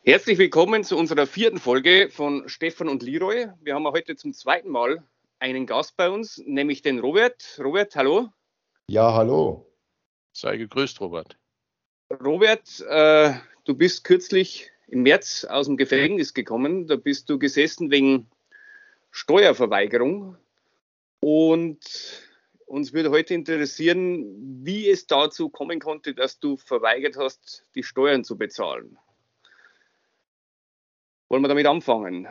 Herzlich willkommen zu unserer 4. Folge von Stefan und Leroy. Wir haben heute zum 2. Mal einen Gast bei uns, nämlich den Robert. Robert, hallo. Ja, hallo. Sei gegrüßt, Robert. Robert, du bist kürzlich im März aus dem Gefängnis gekommen. Da bist du gesessen wegen Steuerverweigerung. Und uns würde heute interessieren, wie es dazu kommen konnte, dass du verweigert hast, die Steuern zu bezahlen. Wollen wir damit anfangen?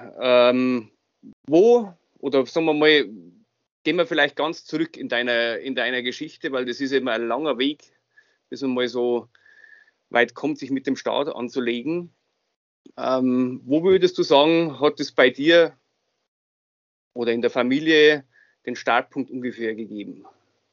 Oder sagen wir mal, gehen wir vielleicht ganz zurück in deiner Geschichte, weil das ist eben ein langer Weg, bis man mal so weit kommt, sich mit dem Staat anzulegen. Wo würdest du sagen, hat es bei dir oder in der Familie den Startpunkt ungefähr gegeben?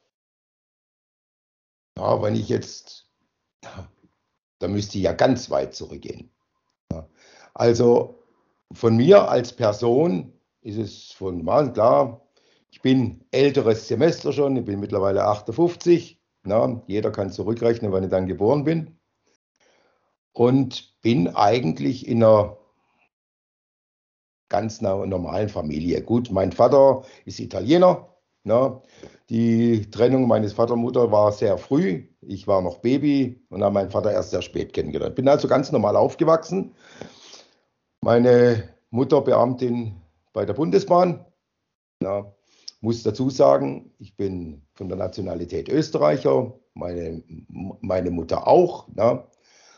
Ja, wenn ich jetzt, da müsste ich ja ganz weit zurückgehen. Ja. Also von mir als Person ist es von mal klar, ich bin älteres Semester schon, ich bin mittlerweile 58. Na, jeder kann zurückrechnen, wann ich dann geboren bin. Und bin eigentlich in einer ganz normalen Familie. Gut, mein Vater ist Italiener. Na, die Trennung meines Vater und Mutter war sehr früh. Ich war noch Baby und habe meinen Vater erst sehr spät kennengelernt. Bin also ganz normal aufgewachsen. Meine Mutter Beamtin bei der Bundesbahn. Na, muss dazu sagen, ich bin von der Nationalität Österreicher, meine Mutter auch. Na,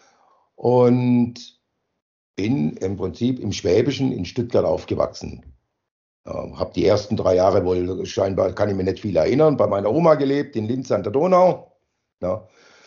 und bin im Prinzip im Schwäbischen in Stuttgart aufgewachsen. Habe die ersten 3 Jahre wohl scheinbar, kann ich mir nicht viel erinnern, bei meiner Oma gelebt, in Linz an der Donau. Ja.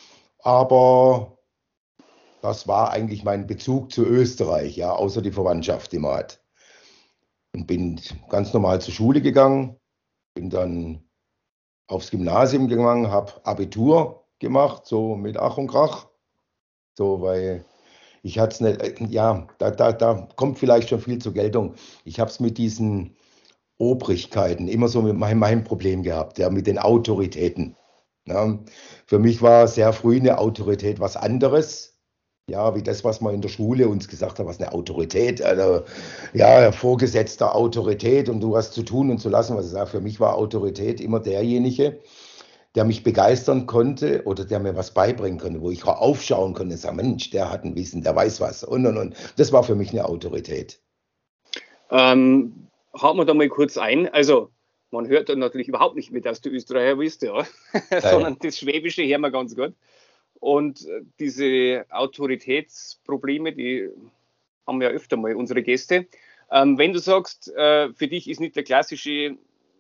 Aber das war eigentlich mein Bezug zu Österreich, ja, außer die Verwandtschaft, die man hat. Und bin ganz normal zur Schule gegangen, bin dann aufs Gymnasium gegangen, habe Abitur gemacht, so mit Ach und Krach. So, weil ich hatte es nicht, ja, da kommt vielleicht schon viel zur Geltung. Ich habe es mit diesen Obrigkeiten immer so mit meinem Problem gehabt, ja, mit den Autoritäten. Ja. Für mich war sehr früh eine Autorität was anderes, ja, wie das, was man in der Schule uns gesagt hat, was eine Autorität, also, ja, vorgesetzter Autorität und du hast zu tun und zu lassen, was ich sage. Für mich war Autorität immer derjenige, der mich begeistern konnte oder der mir was beibringen konnte, wo ich aufschauen konnte und sagen, Mensch, der hat ein Wissen, der weiß was und. Das war für mich eine Autorität. Hauen wir da mal kurz ein. Also, man hört dann natürlich überhaupt nicht mehr, dass du Österreicher bist, ja. Sondern das Schwäbische hören wir ganz gut. Und diese Autoritätsprobleme, die haben ja öfter mal unsere Gäste. Wenn du sagst, für dich ist nicht der klassische,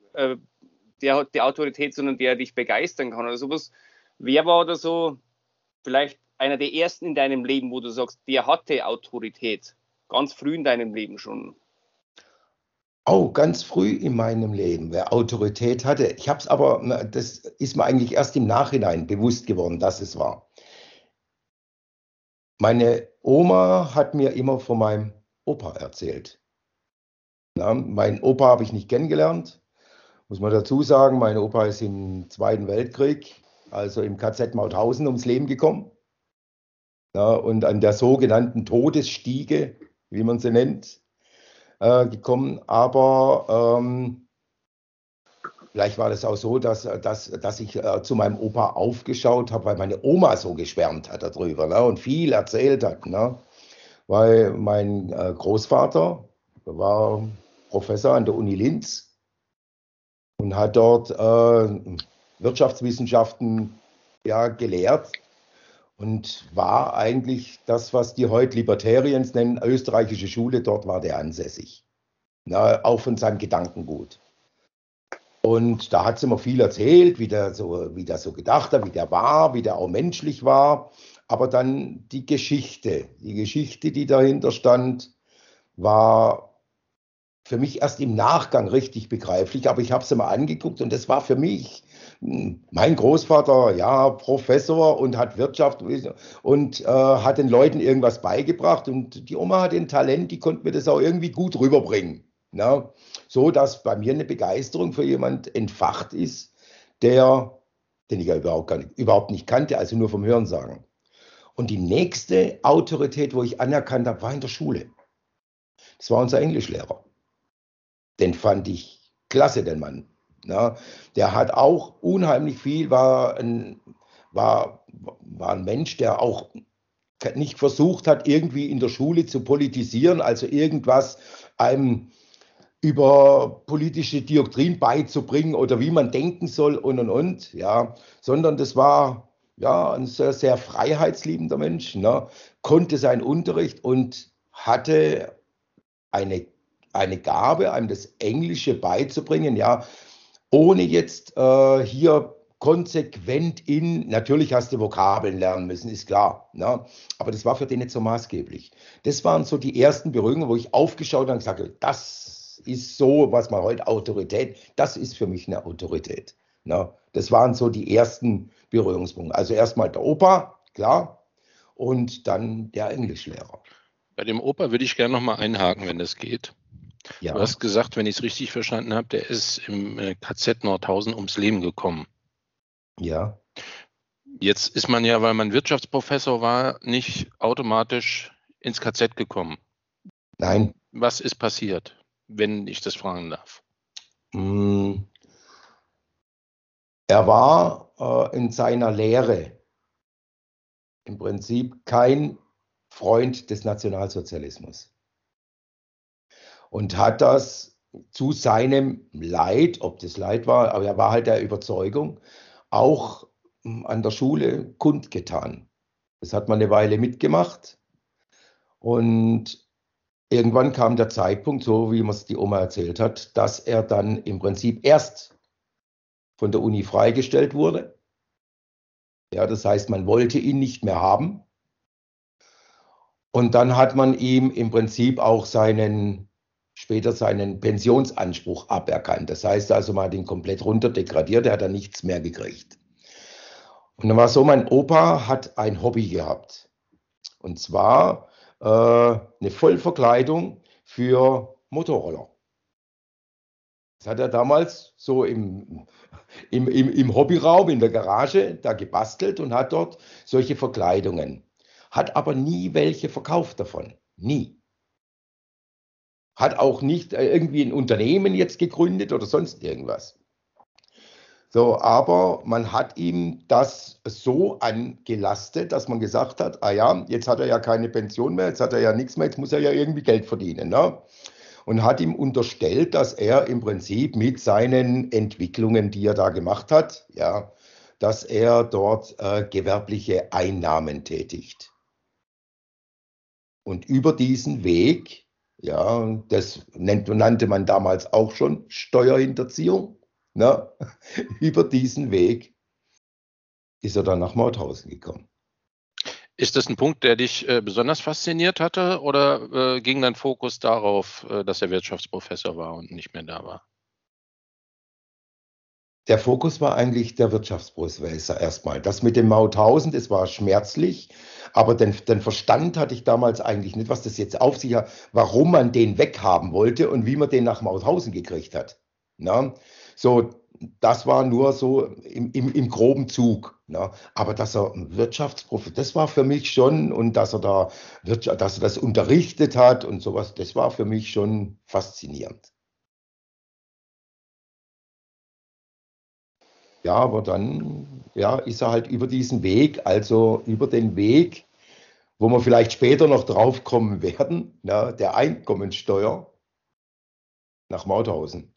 der hat die Autorität, sondern der dich begeistern kann oder sowas, wer war da so vielleicht einer der ersten in deinem Leben, wo du sagst, der hatte Autorität, ganz früh in deinem Leben schon? Oh, ganz früh in meinem Leben, wer Autorität hatte. Ich habe es aber, das ist mir eigentlich erst im Nachhinein bewusst geworden, dass es war. Meine Oma hat mir immer von meinem Opa erzählt. Ja, meinen Opa habe ich nicht kennengelernt, muss man dazu sagen. Mein Opa ist im Zweiten Weltkrieg, also im KZ Mauthausen, ums Leben gekommen. Ja, und an der sogenannten Todesstiege, wie man sie nennt, gekommen. Aber vielleicht war das auch so, dass ich zu meinem Opa aufgeschaut habe, weil meine Oma so geschwärmt hat darüber, ne, und viel erzählt hat. Ne, weil mein Großvater war Professor an der Uni Linz und hat dort Wirtschaftswissenschaften, ja, gelehrt und war eigentlich das, was die heute Libertarians nennen, österreichische Schule, dort war der ansässig. Na, auch von seinem Gedankengut. Und da hat sie immer viel erzählt, wie der so gedacht hat, wie der war, wie der auch menschlich war. Aber dann die Geschichte, die dahinter stand, war für mich erst im Nachgang richtig begreiflich. Aber ich habe sie mal angeguckt und das war für mich, mein Großvater, ja, Professor und hat Wirtschaft und hat den Leuten irgendwas beigebracht. Und die Oma hat ein Talent, die konnte mir das auch irgendwie gut rüberbringen. Ne? So dass bei mir eine Begeisterung für jemand entfacht ist, den ich ja überhaupt nicht kannte, also nur vom Hörensagen. Und die nächste Autorität, wo ich anerkannt habe, war in der Schule. Das war unser Englischlehrer. Den fand ich klasse, den Mann. Ja, der hat auch unheimlich viel, war ein Mensch, der auch nicht versucht hat, irgendwie in der Schule zu politisieren, also irgendwas einem über politische Doktrin beizubringen oder wie man denken soll und, ja, sondern das war ja ein sehr, sehr freiheitsliebender Mensch, ne, konnte seinen Unterricht und hatte eine Gabe, einem das Englische beizubringen, ja, ohne jetzt hier konsequent natürlich hast du Vokabeln lernen müssen, ist klar, ne? Aber das war für den nicht so maßgeblich. Das waren so die ersten Berührungen, wo ich aufgeschaut habe und gesagt habe, das ist so, was man heute Autorität, das ist für mich eine Autorität. Ne? Das waren so die ersten Berührungspunkte. Also erstmal der Opa, klar, und dann der Englischlehrer. Bei dem Opa würde ich gerne noch mal einhaken, wenn das geht. Ja. Du hast gesagt, wenn ich es richtig verstanden habe, der ist im KZ Nordhausen ums Leben gekommen. Ja. Jetzt ist man ja, weil man Wirtschaftsprofessor war, nicht automatisch ins KZ gekommen. Nein. Was ist passiert, wenn ich das fragen darf? Er war in seiner Lehre im Prinzip kein Freund des Nationalsozialismus und hat das zu seinem Leid, ob das Leid war, aber er war halt der Überzeugung, auch an der Schule kundgetan. Das hat man eine Weile mitgemacht und irgendwann kam der Zeitpunkt, so wie man es die Oma erzählt hat, dass er dann im Prinzip erst von der Uni freigestellt wurde. Ja, das heißt, man wollte ihn nicht mehr haben. Und dann hat man ihm im Prinzip auch später seinen Pensionsanspruch aberkannt. Das heißt also, man hat ihn komplett runterdegradiert, er hat dann nichts mehr gekriegt. Und dann war es so, mein Opa hat ein Hobby gehabt. Und zwar eine Vollverkleidung für Motorroller. Das hat er damals so im Hobbyraum, in der Garage, da gebastelt und hat dort solche Verkleidungen. Hat aber nie welche verkauft davon. Nie. Hat auch nicht irgendwie ein Unternehmen jetzt gegründet oder sonst irgendwas. So, aber man hat ihm das so angelastet, dass man gesagt hat, ah ja, jetzt hat er ja keine Pension mehr, jetzt hat er ja nichts mehr, jetzt muss er ja irgendwie Geld verdienen, ne? Und hat ihm unterstellt, dass er im Prinzip mit seinen Entwicklungen, die er da gemacht hat, ja, dass er dort gewerbliche Einnahmen tätigt. Und über diesen Weg, ja, das nannte man damals auch schon Steuerhinterziehung, ne? Über diesen Weg ist er dann nach Mauthausen gekommen. Ist das ein Punkt, der dich besonders fasziniert hatte oder ging dein Fokus darauf, dass er Wirtschaftsprofessor war und nicht mehr da war? Der Fokus war eigentlich der Wirtschaftsprofessor erstmal. Das mit dem Mauthausen, das war schmerzlich, aber den Verstand hatte ich damals eigentlich nicht, was das jetzt auf sich hat, warum man den weghaben wollte und wie man den nach Mauthausen gekriegt hat. Na? So, das war nur so im groben Zug. Na? Aber dass er Wirtschaftsprofessor, das war für mich schon, und dass er das unterrichtet hat und sowas, das war für mich schon faszinierend. Ja, aber dann ja, ist er halt über diesen Weg, also über den Weg, wo wir vielleicht später noch drauf kommen werden, na, der Einkommensteuer, nach Mauthausen.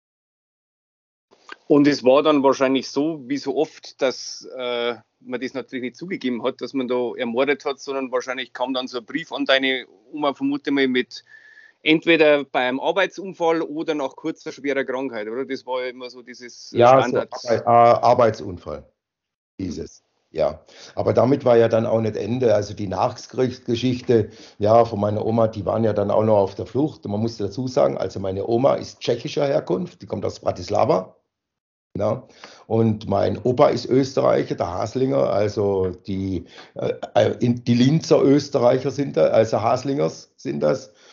Und es war dann wahrscheinlich so, wie so oft, dass man das natürlich nicht zugegeben hat, dass man da ermordet hat, sondern wahrscheinlich kam dann so ein Brief an deine Oma, vermute mal, mit entweder bei einem Arbeitsunfall oder nach kurzer schwerer Krankheit, oder? Das war ja immer so dieses Standard. So Arbeitsunfall hieß es. Ja, aber damit war ja dann auch nicht Ende. Also die Nachkriegsgeschichte, ja, von meiner Oma, die waren ja dann auch noch auf der Flucht. Und man muss dazu sagen, also meine Oma ist tschechischer Herkunft, die kommt aus Bratislava. Ja, und mein Opa ist Österreicher, der Haslinger, also die Linzer Österreicher sind da, also Haslingers sind das.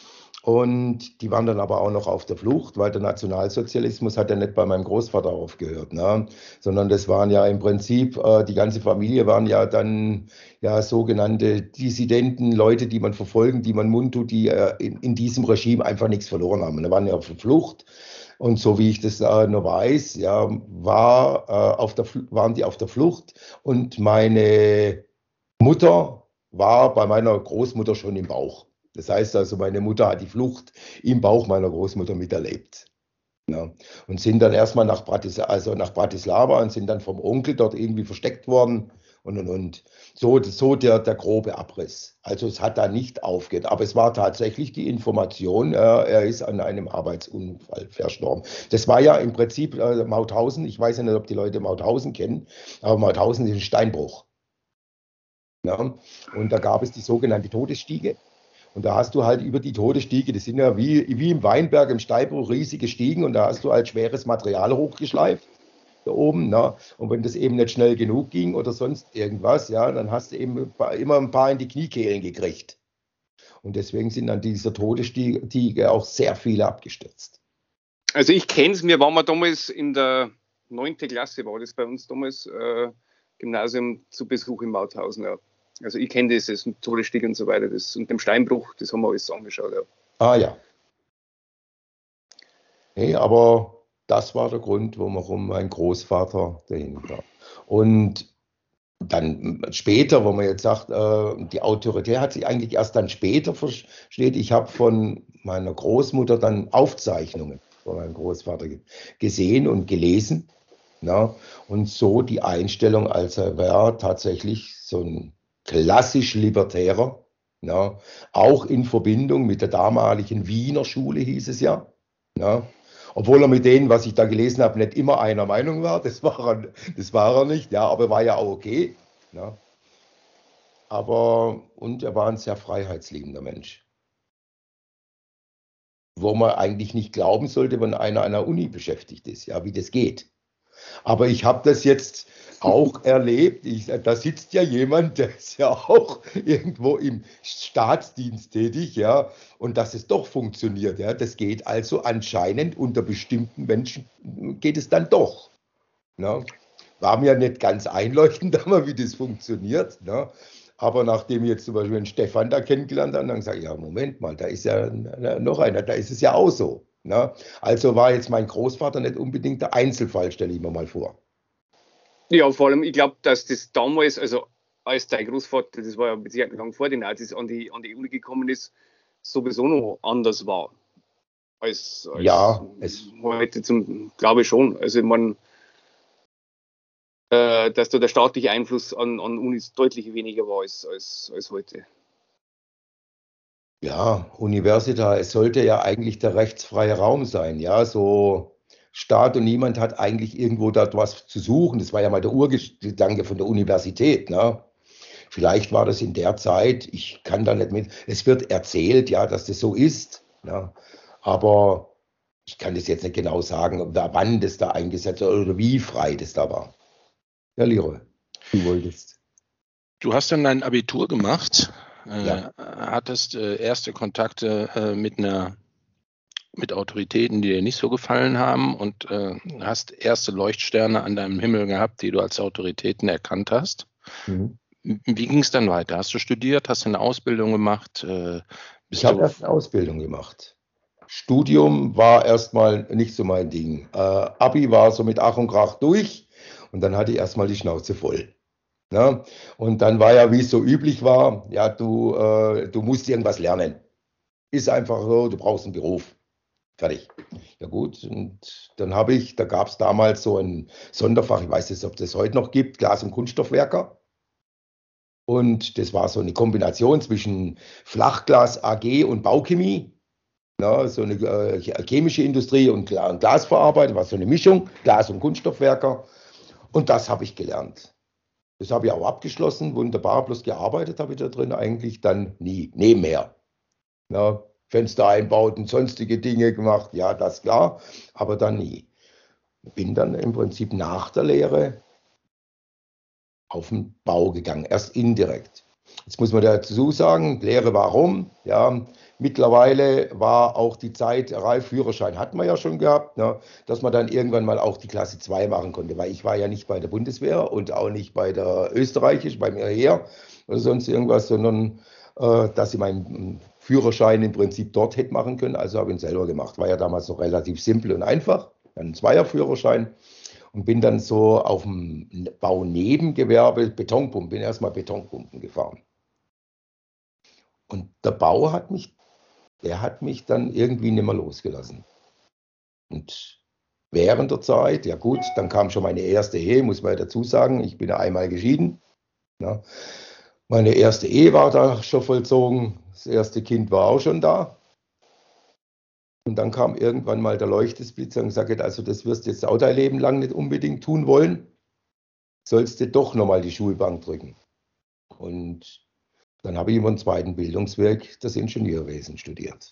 Und die waren dann aber auch noch auf der Flucht, weil der Nationalsozialismus hat ja nicht bei meinem Großvater aufgehört, ne? Sondern das waren ja im Prinzip, die ganze Familie waren ja dann ja sogenannte Dissidenten, Leute, die man verfolgen, die man mundtut, die in diesem Regime einfach nichts verloren haben. Da waren ja auf der Flucht. Und so wie ich das nur weiß, ja, waren die auf der Flucht. Und meine Mutter war bei meiner Großmutter schon im Bauch. Das heißt also, meine Mutter hat die Flucht im Bauch meiner Großmutter miterlebt. Ja. Und sind dann erstmal nach Bratislava und sind dann vom Onkel dort irgendwie versteckt worden und. So der grobe Abriss. Also es hat da nicht aufgehört. Aber es war tatsächlich die Information, er ist an einem Arbeitsunfall verstorben. Das war ja im Prinzip Mauthausen. Ich weiß ja nicht, ob die Leute Mauthausen kennen, aber Mauthausen ist ein Steinbruch. Ja. Und da gab es die sogenannte Todesstiege. Und da hast du halt über die Todesstiege, das sind ja wie im Weinberg im Steinbruch riesige Stiegen, und da hast du halt schweres Material hochgeschleift da oben. Ne? Und wenn das eben nicht schnell genug ging oder sonst irgendwas, ja, dann hast du eben immer ein paar in die Kniekehlen gekriegt. Und deswegen sind an dieser Todesstiege auch sehr viele abgestürzt. Also ich kenne es, wir waren damals in der 9. Klasse, war das bei uns damals, Gymnasium zu Besuch in Mauthausen. Ja. Also ich kenne das mit Todesstieg und so weiter, und dem Steinbruch, das haben wir alles angeschaut. Ja. Ah ja. Nee, aber das war der Grund, warum mein Großvater dahin kam. Und dann später, wo man jetzt sagt, die Autorität hat sich eigentlich erst dann später versteht. Ich habe von meiner Großmutter dann Aufzeichnungen von meinem Großvater gesehen und gelesen. Ja, und so die Einstellung, als er war tatsächlich so ein klassisch Libertärer, ja, auch in Verbindung mit der damaligen Wiener Schule, hieß es ja. Ja. Obwohl er mit denen, was ich da gelesen habe, nicht immer einer Meinung war. Das war er nicht, ja, aber war ja auch okay. Ja. Und er war ein sehr freiheitsliebender Mensch. Wo man eigentlich nicht glauben sollte, wenn einer an der Uni beschäftigt ist, ja, wie das geht. Aber ich habe das jetzt auch erlebt. Da sitzt ja jemand, der ist ja auch irgendwo im Staatsdienst tätig, ja, und dass es doch funktioniert, ja. Das geht also anscheinend unter bestimmten Menschen geht es dann doch. Ne? War mir nicht ganz einleuchtend, wie das funktioniert. Ne? Aber nachdem ich jetzt zum Beispiel einen Stefan da kennengelernt habe, dann sage ich, ja, Moment mal, da ist ja noch einer, da ist es ja auch so. Ne? Also war jetzt mein Großvater nicht unbedingt der Einzelfall, stelle ich mir mal vor. Ja, vor allem, ich glaube, dass das damals, also als dein Großvater, das war ja mit Sicherheit lang vor den Nazis an die Uni gekommen ist, sowieso noch anders war. Als Ja, heute glaube ich schon. Also ich meine, dass da der staatliche Einfluss an Unis deutlich weniger war als heute. Ja, Universität, es sollte ja eigentlich der rechtsfreie Raum sein, ja, so Staat und niemand hat eigentlich irgendwo da was zu suchen. Das war ja mal der Urgedanke von der Universität, ne? Vielleicht war das in der Zeit, ich kann da nicht mit, es wird erzählt, ja, dass das so ist, ne? Aber ich kann das jetzt nicht genau sagen, wann das da eingesetzt wurde oder wie frei das da war. Ja, Leroy, du wolltest. Du hast dann dein Abitur gemacht, Ja. hattest erste Kontakte mit Autoritäten, die dir nicht so gefallen haben, und hast erste Leuchtsterne an deinem Himmel gehabt, die du als Autoritäten erkannt hast. Mhm. Wie ging es dann weiter? Hast du studiert, hast du eine Ausbildung gemacht? Ich habe erst eine Ausbildung gemacht. Studium war erstmal nicht so mein Ding. Abi war so mit Ach und Krach durch und dann hatte ich erstmal die Schnauze voll. Ne? Und dann war ja, wie es so üblich war, ja, du musst irgendwas lernen. Ist einfach so, du brauchst einen Beruf. Fertig. Ja gut, und dann da gab es damals so ein Sonderfach, ich weiß nicht, ob das heute noch gibt, Glas- und Kunststoffwerker. Und das war so eine Kombination zwischen Flachglas AG und Bauchemie. Ja, so eine chemische Industrie und Glasverarbeitung, war so eine Mischung, Glas- und Kunststoffwerker. Und das habe ich gelernt. Das habe ich auch abgeschlossen, wunderbar, bloß gearbeitet habe ich da drin eigentlich dann nie, nebenher. Ja, Fenster einbaut und sonstige Dinge gemacht, ja, das klar, aber dann nie. Bin dann im Prinzip nach der Lehre auf den Bau gegangen, erst indirekt. Jetzt muss man dazu sagen, Lehre warum? Ja, Mittlerweile war auch die Zeit, Führerschein hatten wir ja schon gehabt, ne, dass man dann irgendwann mal auch die Klasse 2 machen konnte, weil ich war ja nicht bei der Bundeswehr und auch nicht bei der österreichisch, bei mir her oder sonst irgendwas, sondern dass ich meinen Führerschein im Prinzip dort hätte machen können. Also habe ich ihn selber gemacht. War ja damals noch relativ simpel und einfach. Dann ein Zweierführerschein und bin dann so auf dem Baunebengewerbe Betonpumpen, bin erstmal Betonpumpen gefahren. Und der hat mich dann irgendwie nicht mehr losgelassen. Und während der Zeit, ja gut, dann kam schon meine erste Ehe, muss man ja dazu sagen. Ich bin ja einmal geschieden. Ja. Meine erste Ehe war da schon vollzogen. Das erste Kind war auch schon da. Und dann kam irgendwann mal der Leuchtesblitzer und gesagt, also das wirst du jetzt auch dein Leben lang nicht unbedingt tun wollen. Sollst du doch nochmal die Schulbank drücken. Und dann habe ich über den zweiten Bildungsweg das Ingenieurwesen studiert.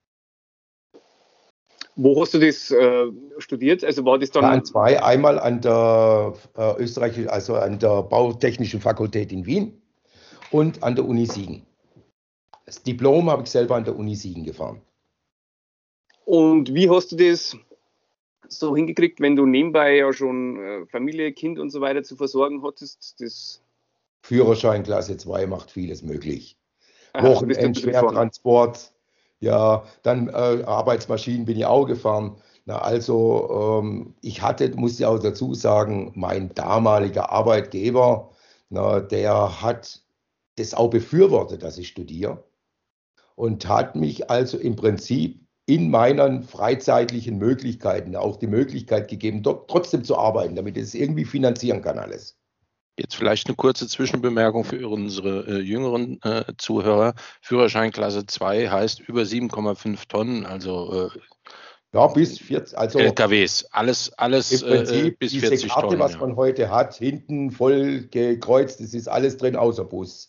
Wo hast du das studiert? Also war das dann? Ja, an zwei, einmal an der also an der Bautechnischen Fakultät in Wien und an der Uni Siegen. Das Diplom habe ich selber an der Uni Siegen gefahren. Und wie hast du das so hingekriegt, wenn du nebenbei ja schon Familie, Kind und so weiter zu versorgen hattest? Das Führerschein Klasse 2 macht vieles möglich. Aha, du bist dort gefahren. Wochenend-Schwertransport, ja, dann Arbeitsmaschinen bin ich auch gefahren. Na, also muss ich auch dazu sagen, mein damaliger Arbeitgeber, na, der hat das auch befürwortet, dass ich studiere und hat mich also im Prinzip in meinen freizeitlichen Möglichkeiten auch die Möglichkeit gegeben, dort trotzdem zu arbeiten, damit ich es irgendwie finanzieren kann alles. Jetzt vielleicht eine kurze Zwischenbemerkung für unsere jüngeren Zuhörer. Führerschein Klasse 2 heißt über 7,5 Tonnen, also ja, bis 40, also LKWs, alles im Prinzip bis diese 40 Karte, Tonnen. was Ja. man heute hat, hinten voll gekreuzt, das ist alles drin außer Bus.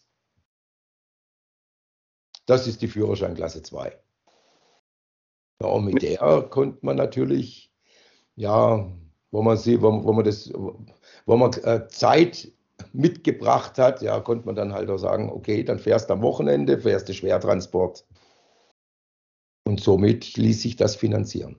Das ist die Führerscheinklasse 2. Ja, und mit der konnte man natürlich, ja, wo man Zeit mitgebracht hat, ja, konnte man dann halt auch sagen, okay, dann fährst du am Wochenende, fährst du Schwertransport. Und somit ließ sich das finanzieren.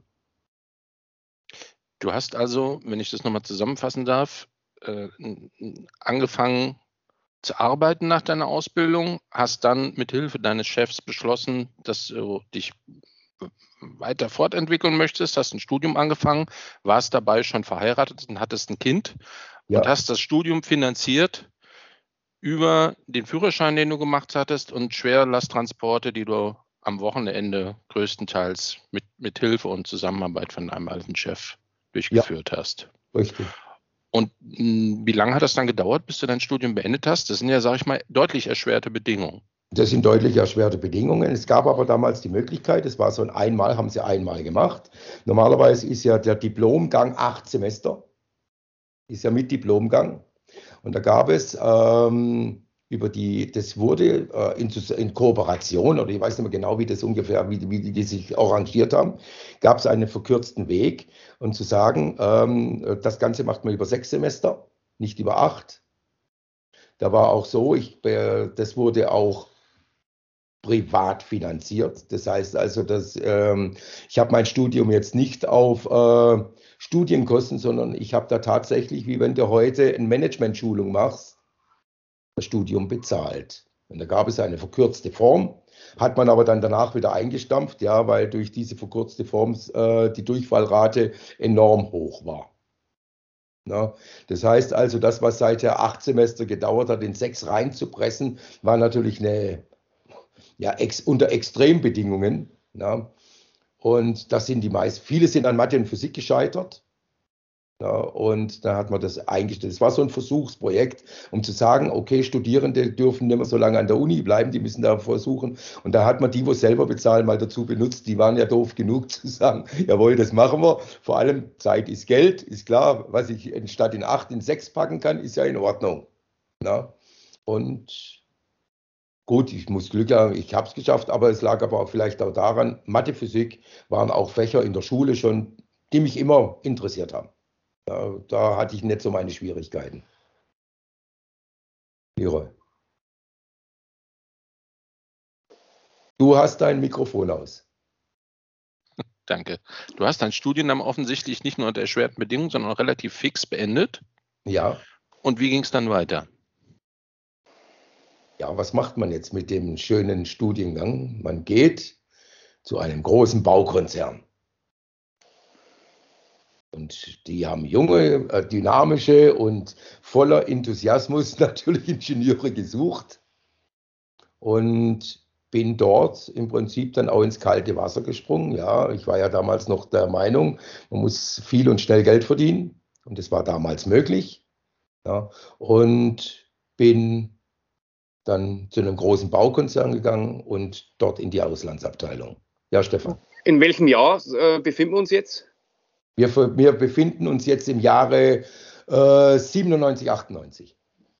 Du hast also, wenn ich das nochmal zusammenfassen darf, angefangen zu arbeiten nach deiner Ausbildung, hast dann mit Hilfe deines Chefs beschlossen, dass du dich weiter fortentwickeln möchtest, hast ein Studium angefangen, warst dabei schon verheiratet und hattest ein Kind und hast das Studium finanziert über den Führerschein, den du gemacht hattest und Schwerlasttransporte, die du am Wochenende größtenteils mit Hilfe und Zusammenarbeit von einem alten Chef durchgeführt hast. Richtig. Und wie lange hat das dann gedauert, bis du dein Studium beendet hast? Das sind ja, sage ich mal, deutlich erschwerte Bedingungen. Das sind deutlich erschwerte Bedingungen. Es gab aber damals die Möglichkeit, es war so haben sie einmal gemacht. Normalerweise ist ja der Diplomgang 8 Semester, ist ja mit Diplomgang. Und da gab es das wurde in Kooperation, oder ich weiß nicht mehr genau, wie das ungefähr, wie die sich arrangiert haben, gab es einen verkürzten Weg und zu sagen, das Ganze macht man über 6 Semester, nicht über 8. Da war auch so, das wurde auch privat finanziert. Das heißt also, ich habe mein Studium jetzt nicht auf Studienkosten, sondern ich habe da tatsächlich, wie wenn du heute eine Management-Schulung machst, das Studium bezahlt. Und da gab es eine verkürzte Form, hat man aber dann danach wieder eingestampft, ja, weil durch diese verkürzte Form die Durchfallrate enorm hoch war. Ja, das heißt also, das, was seither 8 Semester gedauert hat, in 6 reinzupressen, war natürlich unter Extrembedingungen. Ja. Und das sind viele sind an Mathe und Physik gescheitert. Ja, und da hat man das eingestellt. Es war so ein Versuchsprojekt, um zu sagen, okay, Studierende dürfen nicht mehr so lange an der Uni bleiben, die müssen da versuchen. Und da hat man die, wo selber bezahlen, mal dazu benutzt. Die waren ja doof genug zu sagen, jawohl, das machen wir. Vor allem Zeit ist Geld, ist klar. Was ich statt in 8 in 6 packen kann, ist ja in Ordnung. Ja. Und gut, ich muss Glück haben, ich habe es geschafft, aber es lag aber auch vielleicht auch daran, Mathe, Physik waren auch Fächer in der Schule schon, die mich immer interessiert haben. Da hatte ich nicht so meine Schwierigkeiten. Leroy. Du hast dein Mikrofon aus. Danke. Du hast dein Studium offensichtlich nicht nur unter erschwerten Bedingungen, sondern auch relativ fix beendet. Ja. Und wie ging es dann weiter? Ja, was macht man jetzt mit dem schönen Studiengang? Man geht zu einem großen Baukonzern. Und die haben junge, dynamische und voller Enthusiasmus natürlich Ingenieure gesucht. Und bin dort im Prinzip dann auch ins kalte Wasser gesprungen. Ja, ich war ja damals noch der Meinung, man muss viel und schnell Geld verdienen. Und das war damals möglich. Ja, und bin dann zu einem großen Baukonzern gegangen und dort in die Auslandsabteilung. Ja, Stefan. In welchem Jahr befinden wir uns jetzt? Wir befinden uns jetzt im Jahre 97, 98.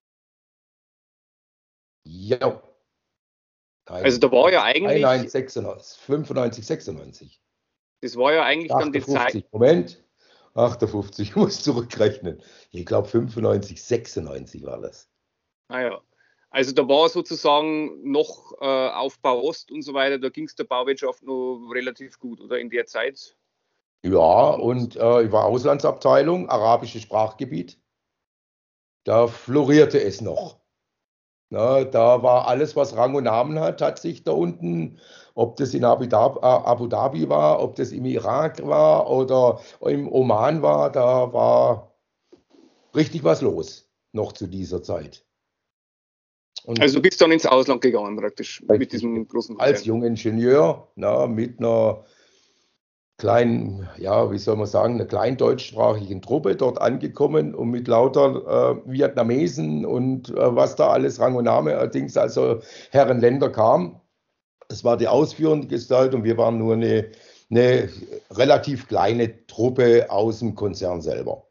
Ja. Also da war ja eigentlich. Nein, 96, 95, 96. Das war ja eigentlich 58, dann die Zeit. Moment, 58, ich muss zurückrechnen. Ich glaube 95, 96 war das. Ah ja. Also da war sozusagen noch Aufbau Ost und so weiter, da ging es der Bauwirtschaft noch relativ gut, oder in der Zeit? Ja, und ich war Auslandsabteilung, arabisches Sprachgebiet. Da florierte es noch. Na, da war alles, was Rang und Namen hat sich da unten, ob das in Abu Dhabi war, ob das im Irak war oder im Oman war, da war richtig was los, noch zu dieser Zeit. Und also du bist dann ins Ausland gegangen praktisch mit diesem großen Konzern. Als junger Ingenieur, mit einer kleinen, ja, wie soll man sagen, einer kleinen deutschsprachigen Truppe dort angekommen und mit lauter Vietnamesen und was da alles Rang und Name, allerdings also Herrenländer kam. Das war die ausführende Gestalt und wir waren nur eine relativ kleine Truppe aus dem Konzern selber.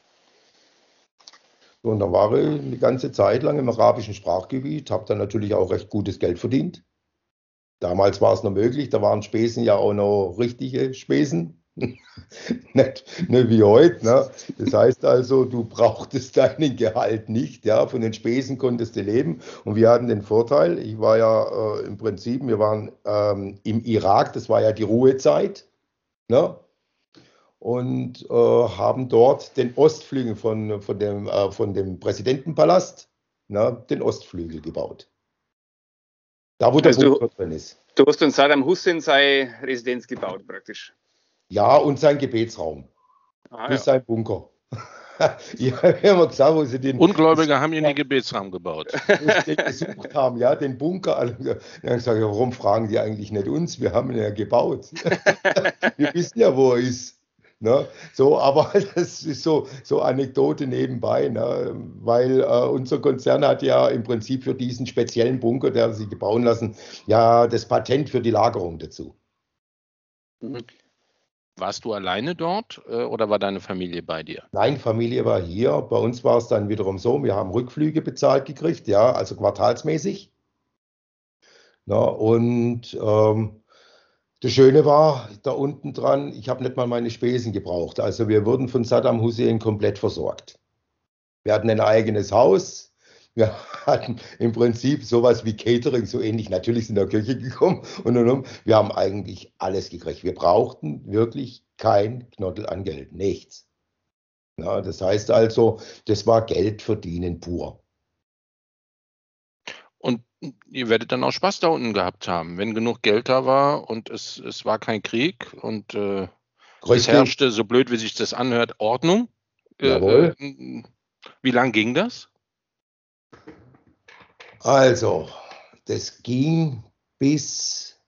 Und dann war ich eine ganze Zeit lang im arabischen Sprachgebiet, habe dann natürlich auch recht gutes Geld verdient. Damals war es noch möglich, da waren Spesen ja auch noch richtige Spesen, nicht wie heute. Ne? Das heißt also, du brauchtest deinen Gehalt nicht, ja? Von den Spesen konntest du leben. Und wir hatten den Vorteil, ich war ja im Prinzip, wir waren im Irak, das war ja die Ruhezeit, ne? Und haben dort den Ostflügel von dem Präsidentenpalast, ne? Den Ostflügel gebaut. Da, wo der Bunker drin ist. Du hast dann Saddam Hussein seine Residenz gebaut, praktisch. Ja, und sein Gebetsraum. Plus sein Bunker. Ja, haben wir gesagt, wo sie den. Ungläubige haben ihn den Gebetsraum gebaut. Den gesucht haben, ja, den Bunker. Dann habe ich gesagt, warum fragen die eigentlich nicht uns? Wir haben ihn ja gebaut. Wir wissen ja, wo er ist. Ne? So, aber das ist so Anekdote nebenbei, ne? Weil unser Konzern hat ja im Prinzip für diesen speziellen Bunker, der sie bauen lassen, ja das Patent für die Lagerung dazu. Warst du alleine dort oder war deine Familie bei dir? Nein, Familie war hier. Bei uns war es dann wiederum so, wir haben Rückflüge bezahlt gekriegt, ja, also quartalsmäßig. Na, und das Schöne war, da unten dran, ich habe nicht mal meine Spesen gebraucht. Also wir wurden von Saddam Hussein komplett versorgt. Wir hatten ein eigenes Haus. Wir hatten im Prinzip sowas wie Catering, so ähnlich. Natürlich sind der Küche gekommen und. Wir haben eigentlich alles gekriegt. Wir brauchten wirklich kein Knottel an Geld, nichts. Ja, das heißt also, das war Geld verdienen pur. Und ihr werdet dann auch Spaß da unten gehabt haben, wenn genug Geld da war und es war kein Krieg und es herrschte, so blöd wie sich das anhört, Ordnung. Jawohl. Wie lang ging das? Also, das ging bis,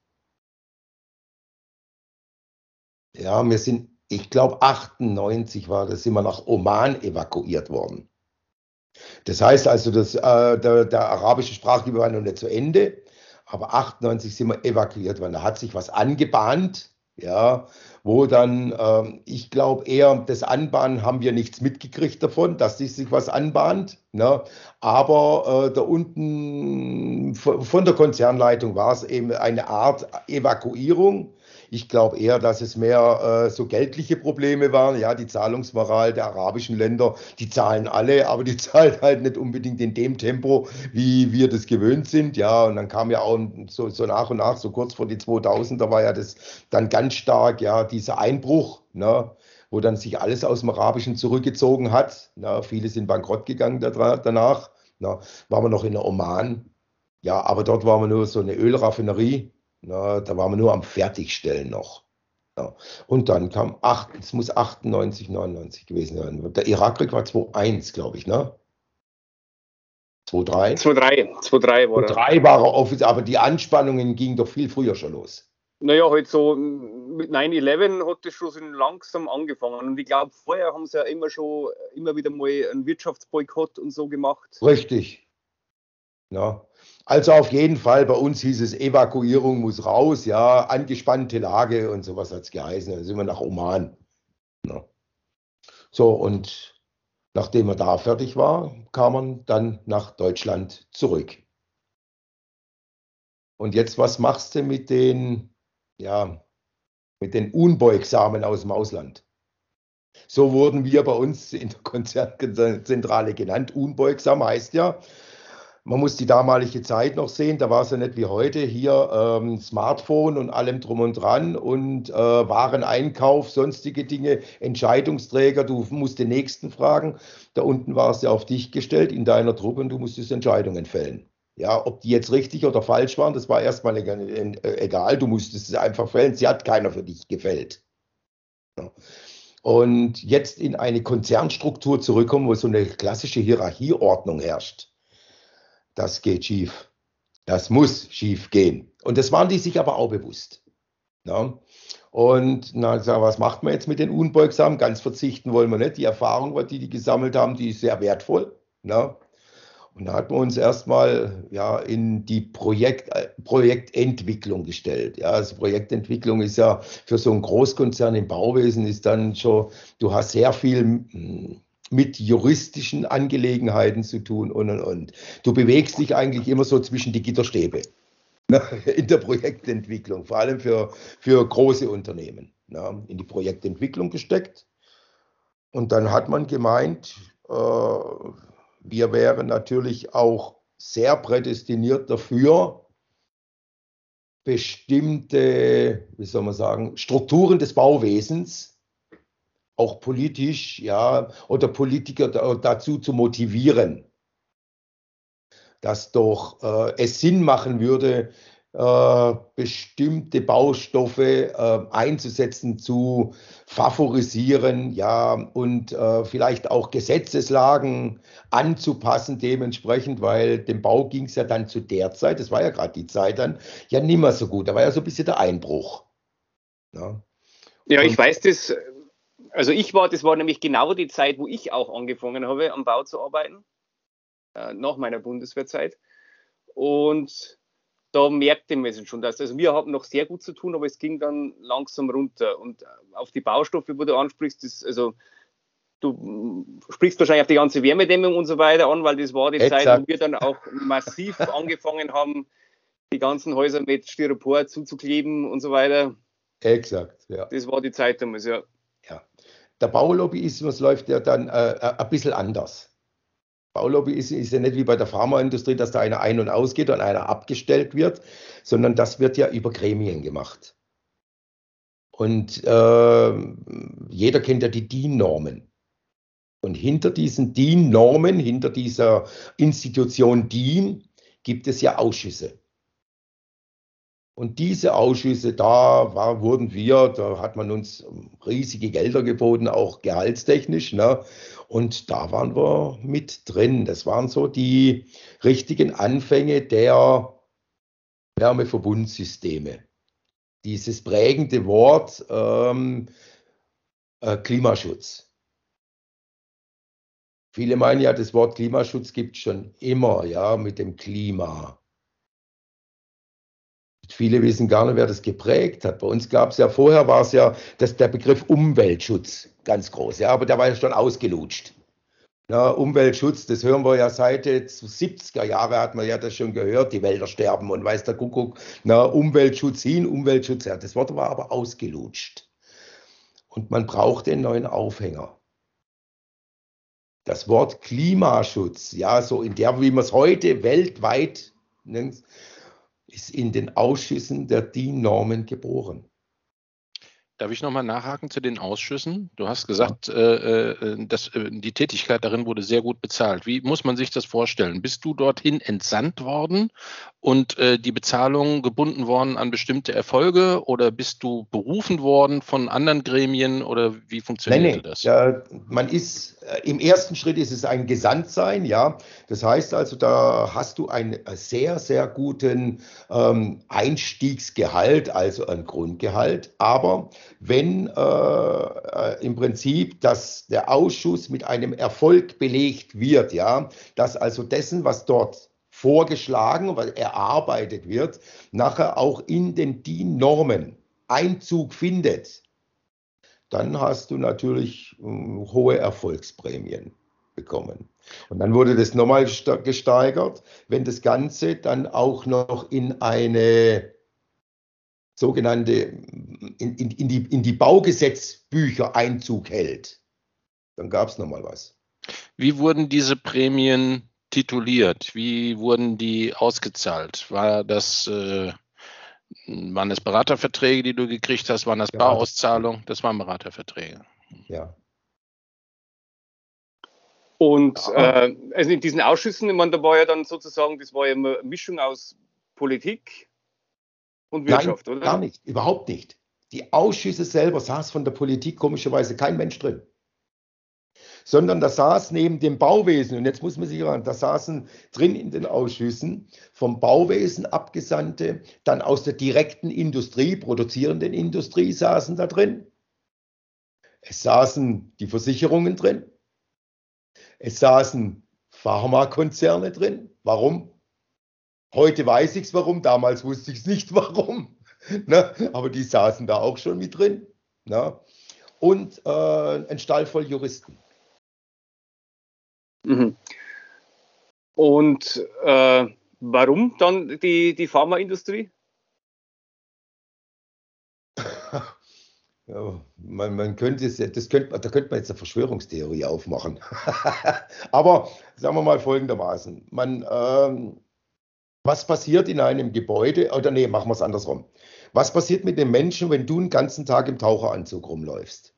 ja, ich glaube 98 war das, sind wir nach Oman evakuiert worden. Das heißt also, der arabische Sprachgebiet war noch nicht zu Ende, aber 98 sind wir evakuiert worden. Da hat sich was angebahnt, ja, wo dann, ich glaube eher, das Anbahnen haben wir nichts mitgekriegt davon, dass sich was anbahnt, ne? Aber da unten von der Konzernleitung war es eben eine Art Evakuierung Ich glaube eher, dass es mehr so geldliche Probleme waren. Ja, die Zahlungsmoral der arabischen Länder, die zahlen alle, aber die zahlen halt nicht unbedingt in dem Tempo, wie wir das gewöhnt sind. Ja, und dann kam ja auch so nach und nach, so kurz vor die 2000er war ja das dann ganz stark, ja, dieser Einbruch, ne, wo dann sich alles aus dem Arabischen zurückgezogen hat. Na, viele sind bankrott gegangen danach. Na, waren wir noch in der Oman. Ja, aber dort waren wir nur so eine Ölraffinerie. Na, da waren wir nur am Fertigstellen noch. Ja. Und dann kam, es muss 98, 99 gewesen sein. Der Irakkrieg war 2001, glaube ich, ne? 2003? 2003 war er. 2003 war er offiziell, aber die Anspannungen gingen doch viel früher schon los. Naja, halt so mit 9/11 hat das schon so langsam angefangen. Und ich glaube, vorher haben sie ja immer wieder mal einen Wirtschaftsboykott und so gemacht. Richtig. Ja. Also auf jeden Fall, bei uns hieß es, Evakuierung muss raus, ja, angespannte Lage und sowas hat es geheißen. Dann sind wir nach Oman. Ja. So, und nachdem er da fertig war, kam man dann nach Deutschland zurück. Und jetzt, was machst du mit den Unbeugsamen aus dem Ausland? So wurden wir bei uns in der Konzernzentrale genannt. Unbeugsam heißt ja, man muss die damalige Zeit noch sehen, da war es ja nicht wie heute, hier Smartphone und allem drum und dran und Wareneinkauf, sonstige Dinge, Entscheidungsträger, du musst den Nächsten fragen. Da unten war es ja auf dich gestellt in deiner Truppe und du musstest Entscheidungen fällen. Ja, ob die jetzt richtig oder falsch waren, das war erstmal egal, du musstest es einfach fällen, sie hat keiner für dich gefällt. Ja. Und jetzt in eine Konzernstruktur zurückkommen, wo so eine klassische Hierarchieordnung herrscht. Das geht schief. Das muss schief gehen. Und das waren die sich aber auch bewusst. Ja. Und was macht man jetzt mit den Unbeugsamen? Ganz verzichten wollen wir nicht. Die Erfahrung, die gesammelt haben, die ist sehr wertvoll. Ja. Und da hat man uns erstmal in die Projektentwicklung gestellt. Ja, also Projektentwicklung ist ja für so einen Großkonzern im Bauwesen ist dann schon, du hast sehr viel mit juristischen Angelegenheiten zu tun und. Du bewegst dich eigentlich immer so zwischen die Gitterstäbe in der Projektentwicklung, vor allem für große Unternehmen. In die Projektentwicklung gesteckt. Und dann hat man gemeint, wir wären natürlich auch sehr prädestiniert dafür, bestimmte, wie soll man sagen, Strukturen des Bauwesens auch politisch, oder Politiker dazu zu motivieren, dass doch es Sinn machen würde, bestimmte Baustoffe einzusetzen, zu favorisieren, und vielleicht auch Gesetzeslagen anzupassen dementsprechend, weil dem Bau ging es ja dann zu der Zeit, das war ja gerade die Zeit dann, ja nicht mehr so gut, da war ja so ein bisschen der Einbruch. Ja, ich weiß das. Also das war nämlich genau die Zeit, wo ich auch angefangen habe, am Bau zu arbeiten, nach meiner Bundeswehrzeit. Und da merkte man es schon, also wir hatten noch sehr gut zu tun, aber es ging dann langsam runter. Und auf die Baustoffe, wo du ansprichst, du sprichst wahrscheinlich auf die ganze Wärmedämmung und so weiter an, weil das war die Zeit, wo wir dann auch massiv angefangen haben, die ganzen Häuser mit Styropor zuzukleben und so weiter. Exakt, ja. Das war die Zeit damals, ja. Ja. Der Baulobbyismus läuft ja dann ein bisschen anders. Baulobbyismus ist ja nicht wie bei der Pharmaindustrie, dass da einer ein- und ausgeht und einer abgestellt wird, sondern das wird ja über Gremien gemacht. Und jeder kennt ja die DIN-Normen. Und hinter diesen DIN-Normen, hinter dieser Institution DIN, gibt es ja Ausschüsse. Und diese Ausschüsse, da hat man uns riesige Gelder geboten, auch gehaltstechnisch, ne? Und da waren wir mit drin. Das waren so die richtigen Anfänge der Wärmeverbundsysteme. Dieses prägende Wort Klimaschutz. Viele meinen ja, das Wort Klimaschutz gibt es schon immer, mit dem Klima. Viele wissen gar nicht, wer das geprägt hat. Bei uns gab es ja, vorher war es ja der Begriff Umweltschutz ganz groß, aber der war ja schon ausgelutscht. Na, Umweltschutz, das hören wir ja seit den 70er Jahre, hat man ja das schon gehört, die Wälder sterben und weiß der Kuckuck. Na, Umweltschutz hin, Umweltschutz her. Das Wort war aber ausgelutscht. Und man braucht den neuen Aufhänger. Das Wort Klimaschutz, ja, so in der, wie man es heute weltweit nennt, ist in den Ausschüssen der DIN-Normen geboren. Darf ich nochmal nachhaken zu den Ausschüssen? Du hast gesagt, dass die Tätigkeit darin wurde sehr gut bezahlt. Wie muss man sich das vorstellen? Bist du dorthin entsandt worden und die Bezahlung gebunden worden an bestimmte Erfolge oder bist du berufen worden von anderen Gremien oder wie funktionierte das? Ja, man ist, im ersten Schritt ist es ein Gesandtsein, ja. Das heißt also, da hast du einen sehr, sehr guten Einstiegsgehalt, also ein Grundgehalt. Aber wenn im Prinzip der Ausschuss mit einem Erfolg belegt wird, ja, dass also dessen, was dort vorgeschlagen, was erarbeitet wird, nachher auch in den DIN-Normen Einzug findet, dann hast du natürlich hohe Erfolgsprämien bekommen. Und dann wurde das nochmal gesteigert, wenn das Ganze dann auch noch in eine sogenannte, in die Baugesetzbücher Einzug hält. Dann gab es nochmal was. Wie wurden diese Prämien tituliert? Wie wurden die ausgezahlt? Waren das Beraterverträge, die du gekriegt hast? Waren das Barauszahlungen? Das waren Beraterverträge. Ja. Und also in diesen Ausschüssen, ich meine, da war ja dann sozusagen, das war ja eine Mischung aus Politik und Wirtschaft, Nein, oder? gar nicht, überhaupt nicht. Die Ausschüsse selber saß von der Politik komischerweise kein Mensch drin. Sondern da saß neben dem Bauwesen, und jetzt muss man sich erinnern, da saßen drin in den Ausschüssen vom Bauwesen Abgesandte, dann aus der direkten Industrie, produzierenden Industrie saßen da drin. Es saßen die Versicherungen drin. Es saßen Pharmakonzerne drin. Warum? Heute weiß ich es warum, damals wusste ich es nicht warum. Ne? Aber die saßen da auch schon mit drin. Ne? Und ein Stall voll Juristen. Mhm. Und warum dann die Pharmaindustrie? Ja, man könnte es, da könnte man jetzt eine Verschwörungstheorie aufmachen. Aber sagen wir mal folgendermaßen: was passiert in einem Gebäude? Oder nee, machen wir es andersrum. Was passiert mit dem Menschen, wenn du den ganzen Tag im Taucheranzug rumläufst?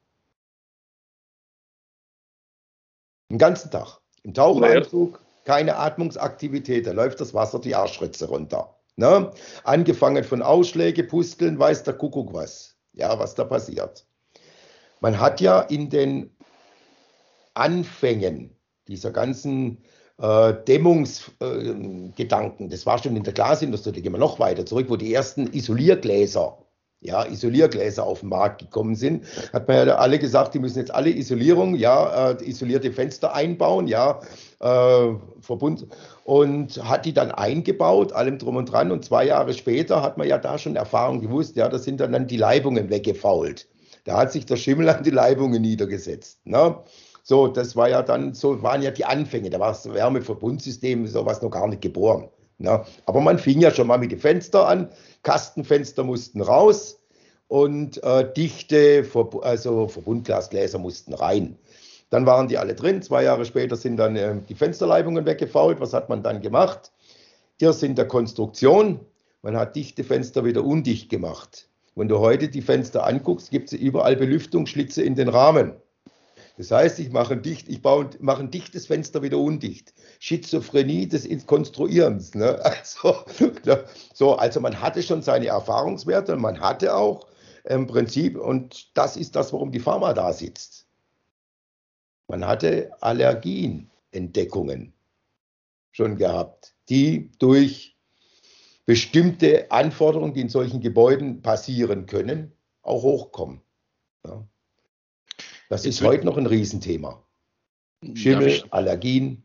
Den ganzen Tag. Im Taucheranzug, keine Atmungsaktivität, da läuft das Wasser die Arschritze runter. Ne? Angefangen von Ausschläge, Pusteln, weiß der Kuckuck was. Ja, was da passiert. Man hat ja in den Anfängen dieser ganzen Dämmungsgedanken, das war schon in der Glasindustrie, da gehen wir noch weiter zurück, wo die ersten Isoliergläser auf den Markt gekommen sind, hat man ja alle gesagt, die müssen jetzt alle Isolierung, isolierte Fenster einbauen, Verbund, und hat die dann eingebaut, allem drum und dran, und 2 Jahre später hat man ja da schon Erfahrung gewusst, ja, da sind dann die Leibungen weggefault. Da hat sich der Schimmel an die Leibungen niedergesetzt, ne? So, das war ja dann, so waren ja die Anfänge, da war das Wärmeverbundsystem, sowas noch gar nicht geboren. Ne? Aber man fing ja schon mal mit den Fenstern an, Kastenfenster mussten raus und dichte, also Verbundglasgläser mussten rein. Dann waren die alle drin, 2 Jahre später sind dann die Fensterleibungen weggefault. Was hat man dann gemacht? Irrsinn der Konstruktion, man hat dichte Fenster wieder undicht gemacht. Wenn du heute die Fenster anguckst, gibt es überall Belüftungsschlitze in den Rahmen. Das heißt, ich mache ein dichtes Fenster wieder undicht. Schizophrenie des Konstruierens. Ne? Also man hatte schon seine Erfahrungswerte und man hatte auch im Prinzip, und das ist das, warum die Pharma da sitzt. Man hatte Allergienentdeckungen schon gehabt, die durch bestimmte Anforderungen, die in solchen Gebäuden passieren können, auch hochkommen. Ja. Das ist heute noch ein Riesenthema. Schimmel, Allergien.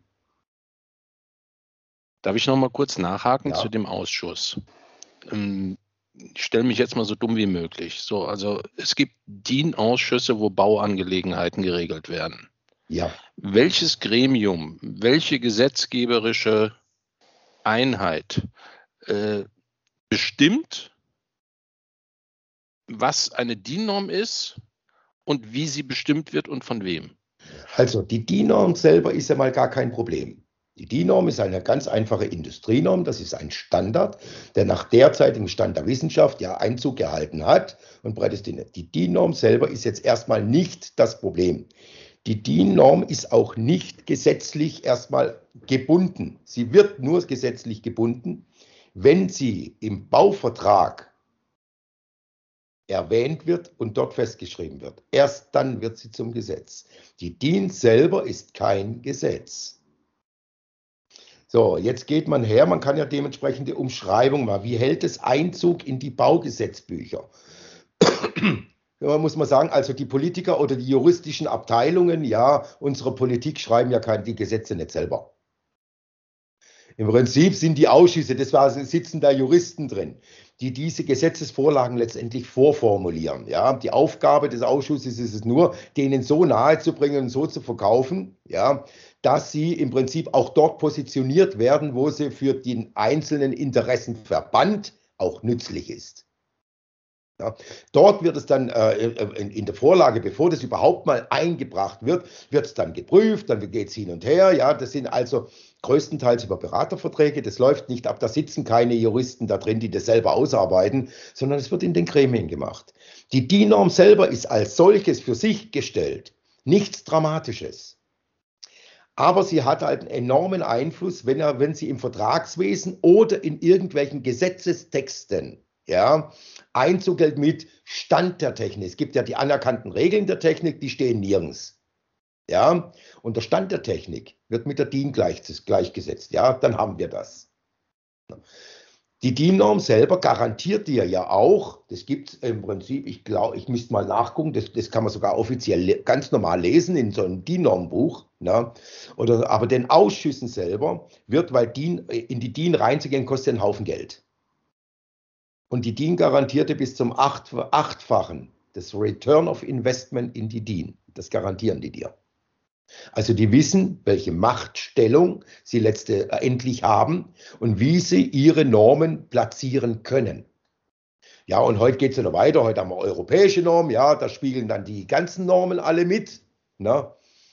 Darf ich noch mal kurz nachhaken zu dem Ausschuss? Ich stelle mich jetzt mal so dumm wie möglich. So, also es gibt DIN-Ausschüsse, wo Bauangelegenheiten geregelt werden. Ja. Welches Gremium, welche gesetzgeberische Einheit bestimmt, was eine DIN-Norm ist und wie sie bestimmt wird und von wem? Also die DIN-Norm selber ist ja mal gar kein Problem. Die DIN-Norm ist eine ganz einfache Industrienorm, das ist ein Standard, der nach derzeitigem Stand der Wissenschaft ja Einzug gehalten hat und prädestiniert. Die DIN-Norm selber ist jetzt erstmal nicht das Problem. Die DIN-Norm ist auch nicht gesetzlich erstmal gebunden. Sie wird nur gesetzlich gebunden, wenn sie im Bauvertrag erwähnt wird und dort festgeschrieben wird. Erst dann wird sie zum Gesetz. Die DIN selber ist kein Gesetz. So, jetzt geht man her, man kann ja dementsprechende Umschreibung machen. Wie hält es Einzug in die Baugesetzbücher? Ja, muss man sagen, also die Politiker oder die juristischen Abteilungen, ja, unsere Politik schreiben ja die Gesetze nicht selber. Im Prinzip sind die Ausschüsse, sitzen da Juristen drin, die diese Gesetzesvorlagen letztendlich vorformulieren. Ja, die Aufgabe des Ausschusses ist es nur, denen so nahe zu bringen und so zu verkaufen, ja, dass sie im Prinzip auch dort positioniert werden, wo sie für den einzelnen Interessenverband auch nützlich ist. Ja, dort wird es dann in der Vorlage, bevor das überhaupt mal eingebracht wird, wird es dann geprüft, dann geht es hin und her. Ja, das sind also größtenteils über Beraterverträge, das läuft nicht ab, da sitzen keine Juristen da drin, die das selber ausarbeiten, sondern es wird in den Gremien gemacht. Die DIN-Norm selber ist als solches für sich gestellt, nichts Dramatisches. Aber sie hat halt einen enormen Einfluss, wenn sie im Vertragswesen oder in irgendwelchen Gesetzestexten, ja, Einzug hält mit Stand der Technik. Es gibt ja die anerkannten Regeln der Technik, die stehen nirgends. Ja, und der Stand der Technik wird mit der DIN gleichgesetzt. Ja, dann haben wir das. Die DIN-Norm selber garantiert dir ja auch, das gibt es im Prinzip, ich glaube, ich müsste mal nachgucken, das kann man sogar offiziell ganz normal lesen in so einem DIN-Norm-Buch. Ne? Aber den Ausschüssen selber wird, weil in die DIN reinzugehen, kostet einen Haufen Geld. Und die DIN garantierte bis zum Achtfachen das Return of Investment in die DIN. Das garantieren die dir. Also die wissen, welche Machtstellung sie letztendlich haben und wie sie ihre Normen platzieren können. Ja, und heute geht es noch weiter. Heute haben wir europäische Normen. Ja, da spiegeln dann die ganzen Normen alle mit. Ne?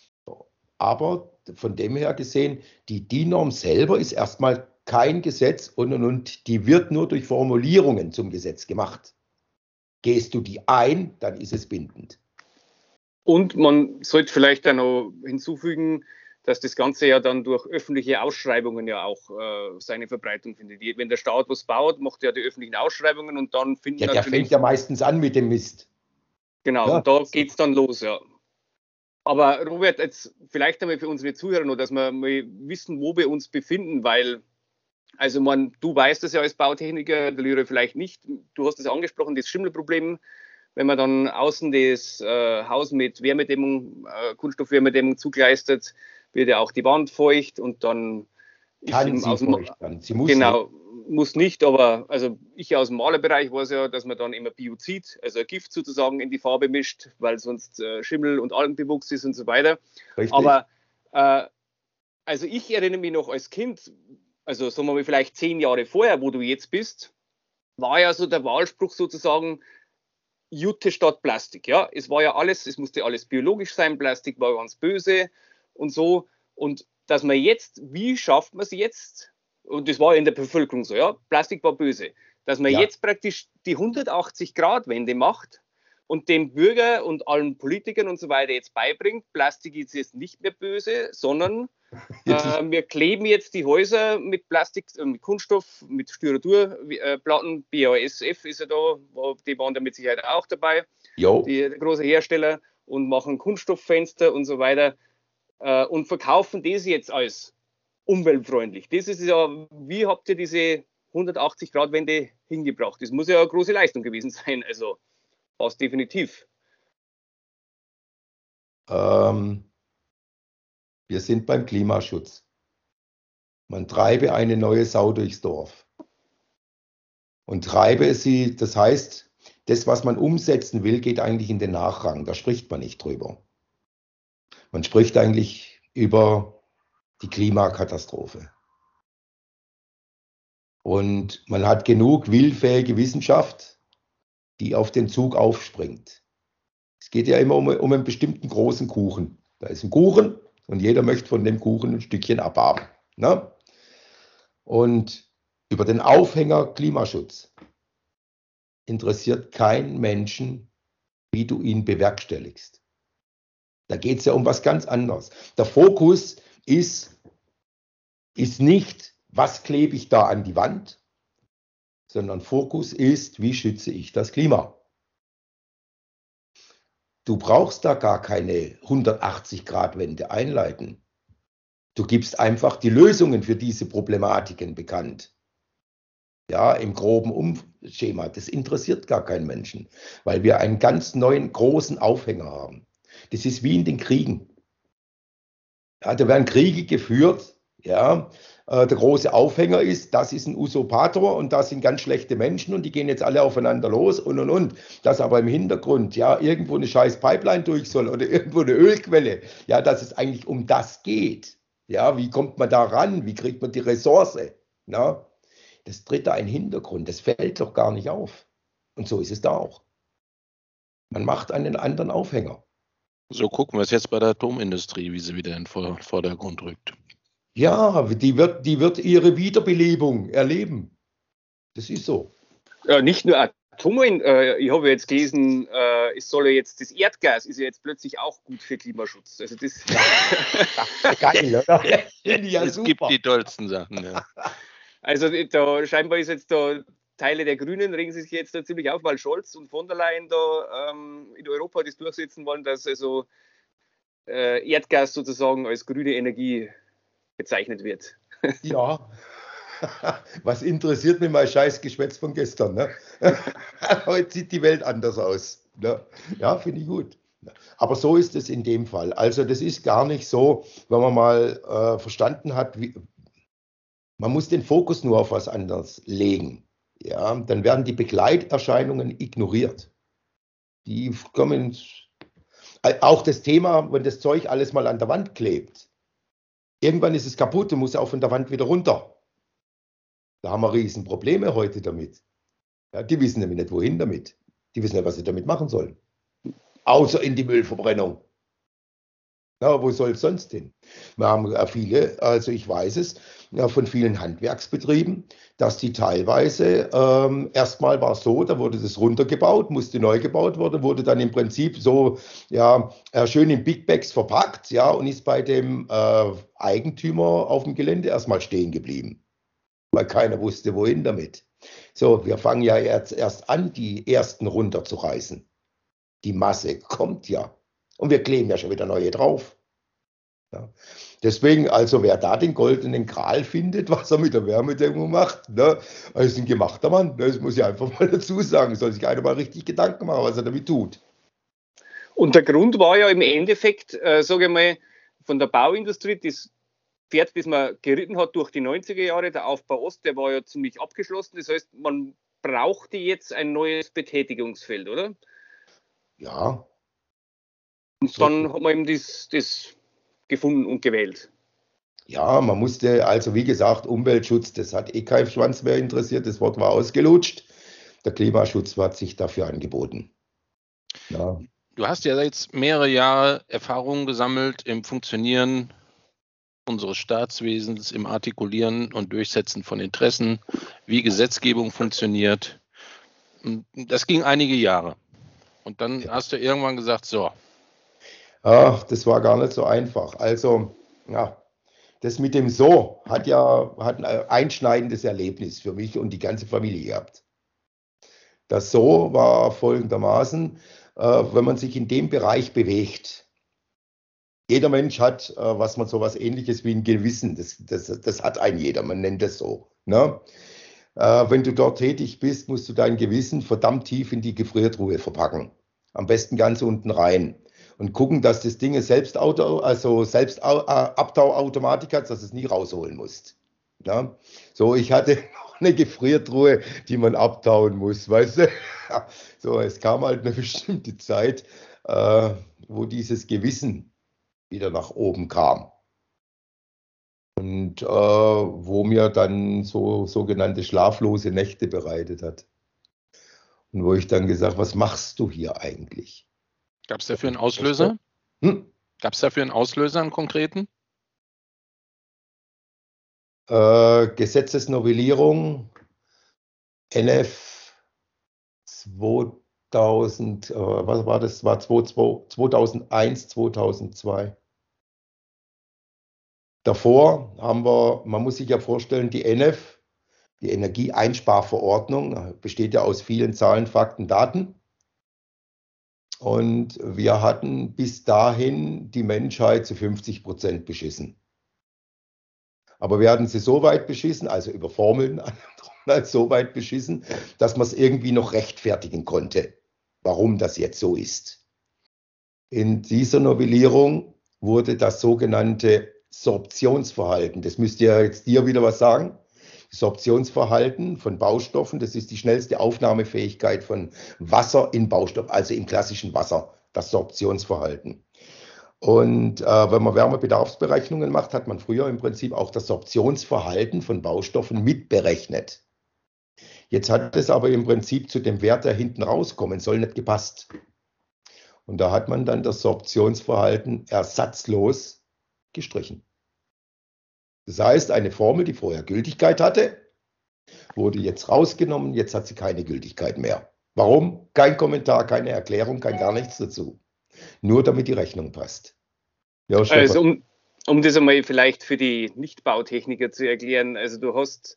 Aber von dem her gesehen, die DIN-Norm selber ist erstmal kein Gesetz und die wird nur durch Formulierungen zum Gesetz gemacht. Gehst du die ein, dann ist es bindend. Und man sollte vielleicht dann noch hinzufügen, dass das Ganze ja dann durch öffentliche Ausschreibungen ja auch seine Verbreitung findet. Wenn der Staat was baut, macht er ja die öffentlichen Ausschreibungen und dann finden ja, der fängt ja meistens an mit dem Mist. Genau, ja. Und da geht es dann los, ja. Aber Robert, jetzt vielleicht einmal für unsere Zuhörer noch, dass wir mal wissen, wo wir uns befinden, weil, also du weißt das ja als Bautechniker, der Leroy vielleicht nicht. Du hast es angesprochen, das Schimmelproblem. Wenn man dann außen das Haus mit Wärmedämmung, Kunststoffwärmedämmung zugleistert, wird ja auch die Wand feucht und dann kann sie feucht werden. Sie muss genau, nicht. Muss nicht, aber also ich aus dem Malerbereich weiß ja, dass man dann immer Biozid, also ein Gift sozusagen in die Farbe mischt, weil sonst Schimmel und Algenbewuchs ist und so weiter. Richtig. Aber also ich erinnere mich noch als Kind, also sagen wir mal vielleicht 10 Jahre vorher, wo du jetzt bist, war ja so der Wahlspruch sozusagen, Jute statt Plastik, ja. Es war ja alles, es musste alles biologisch sein, Plastik war ganz böse und so. Und dass man jetzt, wie schafft man es jetzt? Und das war in der Bevölkerung so, ja, Plastik war böse. Dass man jetzt praktisch die 180-Grad-Wende macht und dem Bürger und allen Politikern und so weiter jetzt beibringt, Plastik ist jetzt nicht mehr böse, sondern wir kleben jetzt die Häuser mit Plastik, mit Kunststoff, mit Styroturplatten. BASF ist ja da, die waren da mit Sicherheit auch dabei, die große Hersteller, und machen Kunststofffenster und so weiter und verkaufen das jetzt als umweltfreundlich. Das ist ja, wie habt ihr diese 180-Grad-Wende hingebracht? Das muss ja eine große Leistung gewesen sein, also fast definitiv. Wir sind beim Klimaschutz. Man treibe eine neue Sau durchs Dorf. Und treibe sie, das heißt, das, was man umsetzen will, geht eigentlich in den Nachrang. Da spricht man nicht drüber. Man spricht eigentlich über die Klimakatastrophe. Und man hat genug willfähige Wissenschaft, die auf den Zug aufspringt. Es geht ja immer um einen bestimmten großen Kuchen. Da ist ein Kuchen und jeder möchte von dem Kuchen ein Stückchen abhaben. Ne? Und über den Aufhänger Klimaschutz interessiert kein Menschen, wie du ihn bewerkstelligst. Da geht es ja um was ganz anderes. Der Fokus ist nicht, was klebe ich da an die Wand, sondern Fokus ist, wie schütze ich das Klima. Du brauchst da gar keine 180-Grad-Wende einleiten. Du gibst einfach die Lösungen für diese Problematiken bekannt. Ja, im groben Schema. Das interessiert gar keinen Menschen, weil wir einen ganz neuen, großen Aufhänger haben. Das ist wie in den Kriegen. Ja, da werden Kriege geführt. Ja, der große Aufhänger ist, das ist ein Usurpator und das sind ganz schlechte Menschen und die gehen jetzt alle aufeinander los und. Dass aber im Hintergrund ja irgendwo eine scheiß Pipeline durch soll oder irgendwo eine Ölquelle. Ja, dass es eigentlich um das geht. Ja, wie kommt man da ran? Wie kriegt man die Ressource? Ja, das tritt da in den Hintergrund. Das fällt doch gar nicht auf. Und so ist es da auch. Man macht einen anderen Aufhänger. So gucken wir es jetzt bei der Atomindustrie, wie sie wieder in den Vordergrund rückt. Ja, die wird ihre Wiederbelebung erleben. Das ist so. Nicht nur Atomen, ich habe jetzt gelesen, es soll ja jetzt das Erdgas ist ja jetzt plötzlich auch gut für Klimaschutz. Also das geil, oder? Ja, es gibt die tollsten Sachen. Ja. Also da scheinbar ist jetzt da Teile der Grünen regen sich jetzt da ziemlich auf, weil Scholz und von der Leyen da in Europa das durchsetzen wollen, dass also Erdgas sozusagen als grüne Energie bezeichnet wird. Ja, was interessiert mich mein scheiß Geschwätz von gestern? Ne? Heute sieht die Welt anders aus. Ne? Ja, finde ich gut. Aber so ist es in dem Fall. Also das ist gar nicht so, wenn man mal verstanden hat, man muss den Fokus nur auf was anderes legen. Ja, dann werden die Begleiterscheinungen ignoriert. Die kommen, auch das Thema, wenn das Zeug alles mal an der Wand klebt. Irgendwann ist es kaputt und muss auch von der Wand wieder runter. Da haben wir riesen Probleme heute damit. Ja, die wissen nämlich nicht, wohin damit. Die wissen nicht, was sie damit machen sollen. Außer in die Müllverbrennung. Ja, wo soll es sonst hin? Wir haben viele, also ich weiß es, ja, von vielen Handwerksbetrieben, dass die teilweise, erstmal war es so, da wurde das runtergebaut, musste neu gebaut werden, wurde dann im Prinzip so, ja, schön in Big Bags verpackt, ja, und ist bei dem Eigentümer auf dem Gelände erstmal stehen geblieben, weil keiner wusste, wohin damit. So, wir fangen ja jetzt erst an, die ersten runterzureißen. Die Masse kommt ja. Und wir kleben ja schon wieder neue drauf. Ja. Deswegen, also wer da den goldenen Gral findet, was er mit der Wärmedämmung macht, ne, ist ein gemachter Mann. Das muss ich einfach mal dazu sagen. Soll sich einer mal richtig Gedanken machen, was er damit tut. Und der Grund war ja im Endeffekt, sage ich mal, von der Bauindustrie, das Pferd, das man geritten hat durch die 90er Jahre, der Aufbau Ost, der war ja ziemlich abgeschlossen. Das heißt, man brauchte jetzt ein neues Betätigungsfeld, oder? Ja. Und dann hat man eben das gefunden und gewählt. Ja, man musste, also wie gesagt, Umweltschutz, das hat eh keinen Schwanz mehr interessiert, das Wort war ausgelutscht. Der Klimaschutz hat sich dafür angeboten. Ja. Du hast ja jetzt mehrere Jahre Erfahrungen gesammelt im Funktionieren unseres Staatswesens, im Artikulieren und Durchsetzen von Interessen, wie Gesetzgebung funktioniert. Das ging einige Jahre. Und dann hast du irgendwann gesagt, so. Ach, das war gar nicht so einfach. Also, ja, das mit dem So hat ein einschneidendes Erlebnis für mich und die ganze Familie gehabt. Das So war folgendermaßen, wenn man sich in dem Bereich bewegt. Jeder Mensch hat sowas Ähnliches wie ein Gewissen. Das hat ein jeder, man nennt das so. Ne? Wenn du dort tätig bist, musst du dein Gewissen verdammt tief in die Gefriertruhe verpacken. Am besten ganz unten rein. Und gucken, dass das Ding selbst Abtauautomatik hat, dass du es nie rausholen musst. Ja? So, ich hatte noch eine Gefriertruhe, die man abtauen muss, weißt du? So, es kam halt eine bestimmte Zeit, wo dieses Gewissen wieder nach oben kam. Und wo mir dann so sogenannte schlaflose Nächte bereitet hat. Und wo ich dann gesagt, was machst du hier eigentlich? Gab es dafür einen Auslöser? Gab es dafür einen Auslöser, einen konkreten? Gesetzesnovellierung NF 2000, was war das? War 2001, 2002. Davor haben wir, man muss sich ja vorstellen, die NF, die Energieeinsparverordnung, besteht ja aus vielen Zahlen, Fakten, Daten. Und wir hatten bis dahin die Menschheit zu 50% beschissen. Aber wir hatten sie so weit beschissen, also über Formeln, so weit beschissen, dass man es irgendwie noch rechtfertigen konnte, warum das jetzt so ist. In dieser Novellierung wurde das sogenannte Sorptionsverhalten, das müsste ja jetzt dir wieder was sagen, das Sorptionsverhalten von Baustoffen, das ist die schnellste Aufnahmefähigkeit von Wasser in Baustoff, also im klassischen Wasser, das Sorptionsverhalten. Und wenn man Wärmebedarfsberechnungen macht, hat man früher im Prinzip auch das Sorptionsverhalten von Baustoffen mitberechnet. Jetzt hat es aber im Prinzip zu dem Wert, der hinten rauskommen soll, nicht gepasst. Und da hat man dann das Sorptionsverhalten ersatzlos gestrichen. Das heißt, eine Formel, die vorher Gültigkeit hatte, wurde jetzt rausgenommen, jetzt hat sie keine Gültigkeit mehr. Warum? Kein Kommentar, keine Erklärung, kein gar nichts dazu. Nur damit die Rechnung passt. Ja, also um das einmal vielleicht für die Nichtbautechniker zu erklären, also du hast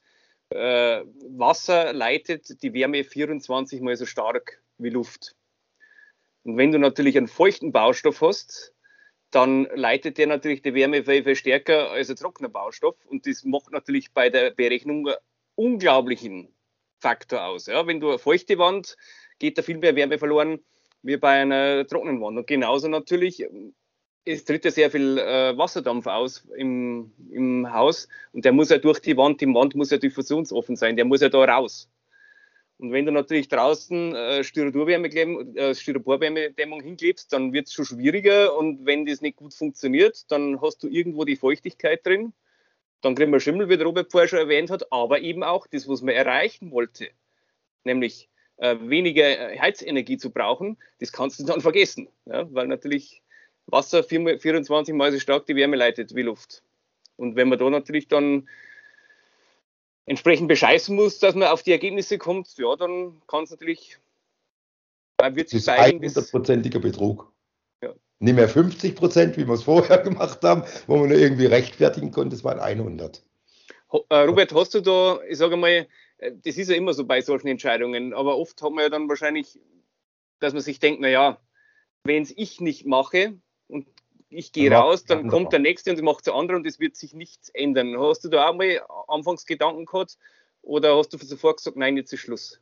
Wasser leitet die Wärme 24 mal so stark wie Luft. Und wenn du natürlich einen feuchten Baustoff hast, dann leitet der natürlich die Wärme viel, viel stärker als ein trockener Baustoff. Und das macht natürlich bei der Berechnung einen unglaublichen Faktor aus. Ja, wenn du eine feuchte Wand, geht da viel mehr Wärme verloren wie bei einer trockenen Wand. Und genauso natürlich, es tritt ja sehr viel Wasserdampf aus im Haus und der muss ja durch die Wand muss ja diffusionsoffen sein, der muss ja da raus. Und wenn du natürlich draußen Styroporwärmedämmung hinklebst, dann wird es schon schwieriger. Und wenn das nicht gut funktioniert, dann hast du irgendwo die Feuchtigkeit drin. Dann kriegen wir Schimmel, wie der Robert vorher schon erwähnt hat, aber eben auch das, was man erreichen wollte, nämlich weniger Heizenergie zu brauchen, das kannst du dann vergessen. Ja? Weil natürlich Wasser 24 Mal so stark die Wärme leitet wie Luft. Und wenn man da natürlich dann entsprechend bescheißen muss, dass man auf die Ergebnisse kommt, ja, dann kann es natürlich, wird sich zeigen. Das ist 100%iger Betrug. Ja. Nicht mehr 50%, wie wir es vorher gemacht haben, wo man nur irgendwie rechtfertigen konnte, das waren 100. Robert, hast du da, ich sage mal, das ist ja immer so bei solchen Entscheidungen, aber oft hat man ja dann wahrscheinlich, dass man sich denkt, naja, wenn es ich nicht mache und ich gehe raus, dann kommt der Nächste und macht der andere und es wird sich nichts ändern. Hast du da auch mal anfangs Gedanken gehabt oder hast du sofort gesagt, nein, jetzt ist Schluss?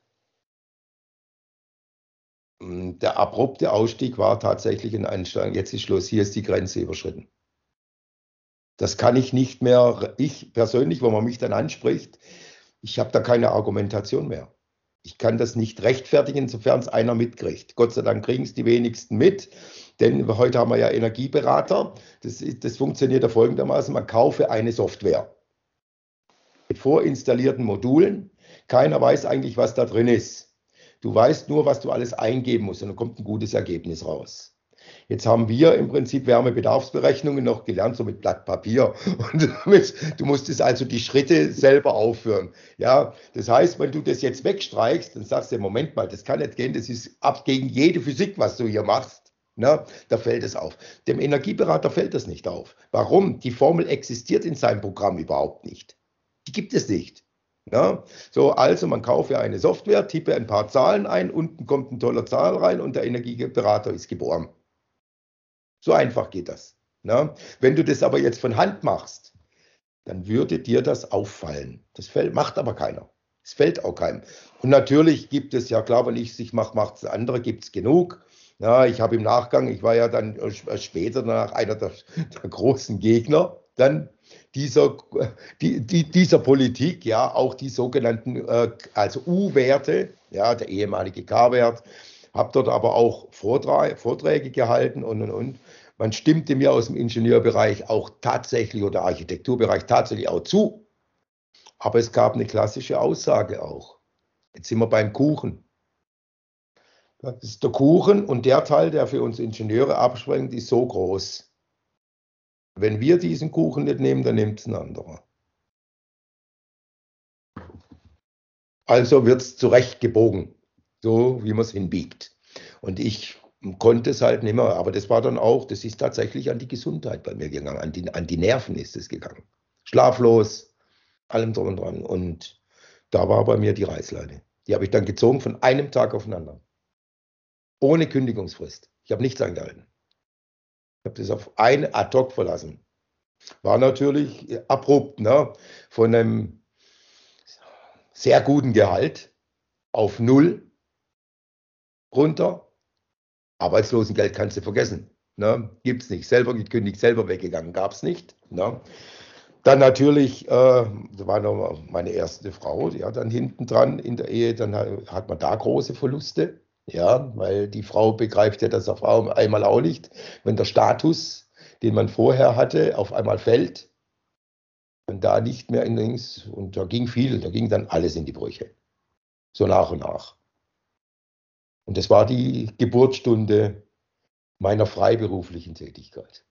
Der abrupte Ausstieg war tatsächlich ein Einstein. Jetzt ist Schluss, hier ist die Grenze überschritten. Das kann ich nicht mehr, ich persönlich, wenn man mich dann anspricht, ich habe da keine Argumentation mehr. Ich kann das nicht rechtfertigen, sofern es einer mitkriegt. Gott sei Dank kriegen es die wenigsten mit, denn heute haben wir ja Energieberater. Das funktioniert ja folgendermaßen, man kaufe eine Software mit vorinstallierten Modulen. Keiner weiß eigentlich, was da drin ist. Du weißt nur, was du alles eingeben musst und dann kommt ein gutes Ergebnis raus. Jetzt haben wir im Prinzip Wärmebedarfsberechnungen noch gelernt, so mit Blatt Papier. Und du musstest also die Schritte selber aufführen. Ja, das heißt, wenn du das jetzt wegstreichst, dann sagst du, Moment mal, das kann nicht gehen, das ist ab gegen jede Physik, was du hier machst. Na, da fällt es auf. Dem Energieberater fällt das nicht auf. Warum? Die Formel existiert in seinem Programm überhaupt nicht. Die gibt es nicht. Ja, so, also man kaufe eine Software, tippe ein paar Zahlen ein, unten kommt eine tolle Zahl rein und der Energieberater ist geboren. So einfach geht das. Ne? Wenn du das aber jetzt von Hand machst, dann würde dir das auffallen. Das macht aber keiner. Es fällt auch keinem. Und natürlich gibt es, ja klar, wenn ich es nicht mache, macht es andere, gibt es genug. Ja, ich habe im Nachgang, ich war ja dann später danach einer der großen Gegner dann dieser Politik, ja, auch die sogenannten, also U-Werte, ja, der ehemalige K-Wert, habe dort aber auch Vorträge gehalten und. Man stimmte mir aus dem Ingenieurbereich auch tatsächlich oder Architekturbereich tatsächlich auch zu. Aber es gab eine klassische Aussage auch. Jetzt sind wir beim Kuchen. Das ist der Kuchen und der Teil, der für uns Ingenieure abspringt, ist so groß. Wenn wir diesen Kuchen nicht nehmen, dann nimmt es ein anderer. Also wird es zurechtgebogen, so wie man es hinbiegt. Und ich konnte es halt nicht mehr, aber das war dann auch, das ist tatsächlich an die Gesundheit bei mir gegangen, an die Nerven ist es gegangen. Schlaflos, allem drum und dran. Und da war bei mir die Reißleine. Die habe ich dann gezogen von einem Tag auf den anderen. Ohne Kündigungsfrist. Ich habe nichts angehalten. Ich habe das auf ein Ad-Hoc verlassen. War natürlich abrupt, ne? Von einem sehr guten Gehalt auf 0 runter. Arbeitslosengeld kannst du vergessen. Ne? Gibt es nicht. Selber gekündigt, selber weggegangen, gab es nicht. Ne? Dann natürlich, das war noch meine erste Frau, ja, dann hinten dran in der Ehe, dann hat man da große Verluste. Ja, weil die Frau begreift ja das auf einmal auch nicht. Wenn der Status, den man vorher hatte, auf einmal fällt, und da nicht mehr in links, und da ging viel, da ging dann alles in die Brüche. So nach und nach. Und das war die Geburtsstunde meiner freiberuflichen Tätigkeit.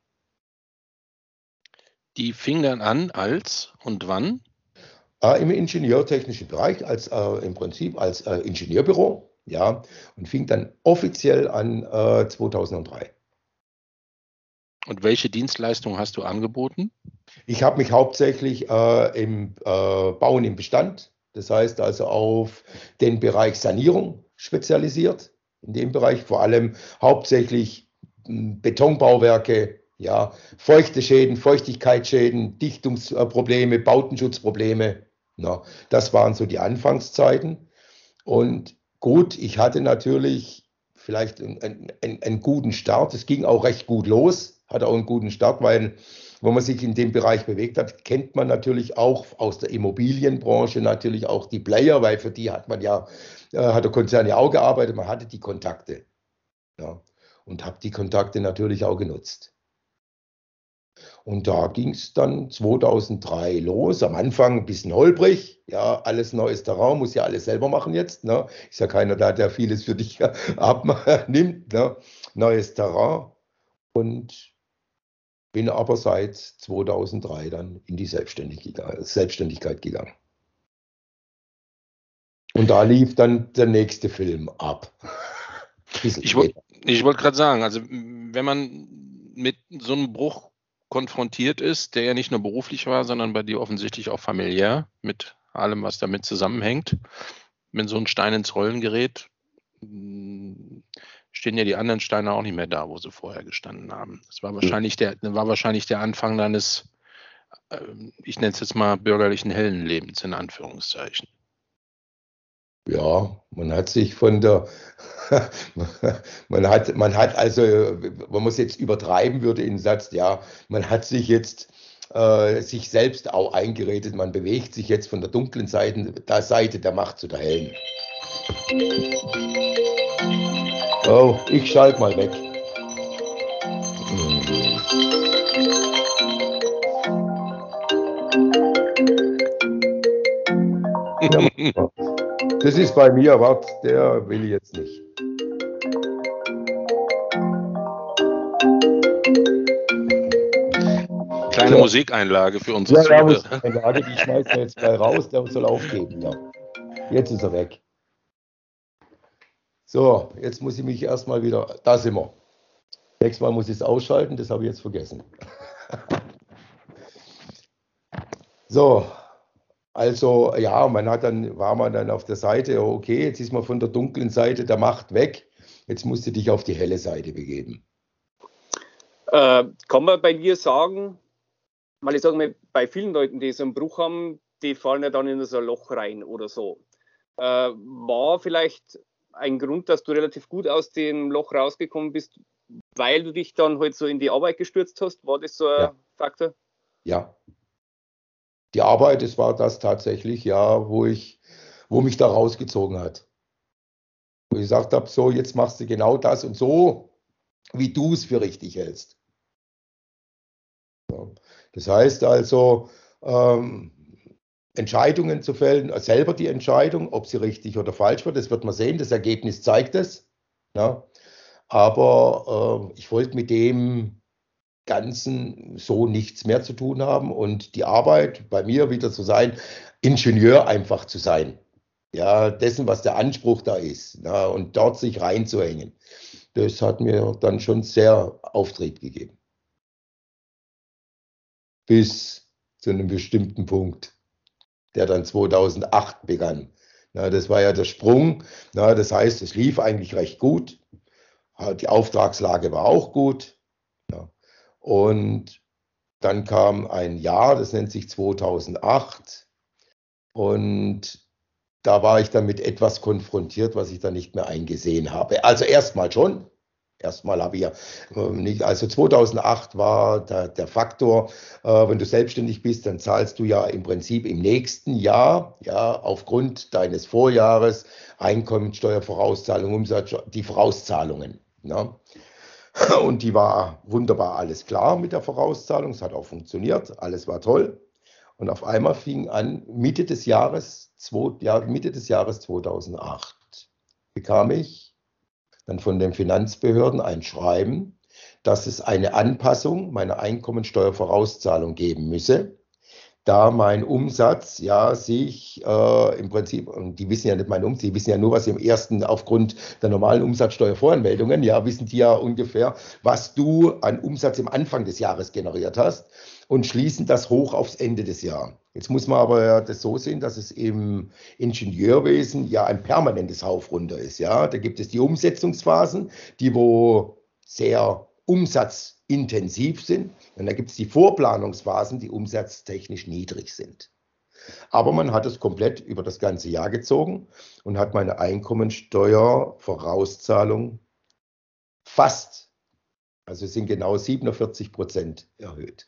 Die fing dann an als und wann? Im ingenieurtechnischen Bereich, im Prinzip als Ingenieurbüro, ja, und fing dann offiziell an 2003. Und welche Dienstleistung hast du angeboten? Ich habe mich hauptsächlich im Bauen im Bestand, das heißt also auf den Bereich Sanierung spezialisiert. In dem Bereich vor allem hauptsächlich Betonbauwerke, ja, feuchte Schäden, Feuchtigkeitsschäden, Dichtungsprobleme, Bautenschutzprobleme. Na, das waren so die Anfangszeiten. Und gut, ich hatte natürlich vielleicht einen guten Start. Es ging auch recht gut los, hatte auch einen guten Start, weil wenn man sich in dem Bereich bewegt hat, kennt man natürlich auch aus der Immobilienbranche natürlich auch die Player, weil für die hat man ja, hat der Konzern ja auch gearbeitet, man hatte die Kontakte. Ja, und habe die Kontakte natürlich auch genutzt. Und da ging es dann 2003 los. Am Anfang ein bisschen holprig. Ja, alles neues Terrain, muss ja alles selber machen jetzt. Ne? Ist ja keiner da, der vieles für dich abnimmt. Ne? Neues Terrain. Und bin aber seit 2003 dann in die Selbstständigkeit gegangen. Und da lief dann der nächste Film ab. Ich wollte gerade sagen, also wenn man mit so einem Bruch konfrontiert ist, der ja nicht nur beruflich war, sondern bei dir offensichtlich auch familiär, mit allem, was damit zusammenhängt, wenn so ein Stein ins Rollen gerät, stehen ja die anderen Steine auch nicht mehr da, wo sie vorher gestanden haben. Das war wahrscheinlich der Anfang deines, ich nenne es jetzt mal bürgerlichen Heldenlebens in Anführungszeichen. Ja, man hat sich von der, man hat also, wenn man es jetzt übertreiben würde in den Satz, ja, man hat sich jetzt sich selbst auch eingeredet, man bewegt sich jetzt von der dunklen Seite der Macht zu der hellen. Oh, ich schalte mal weg. Ja, das ist bei mir, warte, der will jetzt nicht. Kleine Musikeinlage für unsere Zuhörer. Musikeinlage, die schmeißt er jetzt gleich raus, der soll aufgeben. Ja. Jetzt ist er weg. So, jetzt muss ich mich erstmal wieder, da sind wir. Nächstes Mal muss ich es ausschalten, das habe ich jetzt vergessen. So, also ja, war man dann auf der Seite, okay, jetzt ist man von der dunklen Seite der Macht weg, jetzt musst du dich auf die helle Seite begeben. Kann man bei dir sagen, weil ich sage mal, bei vielen Leuten, die so einen Bruch haben, die fallen ja dann in so ein Loch rein oder so. War vielleicht ein Grund, dass du relativ gut aus dem Loch rausgekommen bist, weil du dich dann halt so in die Arbeit gestürzt hast? War das so ein Faktor? Ja. Die Arbeit, das war das tatsächlich, ja, wo mich da rausgezogen hat. Wo ich gesagt habe, so, jetzt machst du genau das und so, wie du es für richtig hältst. Das heißt also, Entscheidungen zu fällen, selber die Entscheidung, ob sie richtig oder falsch wird, das wird man sehen, das Ergebnis zeigt es. Ja. Aber ich wollte mit dem Ganzen so nichts mehr zu tun haben und die Arbeit bei mir wieder zu sein, Ingenieur einfach zu sein. Ja, dessen, was der Anspruch da ist, ja, und dort sich reinzuhängen. Das hat mir dann schon sehr Auftrieb gegeben. Bis zu einem bestimmten Punkt, der dann 2008 begann. Ja, das war ja der Sprung. Ja, das heißt, es lief eigentlich recht gut. Die Auftragslage war auch gut. Ja. Und dann kam ein Jahr, das nennt sich 2008. Und da war ich dann mit etwas konfrontiert, was ich dann nicht mehr eingesehen habe. Also erstmal schon. Erstmal habe ich ja nicht, also 2008 war der Faktor, wenn du selbstständig bist, dann zahlst du ja im Prinzip im nächsten Jahr, ja, aufgrund deines Vorjahres Einkommensteuervorauszahlung, Umsatz, die Vorauszahlungen. Ne? Und die war wunderbar alles klar mit der Vorauszahlung, es hat auch funktioniert, alles war toll. Und auf einmal fing an, Mitte des Jahres 2008 bekam ich dann von den Finanzbehörden ein Schreiben, dass es eine Anpassung meiner Einkommensteuervorauszahlung geben müsse, da mein Umsatz ja sich im Prinzip, und die wissen ja nicht meinen Umsatz, die wissen ja nur, was im ersten aufgrund der normalen Umsatzsteuervoranmeldungen, ja, wissen die ja ungefähr, was du an Umsatz im Anfang des Jahres generiert hast und schließen das hoch aufs Ende des Jahres. Jetzt muss man aber das so sehen, dass es im Ingenieurwesen ja ein permanentes Rauf runter ist. Ja, da gibt es die Umsetzungsphasen, die wo sehr umsatzintensiv sind. Und da gibt es die Vorplanungsphasen, die umsatztechnisch niedrig sind. Aber man hat es komplett über das ganze Jahr gezogen und hat meine Einkommensteuervorauszahlung fast, also es sind genau 47% erhöht.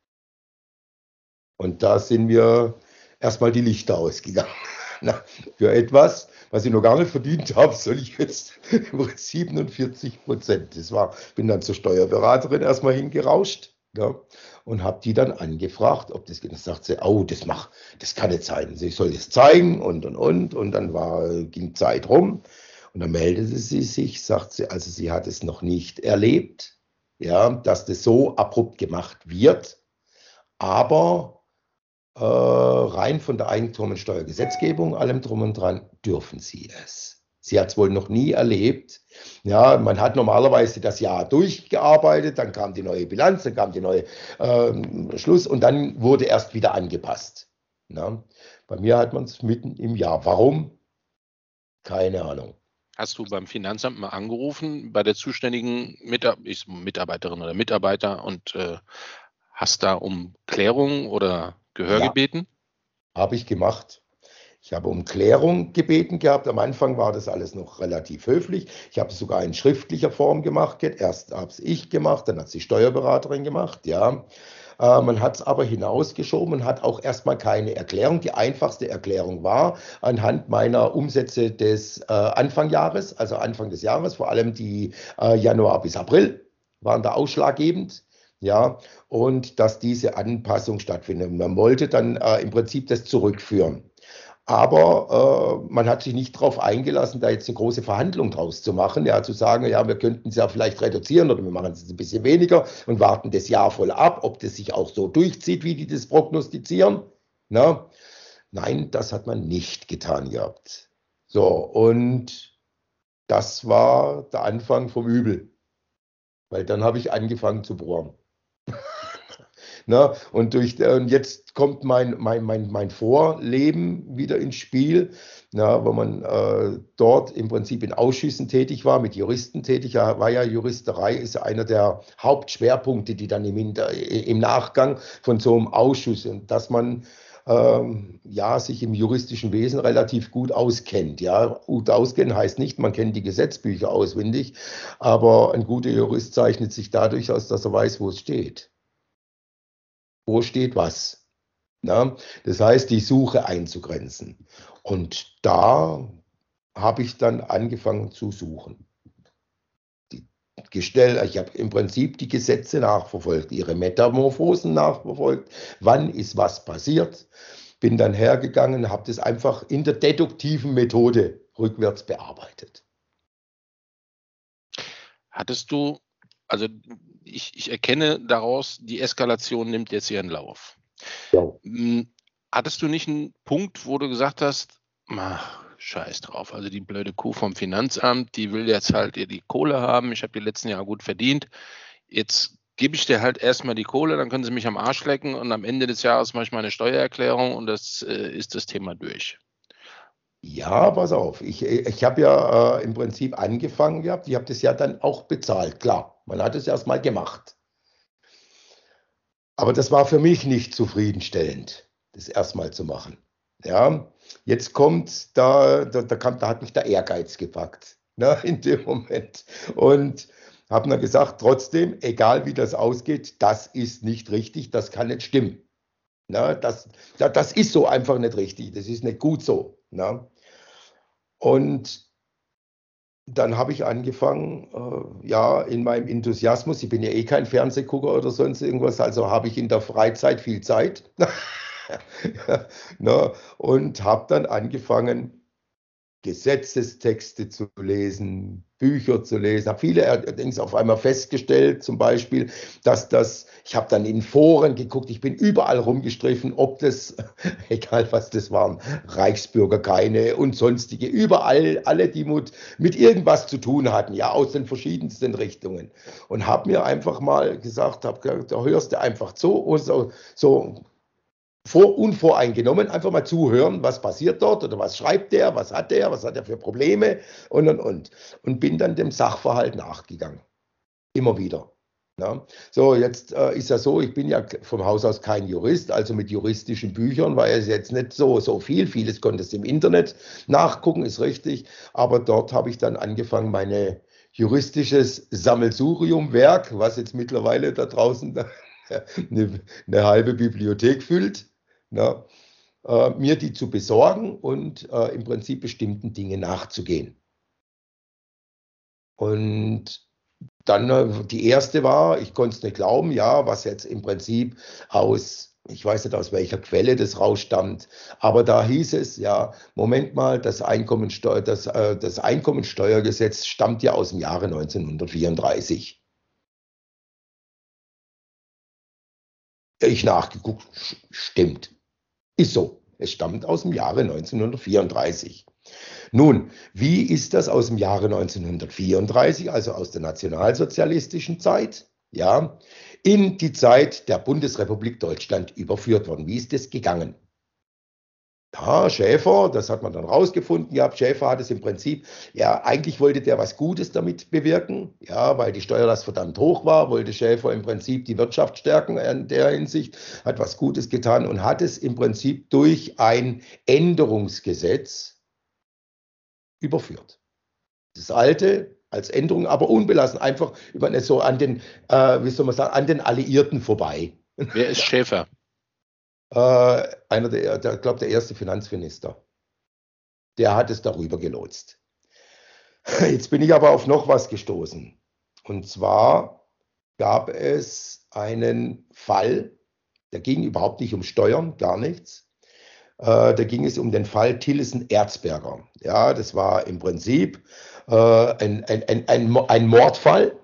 Und da sind mir erstmal die Lichter ausgegangen. Na, für etwas, was ich noch gar nicht verdient habe, soll ich jetzt 47%. Bin dann zur Steuerberaterin erstmal hingerauscht, ja, und habe die dann angefragt, ob das geht. Das sagt sie, oh, das kann nicht sein. Ich soll das zeigen und dann ging Zeit rum und dann meldete sie sich, sagt sie, also sie hat es noch nicht erlebt, ja, dass das so abrupt gemacht wird, aber rein von der Einkommensteuergesetzgebung, allem drum und dran, dürfen sie es. Sie hat es wohl noch nie erlebt. Ja, man hat normalerweise das Jahr durchgearbeitet, dann kam die neue Bilanz, dann kam die neue Schluss und dann wurde erst wieder angepasst. Ja, bei mir hat man es mitten im Jahr. Warum? Keine Ahnung. Hast du beim Finanzamt mal angerufen, bei der zuständigen Mitarbeiterin oder Mitarbeiter und hast da um Klärung oder Gehör gebeten? Habe ich gemacht. Ich habe um Klärung gebeten gehabt. Am Anfang war das alles noch relativ höflich. Ich habe es sogar in schriftlicher Form gemacht. Erst habe es ich gemacht, dann hat es die Steuerberaterin gemacht. Ja. Man hat es aber hinausgeschoben und hat auch erstmal keine Erklärung. Die einfachste Erklärung war anhand meiner Umsätze des Anfangjahres, also Anfang des Jahres, vor allem die Januar bis April, waren da ausschlaggebend. Ja, und dass diese Anpassung stattfindet. Man wollte dann im Prinzip das zurückführen. Aber man hat sich nicht darauf eingelassen, da jetzt eine große Verhandlung draus zu machen, ja, zu sagen, ja, wir könnten es ja vielleicht reduzieren oder wir machen es ein bisschen weniger und warten das Jahr voll ab, ob das sich auch so durchzieht, wie die das prognostizieren. Na? Nein, das hat man nicht getan gehabt. So, und das war der Anfang vom Übel, weil dann habe ich angefangen zu bohren. Ne? Und jetzt kommt mein Vorleben wieder ins Spiel, wo man dort im Prinzip in Ausschüssen tätig war, mit Juristen tätig war. Ja, Juristerei ist einer der Hauptschwerpunkte, die dann im Nachgang von so einem Ausschuss, und dass man sich im juristischen Wesen relativ gut auskennt. Ja, gut auskennen heißt nicht, man kennt die Gesetzbücher auswendig, aber ein guter Jurist zeichnet sich dadurch aus, dass er weiß, wo es steht. Wo steht was? Na? Das heißt, die Suche einzugrenzen. Und da habe ich dann angefangen zu suchen. Die ich habe im Prinzip die Gesetze nachverfolgt, ihre Metamorphosen nachverfolgt, wann ist was passiert, bin dann hergegangen, habe das einfach in der deduktiven Methode rückwärts bearbeitet. Hattest du, also ich erkenne daraus, die Eskalation nimmt jetzt ihren Lauf. Ja. Hattest du nicht einen Punkt, wo du gesagt hast, scheiß drauf, also die blöde Kuh vom Finanzamt, die will jetzt halt die Kohle haben, ich habe die letzten Jahre gut verdient, jetzt gebe ich dir halt erstmal die Kohle, dann können sie mich am Arsch lecken und am Ende des Jahres mache ich meine Steuererklärung und das ist das Thema durch. Ja, pass auf, ich habe ja im Prinzip angefangen gehabt, ich habe das ja dann auch bezahlt, klar, man hat es erstmal gemacht. Aber das war für mich nicht zufriedenstellend, das erstmal zu machen. Ja, jetzt kommt, da hat mich der Ehrgeiz gepackt, ne, in dem Moment. Und habe dann gesagt, trotzdem, egal wie das ausgeht, das ist nicht richtig, das kann nicht stimmen. Ne, das ist so einfach nicht richtig, das ist nicht gut so. Ne? Und dann habe ich angefangen, ja, in meinem Enthusiasmus, ich bin ja eh kein Fernsehgucker oder sonst irgendwas, also habe ich in der Freizeit viel Zeit. Ne, und habe dann angefangen, Gesetzestexte zu lesen, Bücher zu lesen, habe viele allerdings auf einmal festgestellt, zum Beispiel, ich habe dann in Foren geguckt, ich bin überall rumgestriffen, ob das, egal was das waren, Reichsbürger, keine und sonstige, überall, alle, die mit irgendwas zu tun hatten, ja, aus den verschiedensten Richtungen. Und habe mir einfach mal gesagt, da hörst du einfach zu, und so unvoreingenommen, einfach mal zuhören, was passiert dort oder was schreibt der, was hat er für Probleme und. Und bin dann dem Sachverhalt nachgegangen. Immer wieder. Ja. So, jetzt ist ja so, ich bin ja vom Haus aus kein Jurist, also mit juristischen Büchern war es jetzt nicht so viel. Vieles konntest du im Internet nachgucken, ist richtig. Aber dort habe ich dann angefangen, meine juristisches Sammelsuriumwerk, was jetzt mittlerweile da draußen eine halbe Bibliothek füllt, na, mir die zu besorgen und im Prinzip bestimmten Dingen nachzugehen. Und dann die erste war, ich konnte es nicht glauben, ja, was jetzt im Prinzip ich weiß nicht aus welcher Quelle das rausstammt, aber da hieß es, ja, Moment mal, das Einkommensteuergesetz stammt ja aus dem Jahre 1934. Ich nachgeguckt, stimmt. Ist so. Es stammt aus dem Jahre 1934. Nun, wie ist das aus dem Jahre 1934, also aus der nationalsozialistischen Zeit, ja, in die Zeit der Bundesrepublik Deutschland überführt worden? Wie ist das gegangen? Ja, Schäfer, das hat man dann rausgefunden gehabt. Schäfer hat es im Prinzip, ja, eigentlich wollte der was Gutes damit bewirken, ja, weil die Steuerlast verdammt hoch war, wollte Schäfer im Prinzip die Wirtschaft stärken in der Hinsicht, hat was Gutes getan und hat es im Prinzip durch ein Änderungsgesetz überführt. Das alte als Änderung, aber unbelassen, einfach über so an den, wie soll man sagen, an den Alliierten vorbei. Wer ist Schäfer? Einer ich glaube, der erste Finanzminister. Der hat es darüber gelotst. Jetzt bin ich aber auf noch was gestoßen. Und zwar gab es einen Fall, der ging überhaupt nicht um Steuern, gar nichts. Da ging es um den Fall Tillerson-Erzberger. Ja, das war im Prinzip ein Mordfall,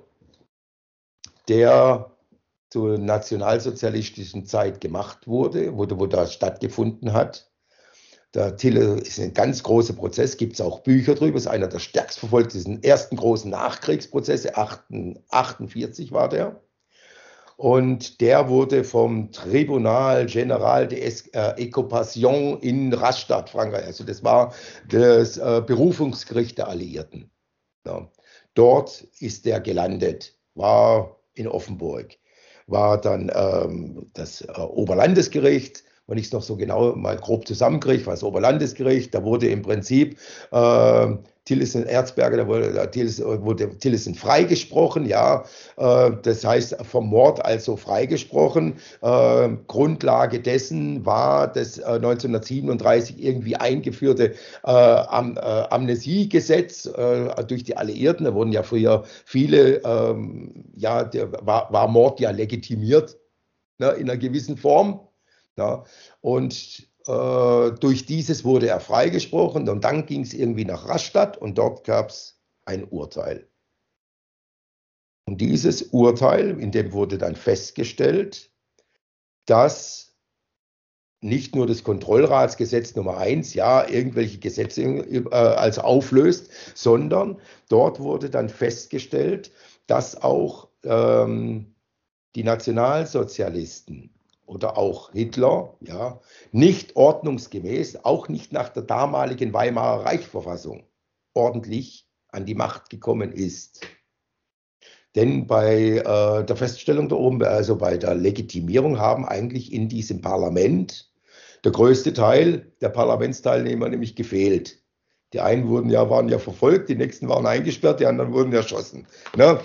der zur nationalsozialistischen Zeit gemacht wurde, wo das stattgefunden hat. Der Tille ist ein ganz großer Prozess, gibt es auch Bücher drüber, ist einer der stärkst verfolgten ersten großen Nachkriegsprozesse, 1948 war der. Und der wurde vom Tribunal Général des Écopation in Rastatt, Frankreich, also das war das Berufungsgericht der Alliierten. Ja. Dort ist der gelandet, war in Offenburg, war dann das Oberlandesgericht, wenn ich es noch so genau mal grob zusammenkriege, war das Oberlandesgericht, da wurde im Prinzip Tillerson Erzberger, da wurde Tillerson freigesprochen, ja, das heißt vom Mord also freigesprochen. Grundlage dessen war das 1937 irgendwie eingeführte Amnesiegesetz durch die Alliierten. Da wurden ja früher viele, war Mord ja legitimiert, ne, in einer gewissen Form. Ja, und durch dieses wurde er freigesprochen und dann ging es irgendwie nach Rastatt und dort gab es ein Urteil. Und dieses Urteil, in dem wurde dann festgestellt, dass nicht nur das Kontrollratsgesetz Nummer 1, ja, irgendwelche Gesetze also auflöst, sondern dort wurde dann festgestellt, dass auch die Nationalsozialisten oder auch Hitler, ja, nicht ordnungsgemäß, auch nicht nach der damaligen Weimarer Reichsverfassung ordentlich an die Macht gekommen ist. Denn bei der Feststellung da oben, also bei der Legitimierung, haben eigentlich in diesem Parlament der größte Teil der Parlamentsteilnehmer nämlich gefehlt. Die einen waren ja verfolgt, die nächsten waren eingesperrt, die anderen wurden erschossen. Ne?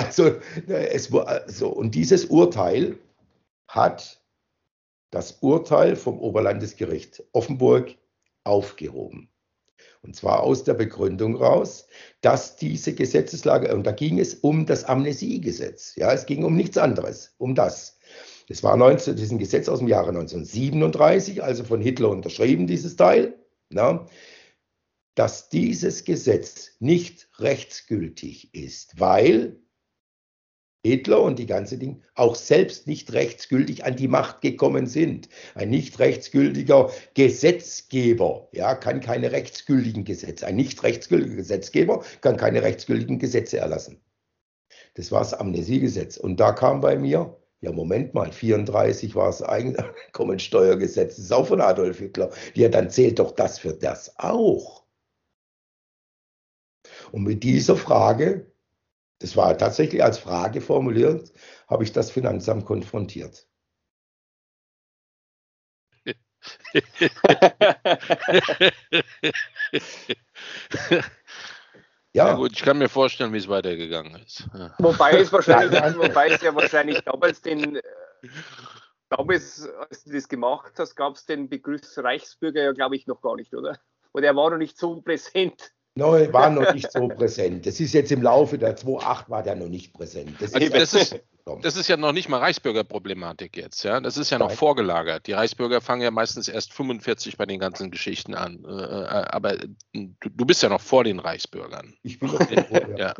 Und dieses Urteil hat das Urteil vom Oberlandesgericht Offenburg aufgehoben. Und zwar aus der Begründung raus, dass diese Gesetzeslage, und da ging es um das Amnesiegesetz, ja, es ging um nichts anderes, um das. Das ist ein Gesetz aus dem Jahre 1937, also von Hitler unterschrieben, dieses Teil, na, dass dieses Gesetz nicht rechtsgültig ist, weil Hitler und die ganze Ding auch selbst nicht rechtsgültig an die Macht gekommen sind. Ein nicht rechtsgültiger Gesetzgeber, ja, kann keine rechtsgültigen Gesetze. Ein nicht rechtsgültiger Gesetzgeber kann keine rechtsgültigen Gesetze erlassen. Das war das Amnesiegesetz. Und da kam bei mir, ja, Moment mal, 34 war es Einkommensteuergesetz, das ist auch von Adolf Hitler. Ja, dann zählt doch das für das auch. Und mit dieser Frage, das war tatsächlich als Frage formuliert, habe ich das Finanzamt konfrontiert. Ja gut, ich kann mir vorstellen, wie es weitergegangen ist. Ja. Wobei es ja wahrscheinlich damals als du das gemacht hast, gab es den Begriff Reichsbürger ja, glaube ich, noch gar nicht, oder? Oder er war noch nicht so präsent. Nein, war noch nicht so präsent. Das ist jetzt im Laufe der 2008 war der noch nicht präsent. Das ist ja noch nicht mal Reichsbürgerproblematik jetzt, ja. Das ist ja noch vorgelagert. Die Reichsbürger fangen ja meistens erst 45 bei den ganzen Geschichten an. Aber du bist ja noch vor den Reichsbürgern. Ich bin noch vor, ja.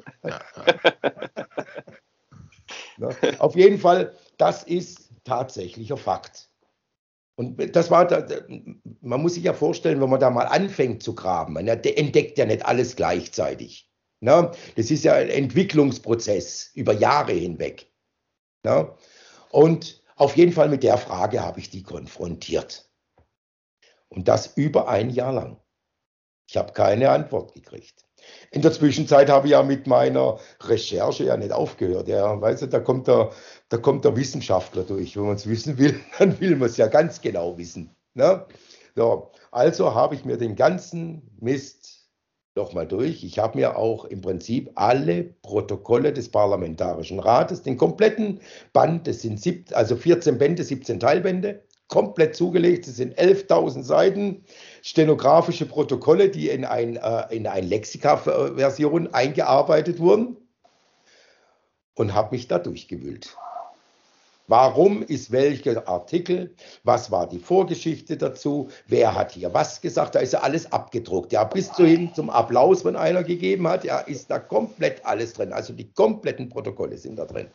Ja. Auf jeden Fall, das ist tatsächlicher Fakt. Und das war, man muss sich ja vorstellen, wenn man da mal anfängt zu graben, man entdeckt ja nicht alles gleichzeitig. Ne? Das ist ja ein Entwicklungsprozess über Jahre hinweg. Ne? Und auf jeden Fall mit der Frage habe ich die konfrontiert. Und das über ein Jahr lang. Ich habe keine Antwort gekriegt. In der Zwischenzeit habe ich ja mit meiner Recherche ja nicht aufgehört. Ja, weißt du, da kommt der Wissenschaftler durch. Wenn man es wissen will, dann will man es ja ganz genau wissen. Ne? So, also habe ich mir den ganzen Mist nochmal durch. Ich habe mir auch im Prinzip alle Protokolle des Parlamentarischen Rates, den kompletten Band, das sind 14 Bände, 17 Teilbände, komplett zugelegt. Es sind 11.000 Seiten stenografische Protokolle, die in ein Lexika-Version eingearbeitet wurden, und habe mich da durchgewühlt. Warum ist welcher Artikel? Was war die Vorgeschichte dazu? Wer hat hier was gesagt? Da ist ja alles abgedruckt. Ja, bis hin zum Applaus, wenn einer gegeben hat, ja, ist da komplett alles drin. Also die kompletten Protokolle sind da drin.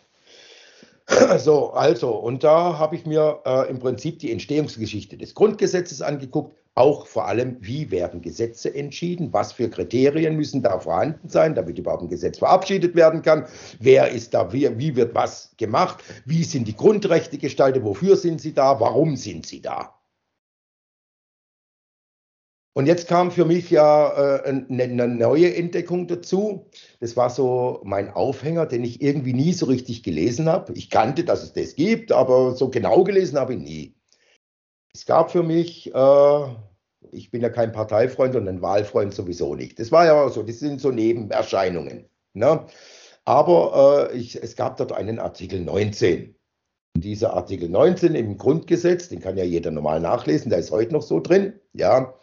Und da habe ich mir im Prinzip die Entstehungsgeschichte des Grundgesetzes angeguckt, auch vor allem, wie werden Gesetze entschieden, was für Kriterien müssen da vorhanden sein, damit überhaupt ein Gesetz verabschiedet werden kann, wer ist da, wie wird was gemacht, wie sind die Grundrechte gestaltet, wofür sind sie da, warum sind sie da. Und jetzt kam für mich ja eine neue Entdeckung dazu. Das war so mein Aufhänger, den ich irgendwie nie so richtig gelesen habe. Ich kannte, dass es das gibt, aber so genau gelesen habe ich nie. Es gab für mich, ich bin ja kein Parteifreund und ein Wahlfreund sowieso nicht. Das war ja so, das sind so Nebenerscheinungen. Ne? Aber es gab dort einen Artikel 19. Und dieser Artikel 19 im Grundgesetz, den kann ja jeder normal nachlesen, der ist heute noch so drin, ja,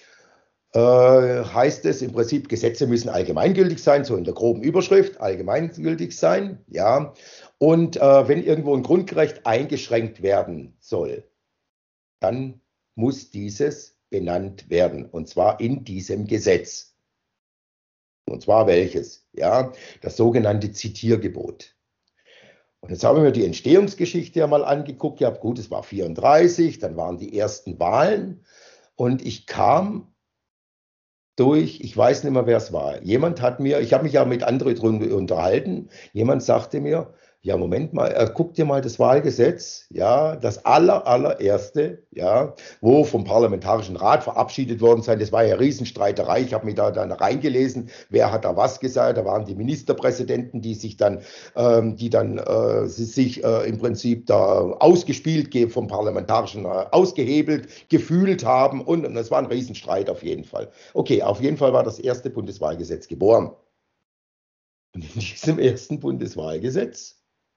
heißt es im Prinzip, Gesetze müssen allgemeingültig sein, so in der groben Überschrift, allgemeingültig sein, ja. Und wenn irgendwo ein Grundrecht eingeschränkt werden soll, dann muss dieses benannt werden, und zwar in diesem Gesetz. Und zwar welches? Ja, das sogenannte Zitiergebot. Und jetzt habe ich mir die Entstehungsgeschichte ja mal angeguckt. Ja, gut, es war 34, dann waren die ersten Wahlen und ich kam durch, ich weiß nicht mehr, wer es war. Jemand hat mir, ich habe mich ja mit anderen drüber unterhalten, jemand sagte mir, ja, Moment mal, guck dir mal das Wahlgesetz, ja, das allererste, ja, wo vom Parlamentarischen Rat verabschiedet worden sein, das war ja Riesenstreiterei, ich habe mich da dann reingelesen, wer hat da was gesagt, da waren die Ministerpräsidenten, die sich dann, im Prinzip da ausgespielt, vom Parlamentarischen ausgehebelt, gefühlt haben und das war ein Riesenstreit auf jeden Fall. Okay, auf jeden Fall war das erste Bundeswahlgesetz geboren. Und in diesem ersten Bundeswahlgesetz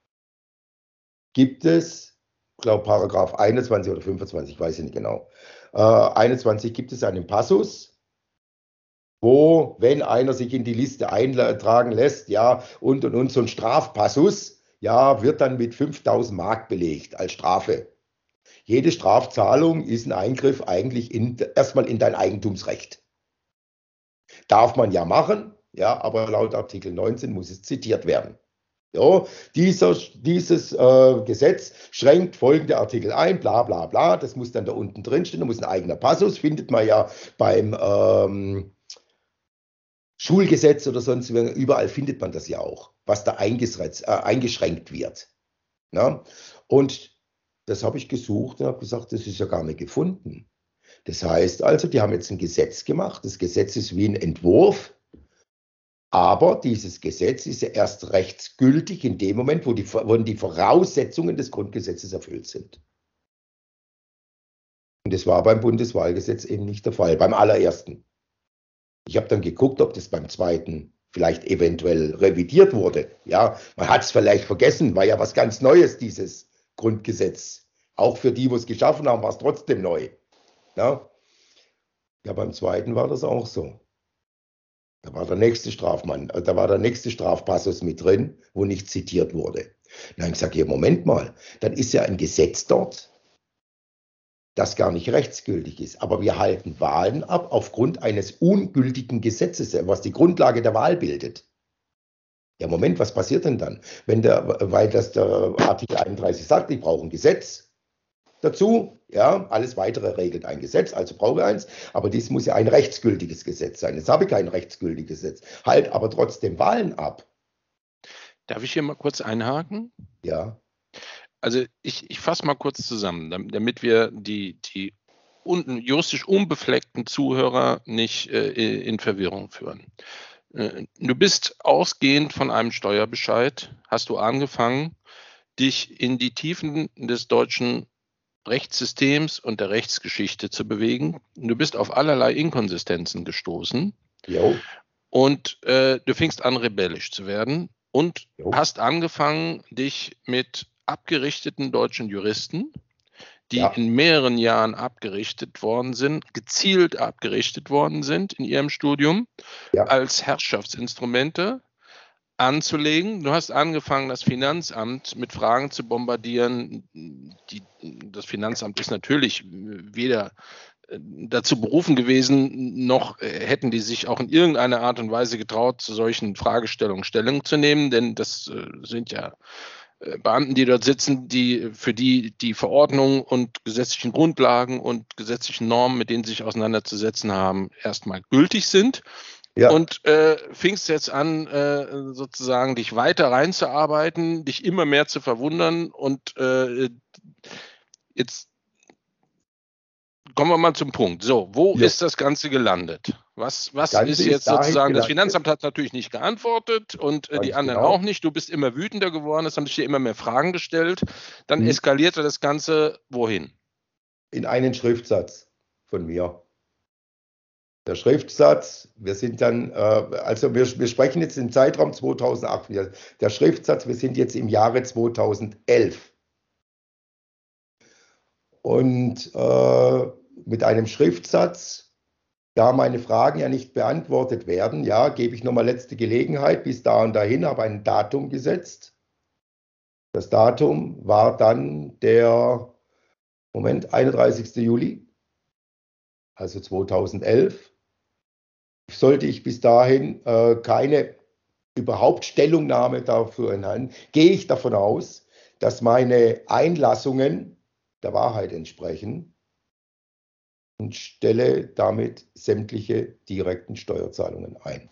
gibt es, ich glaube, Paragraph 21 oder 25, ich weiß nicht genau, 21 gibt es einen Passus, wo, wenn einer sich in die Liste eintragen lässt, ja, und so ein Strafpassus, ja, wird dann mit 5.000 Mark belegt als Strafe. Jede Strafzahlung ist ein Eingriff eigentlich erstmal in dein Eigentumsrecht. Darf man ja machen, ja, aber laut Artikel 19 muss es zitiert werden. Ja, dieses Gesetz schränkt folgende Artikel ein, bla bla bla, das muss dann da unten drin stehen, da muss ein eigener Passus, findet man ja beim Schulgesetz oder sonst, überall findet man das ja auch, was da eingeschränkt wird. Ja? Und das habe ich gesucht und habe gesagt, das ist ja gar nicht gefunden. Das heißt also, die haben jetzt ein Gesetz gemacht, das Gesetz ist wie ein Entwurf, aber dieses Gesetz ist ja erst rechtsgültig in dem Moment, wo die Voraussetzungen des Grundgesetzes erfüllt sind. Und das war beim Bundeswahlgesetz eben nicht der Fall, beim allerersten. Ich habe dann geguckt, ob das beim zweiten vielleicht eventuell revidiert wurde. Ja, man hat es vielleicht vergessen, war ja was ganz Neues, dieses Grundgesetz. Auch für die, die es geschaffen haben, war es trotzdem neu. Ja, beim zweiten war das auch so. Da war der nächste Strafpassus mit drin, wo nicht zitiert wurde. Dann habe ich gesagt, ja, Moment mal, dann ist ja ein Gesetz dort, das gar nicht rechtsgültig ist. Aber wir halten Wahlen ab aufgrund eines ungültigen Gesetzes, was die Grundlage der Wahl bildet. Ja, Moment, was passiert denn dann? Weil der Artikel 31 sagt, ich brauche ein Gesetz dazu, ja, alles weitere regelt ein Gesetz, also brauche ich eins, aber dies muss ja ein rechtsgültiges Gesetz sein. Jetzt habe ich kein rechtsgültiges Gesetz, halt aber trotzdem Wahlen ab. Darf ich hier mal kurz einhaken? Ja. Also ich fasse mal kurz zusammen, damit wir die juristisch unbefleckten Zuhörer nicht in Verwirrung führen. Du bist ausgehend von einem Steuerbescheid, hast du angefangen, dich in die Tiefen des deutschen Rechtssystems und der Rechtsgeschichte zu bewegen. Du bist auf allerlei Inkonsistenzen gestoßen. Jo. Und du fingst an, rebellisch zu werden und hast angefangen, dich mit abgerichteten deutschen Juristen, die in mehreren Jahren abgerichtet worden sind, gezielt abgerichtet worden sind in ihrem Studium, als Herrschaftsinstrumente anzulegen. Du hast angefangen, das Finanzamt mit Fragen zu bombardieren. Das Finanzamt ist natürlich weder dazu berufen gewesen, noch hätten die sich auch in irgendeiner Art und Weise getraut, zu solchen Fragestellungen Stellung zu nehmen, denn das sind ja Beamten, die dort sitzen, für die Verordnungen und gesetzlichen Grundlagen und gesetzlichen Normen, mit denen sie sich auseinanderzusetzen haben, erstmal gültig sind. Ja. Und fingst jetzt an, sozusagen dich weiter reinzuarbeiten, dich immer mehr zu verwundern und jetzt kommen wir mal zum Punkt. So, wo ist das Ganze gelandet? Was ist jetzt sozusagen, das Finanzamt hat natürlich nicht geantwortet und die anderen auch nicht. Du bist immer wütender geworden, es haben sich dir immer mehr Fragen gestellt. Dann eskalierte das Ganze wohin? in einen Schriftsatz von mir. Der Schriftsatz, wir sind dann, also wir sprechen jetzt im Zeitraum 2008. Der Schriftsatz, wir sind jetzt im Jahre 2011. Und mit einem Schriftsatz, da meine Fragen ja nicht beantwortet werden, ja, gebe ich nochmal letzte Gelegenheit, bis da und dahin, habe ein Datum gesetzt. Das Datum war dann der, 31. Juli, also 2011. Sollte ich bis dahin keine überhaupt Stellungnahme dafür enthalten, gehe ich davon aus, dass meine Einlassungen der Wahrheit entsprechen und stelle damit sämtliche direkten Steuerzahlungen ein.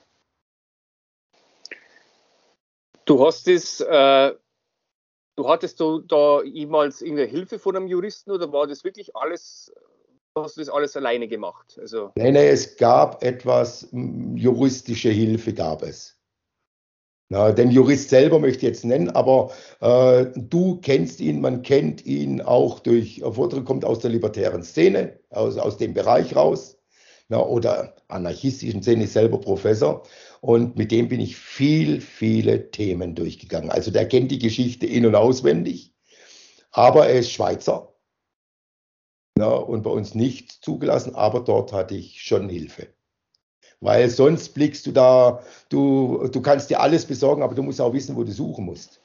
Hattest du da jemals irgendeine Hilfe von einem Juristen oder war das wirklich alles, hast du das alles alleine gemacht? Also Nein, es gab etwas, juristische Hilfe gab es. Na, den Jurist selber möchte ich jetzt nennen, aber du kennst ihn, man kennt ihn auch durch, kommt aus der libertären Szene, aus dem Bereich raus, na, oder anarchistischen Szene, ist selber Professor, und mit dem bin ich viele Themen durchgegangen. Also der kennt die Geschichte in- und auswendig, aber er ist Schweizer, na, und bei uns nicht zugelassen, aber dort hatte ich schon Hilfe. Weil sonst blickst du da, du kannst dir alles besorgen, aber du musst auch wissen, wo du suchen musst.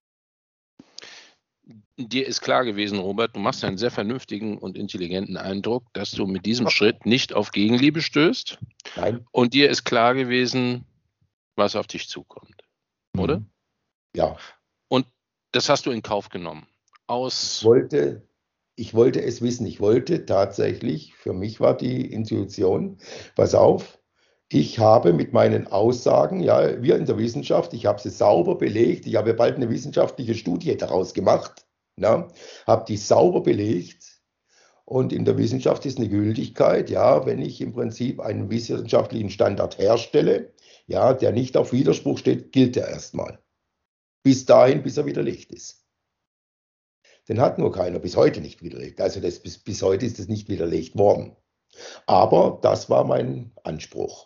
Dir ist klar gewesen, Robert, du machst einen sehr vernünftigen und intelligenten Eindruck, dass du mit diesem Schritt nicht auf Gegenliebe stößt. Nein. Und dir ist klar gewesen, was auf dich zukommt. Oder? Ja. Und das hast du in Kauf genommen. Ich wollte es wissen. Ich wollte tatsächlich, für mich war die Intuition, pass auf, ich habe mit meinen Aussagen, ja, wir in der Wissenschaft, ich habe sie sauber belegt, ich habe bald eine wissenschaftliche Studie daraus gemacht, ja, habe die sauber belegt, und in der Wissenschaft ist eine Gültigkeit, ja, wenn ich im Prinzip einen wissenschaftlichen Standard herstelle, ja, der nicht auf Widerspruch steht, gilt er erstmal. Bis dahin, bis er widerlegt ist. Den hat nur keiner bis heute nicht widerlegt. Also bis heute ist es nicht widerlegt worden. Aber das war mein Anspruch.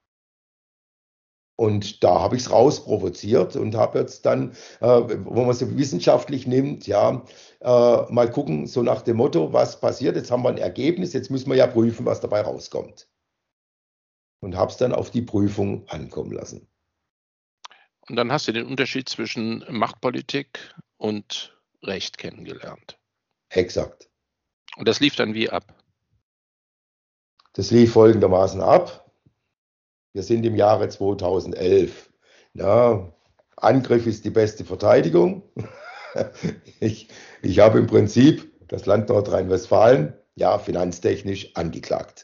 Und da habe ich es rausprovoziert und habe jetzt dann, wo man es wissenschaftlich nimmt, ja, mal gucken, so nach dem Motto, was passiert, jetzt haben wir ein Ergebnis, jetzt müssen wir ja prüfen, was dabei rauskommt. Und habe es dann auf die Prüfung ankommen lassen. Und dann hast du den Unterschied zwischen Machtpolitik und Recht kennengelernt. Exakt. Und das lief dann wie ab? Das lief folgendermaßen ab. Wir sind im Jahre 2011. Ja, Angriff ist die beste Verteidigung. Ich habe im Prinzip das Land Nordrhein-Westfalen, ja, finanztechnisch angeklagt.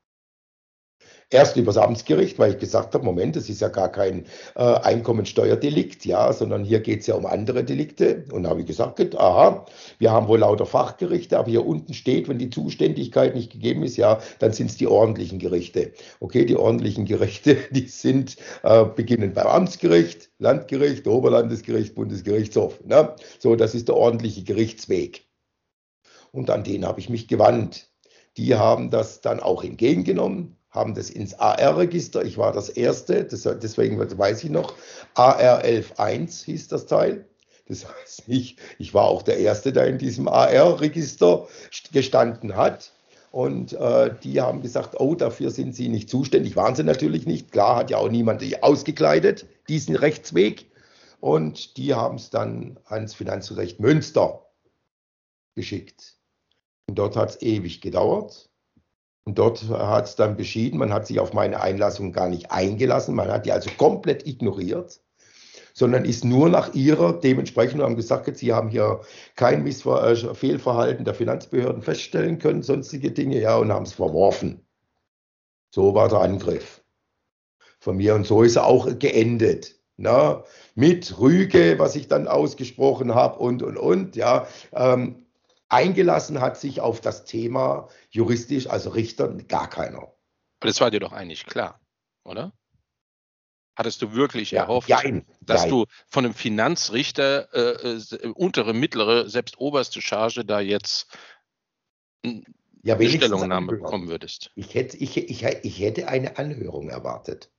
Erst übers Amtsgericht, weil ich gesagt habe, Moment, das ist ja gar kein Einkommensteuerdelikt, ja, sondern hier geht es ja um andere Delikte. Und da habe ich gesagt, aha, wir haben wohl lauter Fachgerichte, aber hier unten steht, wenn die Zuständigkeit nicht gegeben ist, ja, dann sind es die ordentlichen Gerichte. Okay, die ordentlichen Gerichte, die sind, beginnen beim Amtsgericht, Landgericht, Oberlandesgericht, Bundesgerichtshof. Ne? So, das ist der ordentliche Gerichtsweg. Und an den habe ich mich gewandt. Die haben das dann auch entgegengenommen, haben das ins AR-Register. Ich war das Erste, deswegen weiß ich noch, AR 11.1 hieß das Teil. Das heißt, ich war auch der Erste, der in diesem AR-Register gestanden hat. Und die haben gesagt, oh, dafür sind sie nicht zuständig. Waren sie natürlich nicht. Klar, hat ja auch niemand ausgekleidet, diesen Rechtsweg. Und die haben es dann ans Finanzgericht Münster geschickt. Und dort hat es ewig gedauert. Und dort hat es dann beschieden, man hat sich auf meine Einlassung gar nicht eingelassen, man hat die also komplett ignoriert, sondern ist nur nach ihrer dementsprechend, haben gesagt, sie haben hier kein Fehlverhalten der Finanzbehörden feststellen können, sonstige Dinge, ja, und haben es verworfen. So war der Angriff von mir und so ist er auch geendet. Na, mit Rüge, was ich dann ausgesprochen habe und, ja, eingelassen hat sich auf das Thema juristisch, also Richter, gar keiner. Aber das war dir doch eigentlich klar, oder? Hattest du wirklich erhofft, dass du von einem Finanzrichter untere, mittlere, selbst oberste Charge da jetzt Ja, eine wenigstens Stellungnahme anhören. bekommen würdest. Ich hätte eine Anhörung erwartet.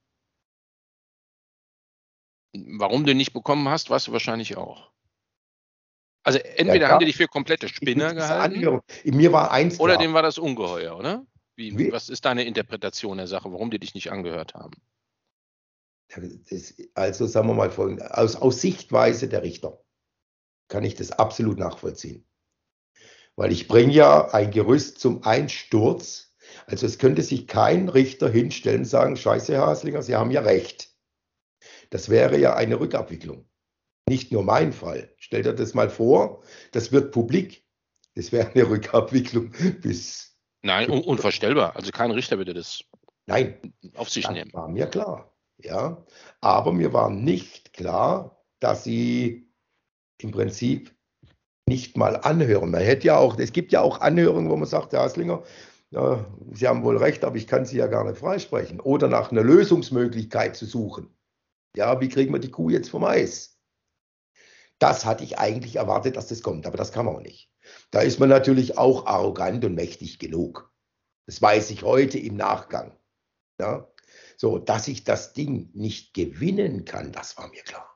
Warum du nicht bekommen hast, weißt du wahrscheinlich auch. Also Ja, entweder haben klar, die dich für komplette Spinner diese gehalten Anhörung. Mir war eins oder klar. dem war das ungeheuer, oder? Wie? Was ist deine Interpretation der Sache, warum die dich nicht angehört haben? Also sagen wir mal folgendes, aus Sichtweise der Richter kann ich das absolut nachvollziehen. Weil ich bringe ja ein Gerüst zum Einsturz. Also es könnte sich kein Richter hinstellen und sagen, Scheiße, Herr Haslinger, Sie haben ja recht. Das wäre ja eine Rückabwicklung. Nicht nur mein Fall. Stellt euch das mal vor, das wird publik. Das wäre eine Rückabwicklung bis... Nein, unvorstellbar. Also kein Richter würde das Nein, auf sich das nehmen. war mir klar. Ja, aber mir war nicht klar, dass sie im Prinzip nicht mal anhören. Man hätte ja auch, es gibt ja auch Anhörungen, wo man sagt, Herr Haslinger, ja, Sie haben wohl recht, aber ich kann Sie ja gar nicht freisprechen. Oder nach einer Lösungsmöglichkeit zu suchen. Ja, wie kriegen wir die Kuh jetzt vom Eis? Das hatte ich eigentlich erwartet, dass das kommt, aber das kam auch nicht. Da ist man natürlich auch arrogant und mächtig genug. Das weiß ich heute im Nachgang. Ja? So, dass ich das Ding nicht gewinnen kann, das war mir klar.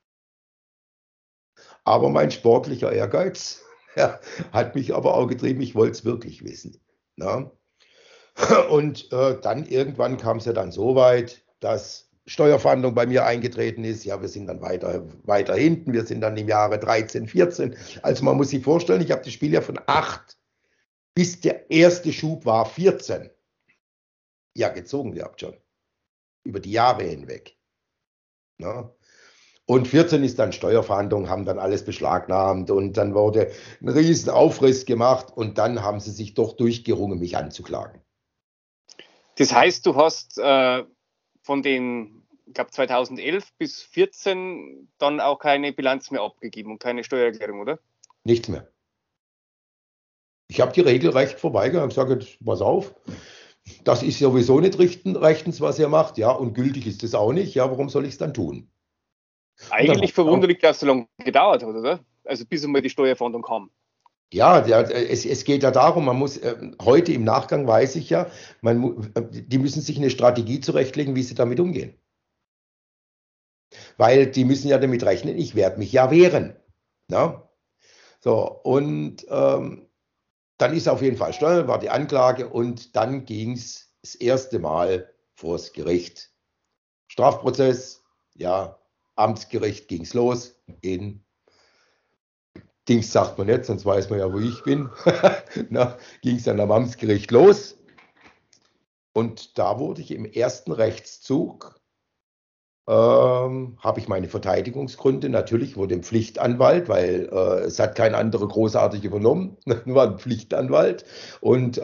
Aber mein sportlicher Ehrgeiz hat mich aber auch getrieben, ich wollte es wirklich wissen. Ja? Und dann irgendwann kam es ja dann so weit, dass Steuerfahndung bei mir eingetreten ist. Ja, wir sind dann weiter hinten. Wir sind dann im Jahre 13, 14. Also man muss sich vorstellen, ich habe das Spiel ja von 8 bis der erste Schub war 14. Ja, gezogen gehabt schon. Über die Jahre hinweg. Ja. Und 14 ist dann Steuerfahndung, haben dann alles beschlagnahmt und dann wurde ein riesen Aufriss gemacht und dann haben sie sich doch durchgerungen, mich anzuklagen. Das heißt, du hast von den, ich glaube 2011 bis 14 dann auch keine Bilanz mehr abgegeben und keine Steuererklärung, oder? Nichts mehr. Ich habe die regelrecht vorbeigegangen und gesagt, pass auf, das ist sowieso nicht rechtens, was ihr macht, ja, und gültig ist es auch nicht, ja, warum soll ich es dann tun? Eigentlich verwunderlich, dass es so lange gedauert hat, oder? Also bis einmal die Steuerfahndung kam. Ja, es geht ja darum, man muss, heute im Nachgang weiß ich ja, die müssen sich eine Strategie zurechtlegen, wie sie damit umgehen. Weil die müssen ja damit rechnen, ich werde mich ja wehren. Ja? So, und dann ist auf jeden Fall Steuer, war die Anklage und dann ging es das erste Mal vors Gericht. Strafprozess, ja, Amtsgericht ging es los. In Dings sagt man nicht, sonst weiß man ja, wo ich bin. Ging es dann am Amtsgericht los. Und da wurde ich im ersten Rechtszug, habe ich meine Verteidigungsgründe, natürlich wurde ein Pflichtanwalt, weil es hat kein anderer großartig übernommen, nur ein Pflichtanwalt. Und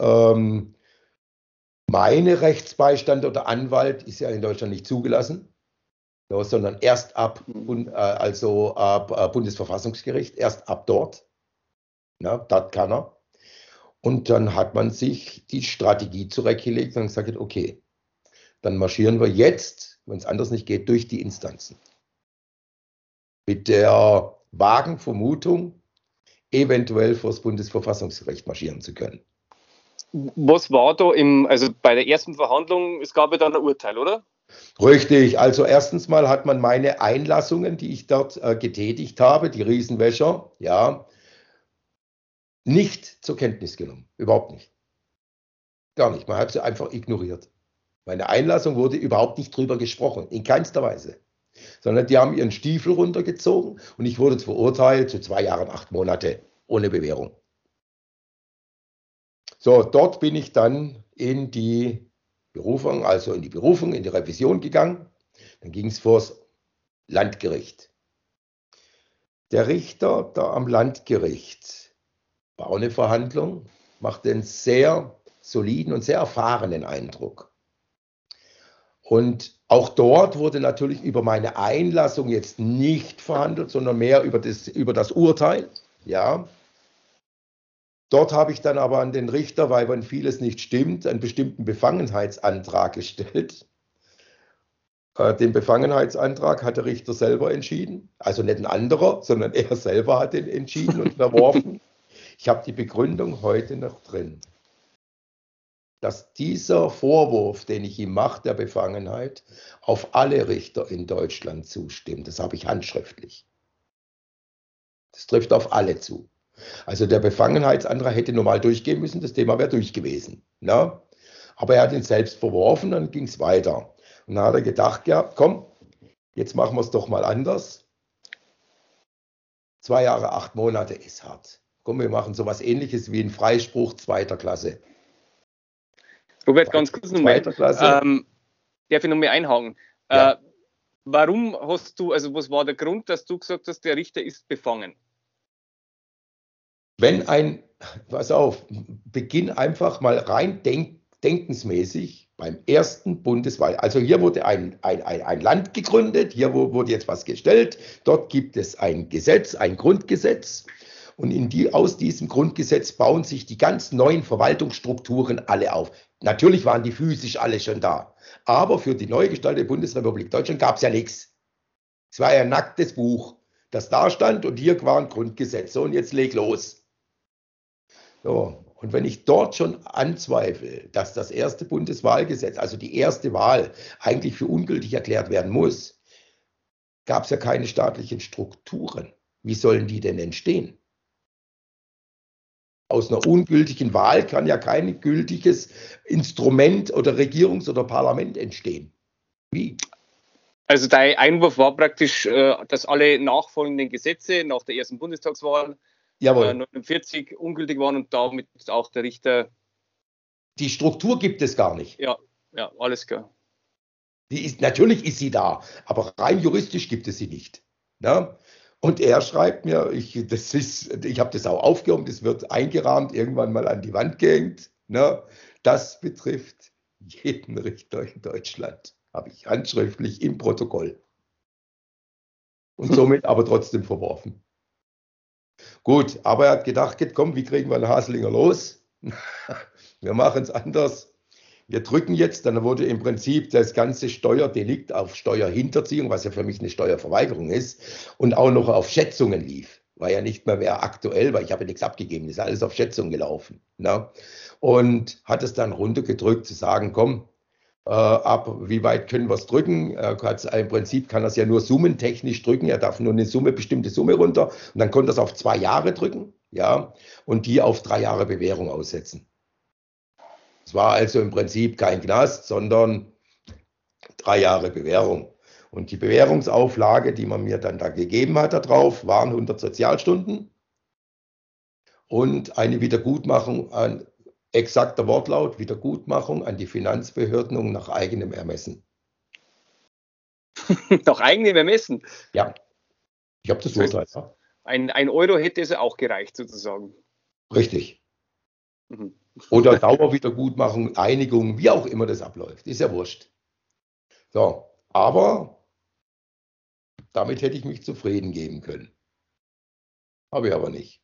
meine Rechtsbeistand oder Anwalt ist ja in Deutschland nicht zugelassen, ja, sondern erst ab Bundesverfassungsgericht, erst ab dort. Ja, das kann er. Und dann hat man sich die Strategie zurechtgelegt und gesagt, okay, dann marschieren wir jetzt, wenn es anders nicht geht, durch die Instanzen. Mit der vagen Vermutung, eventuell vor das Bundesverfassungsgericht marschieren zu können. Was war da also bei der ersten Verhandlung, es gab ja dann ein Urteil, oder? Richtig, also erstens mal hat man meine Einlassungen, die ich dort getätigt habe, die Riesenwäscher, ja, nicht zur Kenntnis genommen. Überhaupt nicht. Gar nicht. Man hat sie einfach ignoriert. Meine Einlassung wurde überhaupt nicht drüber gesprochen, in keinster Weise. Sondern die haben ihren Stiefel runtergezogen und ich wurde verurteilt zu 2 Jahren, 8 Monate ohne Bewährung. So, dort bin ich dann in die Berufung, in die Revision gegangen. Dann ging es vors Landgericht. Der Richter da am Landgericht war auch eine Verhandlung, machte einen sehr soliden und sehr erfahrenen Eindruck. Und auch dort wurde natürlich über meine Einlassung jetzt nicht verhandelt, sondern mehr über das Urteil. Ja. Dort habe ich dann aber an den Richter, weil wenn vieles nicht stimmt, einen bestimmten Befangenheitsantrag gestellt. Den Befangenheitsantrag hat der Richter selber entschieden. Also nicht ein anderer, sondern er selber hat den entschieden und verworfen. Ich habe die Begründung heute noch drin, dass dieser Vorwurf, den ich ihm mache, der Befangenheit, auf alle Richter in Deutschland zustimmt. Das habe ich handschriftlich. Das trifft auf alle zu. Also der Befangenheitsantrag hätte normal durchgehen müssen, das Thema wäre durch gewesen. Ne? Aber er hat ihn selbst verworfen, dann ging es weiter. Und dann hat er gedacht, ja, komm, jetzt machen wir es doch mal anders. 2 Jahre, 8 Monate ist hart. Komm, wir machen sowas Ähnliches wie einen Freispruch 2. Klasse. Robert, ganz kurz nochmal. Klasse. Darf ich nochmal einhaken? Ja. Warum hast du, also was war der Grund, dass du gesagt hast, der Richter ist befangen? Pass auf, beginn einfach mal rein denkensmäßig beim ersten Bundeswahl. Also hier wurde ein Land gegründet, hier wurde jetzt was gestellt, dort gibt es ein Gesetz, ein Grundgesetz. Und aus diesem Grundgesetz bauen sich die ganz neuen Verwaltungsstrukturen alle auf. Natürlich waren die physisch alle schon da. Aber für die neu gestaltete Bundesrepublik Deutschland gab es ja nichts. Es war ja ein nacktes Buch, das da stand und hier waren Grundgesetze. Und jetzt leg los. So, und wenn ich dort schon anzweifle, dass das erste Bundeswahlgesetz, also die erste Wahl, eigentlich für ungültig erklärt werden muss, gab es ja keine staatlichen Strukturen. Wie sollen die denn entstehen? Aus einer ungültigen Wahl kann ja kein gültiges Instrument oder Regierungs- oder Parlament entstehen. Wie? Also dein Einwurf war praktisch, dass alle nachfolgenden Gesetze nach der ersten Bundestagswahl 49 ungültig waren und damit auch der Richter. Die Struktur gibt es gar nicht. Ja, alles klar. Natürlich ist sie da, aber rein juristisch gibt es sie nicht. Ne? Und er schreibt mir, ich habe das auch aufgehoben, das wird eingerahmt, irgendwann mal an die Wand gehängt. Ne? Das betrifft jeden Richter in Deutschland, habe ich handschriftlich im Protokoll. Und somit aber trotzdem verworfen. Gut, aber er hat gedacht, komm, wie kriegen wir den Haslinger los? Wir machen es anders. Wir drücken jetzt, dann wurde im Prinzip das ganze Steuerdelikt auf Steuerhinterziehung, was ja für mich eine Steuerverweigerung ist, und auch noch auf Schätzungen lief. War ja nicht mehr aktuell, weil ich habe ja nichts abgegeben, das ist alles auf Schätzungen gelaufen. Ne? Und hat es dann runtergedrückt zu sagen, komm, ab wie weit können wir es drücken? Im Prinzip kann er es ja nur summentechnisch drücken, er darf nur eine bestimmte Summe runter und dann konnte er es auf 2 Jahre drücken, ja, und die auf 3 Jahre Bewährung aussetzen. Es war also im Prinzip kein Knast, sondern 3 Jahre Bewährung. Und die Bewährungsauflage, die man mir dann da gegeben hat, darauf, waren 100 Sozialstunden und eine Wiedergutmachung an, exakter Wortlaut, Wiedergutmachung an die Finanzbehörden und nach eigenem Ermessen. Nach eigenem Ermessen? Ja, ich habe das Urteil. Ja. Ein Euro hätte es auch gereicht, sozusagen. Richtig. Oder Dauerwiedergutmachung, Einigung, wie auch immer das abläuft, ist ja wurscht. So, aber damit hätte ich mich zufrieden geben können. Habe ich aber nicht.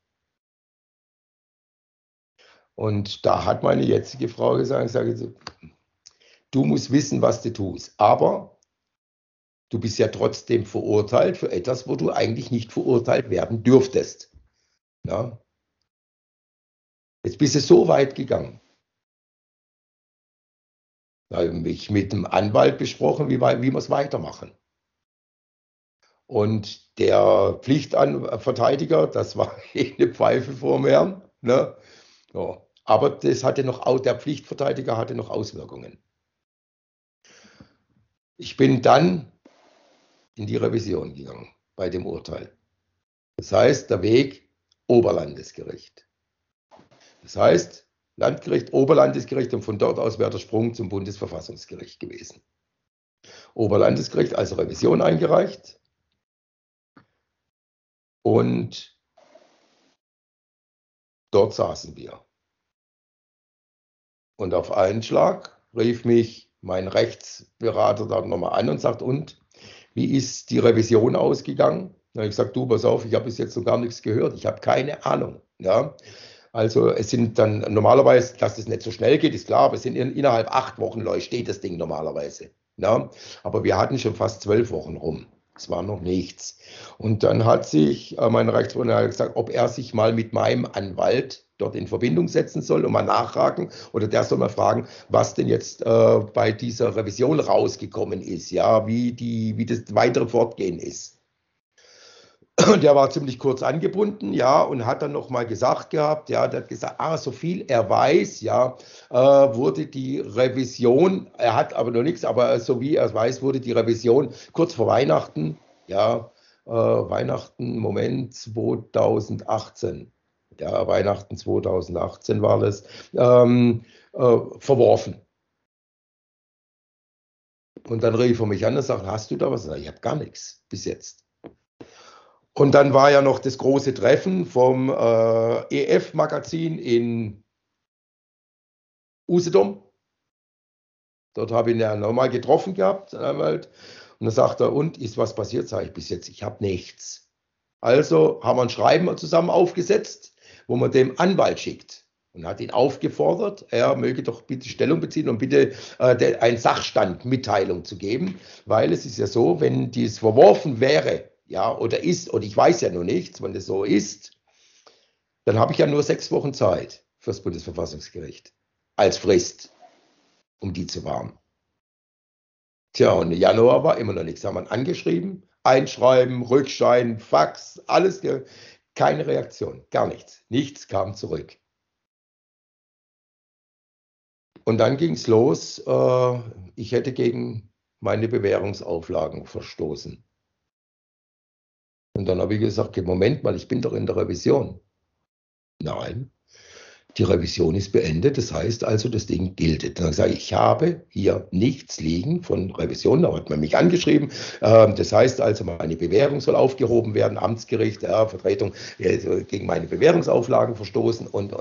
Und da hat meine jetzige Frau gesagt, du musst wissen, was du tust, aber du bist ja trotzdem verurteilt für etwas, wo du eigentlich nicht verurteilt werden dürftest. Ja? Jetzt bist du so weit gegangen. Da habe ich mit dem Anwalt besprochen, wie wir es weitermachen. Und der Pflichtverteidiger, das war eine Pfeife vorm Herrn. Ne? Ja. Aber der Pflichtverteidiger hatte noch Auswirkungen. Ich bin dann in die Revision gegangen bei dem Urteil. Das heißt, der Weg Oberlandesgericht. Das heißt, Landgericht, Oberlandesgericht und von dort aus wäre der Sprung zum Bundesverfassungsgericht gewesen. Oberlandesgericht also Revision eingereicht und dort saßen wir. Und auf einen Schlag rief mich mein Rechtsberater dann nochmal an und sagt, und wie ist die Revision ausgegangen? Da habe ich gesagt, du, pass auf, ich habe bis jetzt noch gar nichts gehört, ich habe keine Ahnung. Ja? Also es sind dann normalerweise, dass das nicht so schnell geht, ist klar, aber es sind innerhalb 8 Wochen steht das Ding normalerweise. Ja? Aber wir hatten schon fast 12 Wochen rum. Es war noch nichts. Und dann hat sich mein Rechtsberater gesagt, ob er sich mal mit meinem Anwalt dort in Verbindung setzen soll und mal nachfragen oder der soll mal fragen, was denn jetzt bei dieser Revision rausgekommen ist, ja, wie das weitere Fortgehen ist. Der war ziemlich kurz angebunden, ja, und hat dann noch mal gesagt gehabt, ja, der hat gesagt, so viel er weiß, ja, wurde die Revision, er hat aber noch nichts, aber so wie er es weiß, wurde die Revision kurz vor Weihnachten, ja, Weihnachten, Moment, 2018, ja, Weihnachten 2018 war das, verworfen. Und dann rief er mich an und sagte, hast du da was? Ich habe gar nichts bis jetzt. Und dann war ja noch das große Treffen vom EF-Magazin in Usedom. Dort habe ich ihn ja nochmal getroffen gehabt, den Anwalt. Und dann sagt er, und ist was passiert? Sage ich bis jetzt, ich habe nichts. Also haben wir ein Schreiben zusammen aufgesetzt, wo man dem Anwalt schickt. Und hat ihn aufgefordert, er möge doch bitte Stellung beziehen und bitte einen Sachstand, Mitteilung zu geben. Weil es ist ja so, wenn dies verworfen wäre, ja, oder ist, und ich weiß ja noch nichts, wenn das so ist, dann habe ich ja nur 6 Wochen Zeit fürs Bundesverfassungsgericht als Frist, um die zu wahren. Tja, und im Januar war immer noch nichts. Haben wir angeschrieben, Einschreiben, Rückschein, Fax, alles, keine Reaktion, gar nichts. Nichts kam zurück. Und dann ging es los, ich hätte gegen meine Bewährungsauflagen verstoßen. Und dann habe ich gesagt, Moment mal, ich bin doch in der Revision. Nein, die Revision ist beendet, das heißt also, das Ding gilt. Dann habe ich gesagt, ich habe hier nichts liegen von Revision, da hat man mich angeschrieben. Das heißt also, meine Bewährung soll aufgehoben werden, Amtsgericht, Vertretung gegen meine Bewährungsauflagen verstoßen und.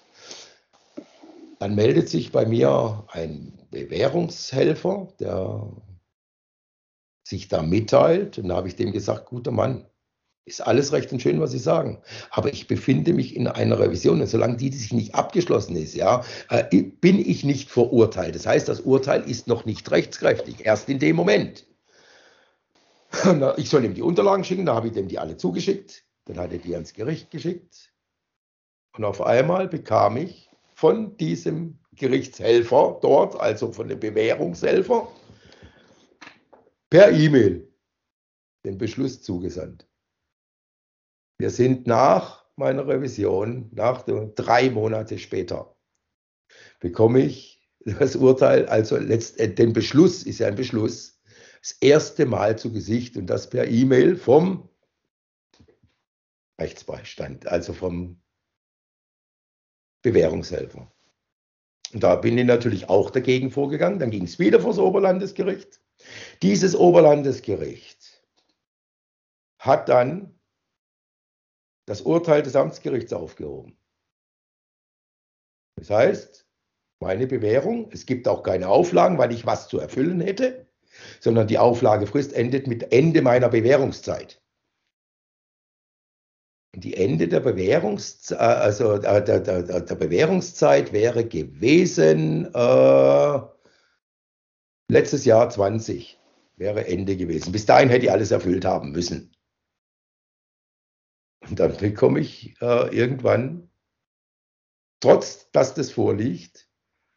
Dann meldet sich bei mir ein Bewährungshelfer, der sich da mitteilt. Und da habe ich dem gesagt, guter Mann, ist alles recht und schön, was Sie sagen. Aber ich befinde mich in einer Revision und solange die sich nicht abgeschlossen ist, ja, bin ich nicht verurteilt. Das heißt, das Urteil ist noch nicht rechtskräftig, erst in dem Moment. Ich soll ihm die Unterlagen schicken, da habe ich dem die alle zugeschickt. Dann hat er die ans Gericht geschickt. Und auf einmal bekam ich von diesem Gerichtshelfer dort, also von dem Bewährungshelfer, per E-Mail den Beschluss zugesandt. Wir sind nach meiner Revision, 3 Monate später, bekomme ich das Urteil, also den Beschluss, ist ja ein Beschluss, das erste Mal zu Gesicht und das per E-Mail vom Rechtsbeistand, also vom Bewährungshelfer. Und da bin ich natürlich auch dagegen vorgegangen. Dann ging es wieder vor das Oberlandesgericht. Dieses Oberlandesgericht hat dann das Urteil des Amtsgerichts aufgehoben. Das heißt, meine Bewährung, es gibt auch keine Auflagen, weil ich was zu erfüllen hätte, sondern die Auflagefrist endet mit Ende meiner Bewährungszeit. Die Ende der Bewährungszeit, der Bewährungszeit wäre gewesen, letztes Jahr 20 wäre Ende gewesen. Bis dahin hätte ich alles erfüllt haben müssen. Und dann bekomme ich irgendwann, trotz dass das vorliegt,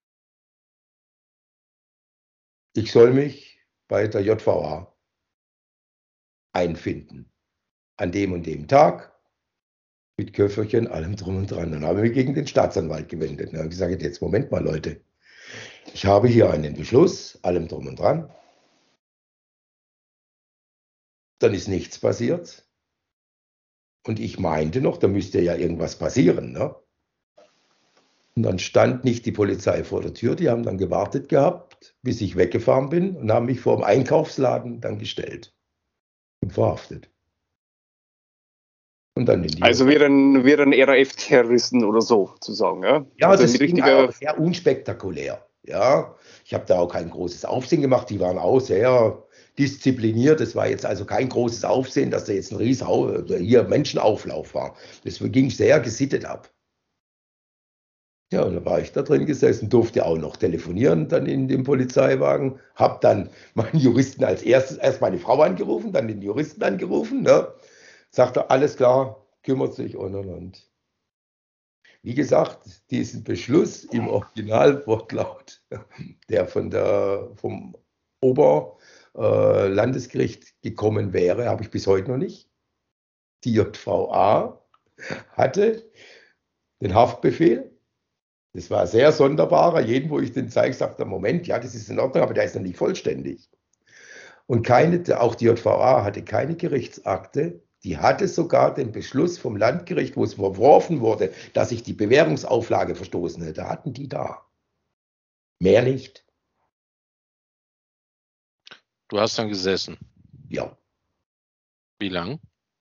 ich soll mich bei der JVA einfinden. An dem und dem Tag. Mit Köfferchen, allem drum und dran. Dann habe ich mich gegen den Staatsanwalt gewendet. Dann habe ich gesagt, jetzt Moment mal Leute, ich habe hier einen Beschluss, allem drum und dran. Dann ist nichts passiert. Und ich meinte noch, da müsste ja irgendwas passieren. Ne? Und dann stand nicht die Polizei vor der Tür, die haben dann gewartet gehabt, bis ich weggefahren bin und haben mich vor dem Einkaufsladen dann gestellt und verhaftet. Und dann also wir ein RAF-Terroristen oder so zu sagen. Ja, ja, also das ging auch sehr unspektakulär. Ja, ich habe da auch kein großes Aufsehen gemacht. Die waren auch sehr diszipliniert. Es war jetzt also kein großes Aufsehen, dass da jetzt ein hier Menschenauflauf war. Das ging sehr gesittet ab. Ja, und da war ich da drin gesessen, durfte auch noch telefonieren dann in dem Polizeiwagen, habe dann meinen Juristen als erstes, erst meine Frau angerufen, dann den Juristen angerufen, ne? Sagte, alles klar, kümmert sich und. Wie gesagt, diesen Beschluss im Originalwortlaut, der vom Oberlandesgericht gekommen wäre, habe ich bis heute noch nicht. Die JVA hatte den Haftbefehl. Das war sehr sonderbarer. Jeden, wo ich den zeige, sagt er, Moment, ja, das ist in Ordnung, aber der ist noch nicht vollständig. Und auch die JVA hatte keine Gerichtsakte. Die hatte sogar den Beschluss vom Landgericht, wo es verworfen wurde, dass ich die Bewährungsauflage verstoßen hätte, hatten die da. Mehr nicht. Du hast dann gesessen. Ja. Wie lang?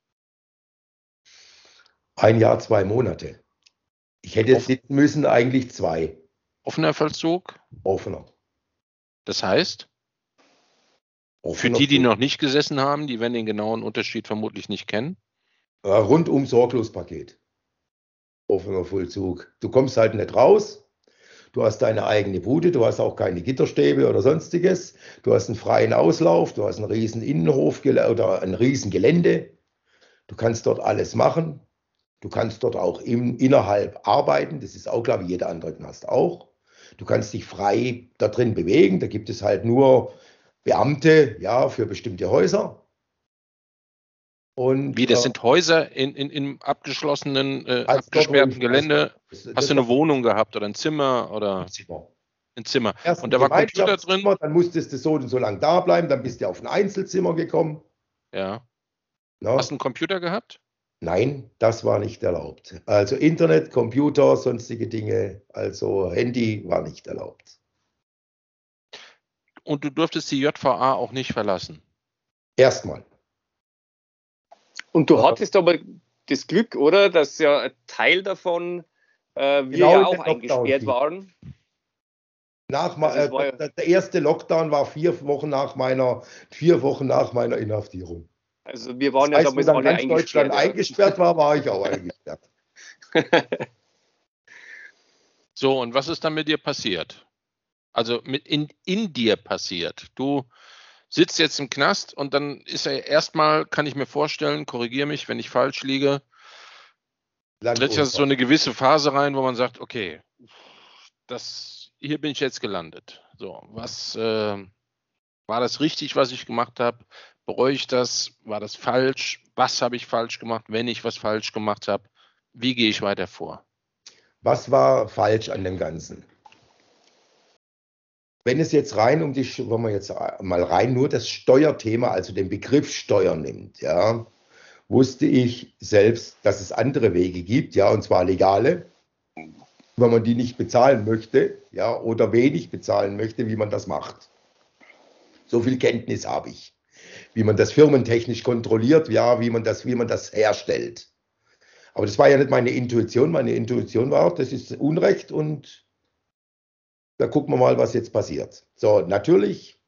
1 Jahr, 2 Monate. Ich hätte sitzen müssen, eigentlich 2. Offener Vollzug? Offener. Das heißt? Für die noch nicht gesessen haben, die werden den genauen Unterschied vermutlich nicht kennen. Rundum Sorglospaket. Offener Vollzug. Du kommst halt nicht raus. Du hast deine eigene Bude, du hast auch keine Gitterstäbe oder sonstiges. Du hast einen freien Auslauf, du hast einen riesen Innenhof oder ein riesen Gelände. Du kannst dort alles machen. Du kannst dort auch innerhalb arbeiten. Das ist auch, glaube ich, jeder andere Knast auch. Du kannst dich frei da drin bewegen. Da gibt es halt nur Beamte, ja, für bestimmte Häuser. Und, Wie, das sind Häuser im abgeschlossenen, abgesperrten Gelände? Hast du eine Wohnung gehabt oder ein Zimmer? Oder? Ein Zimmer. Erst und da war Computer drin? Dann musstest du so und so lange da bleiben, dann bist du auf ein Einzelzimmer gekommen. Ja. Hast du einen Computer gehabt? Nein, das war nicht erlaubt. Also Internet, Computer, sonstige Dinge, also Handy war nicht erlaubt. Und du durftest die JVA auch nicht verlassen? Erstmal. Und du hattest aber das Glück, oder, dass ja ein Teil davon wir ja auch eingesperrt waren. Der erste Lockdown war 4 Wochen nach meiner Inhaftierung. Also wir waren ja damals alle ganz Deutschland eingesperrt war ich auch eingesperrt. So, und was ist dann mit dir passiert? Also in dir passiert. Du sitzt jetzt im Knast und dann ist er erstmal, kann ich mir vorstellen, korrigiere mich, wenn ich falsch liege, tritt ja so eine gewisse Phase rein, wo man sagt, okay, hier bin ich jetzt gelandet. So, was war das richtig, was ich gemacht habe? Bereue ich das? War das falsch? Was habe ich falsch gemacht, wenn ich was falsch gemacht habe? Wie gehe ich weiter vor? Was war falsch an dem Ganzen? Wenn es jetzt wenn man jetzt mal rein nur das Steuerthema, also den Begriff Steuer nimmt, ja, wusste ich selbst, dass es andere Wege gibt, ja, und zwar legale, wenn man die nicht bezahlen möchte, ja, oder wenig bezahlen möchte, wie man das macht. So viel Kenntnis habe ich, wie man das firmentechnisch kontrolliert, ja, wie man das herstellt. Aber das war ja nicht meine Intuition. Meine Intuition war, das ist Unrecht und da gucken wir mal, was jetzt passiert. So, natürlich,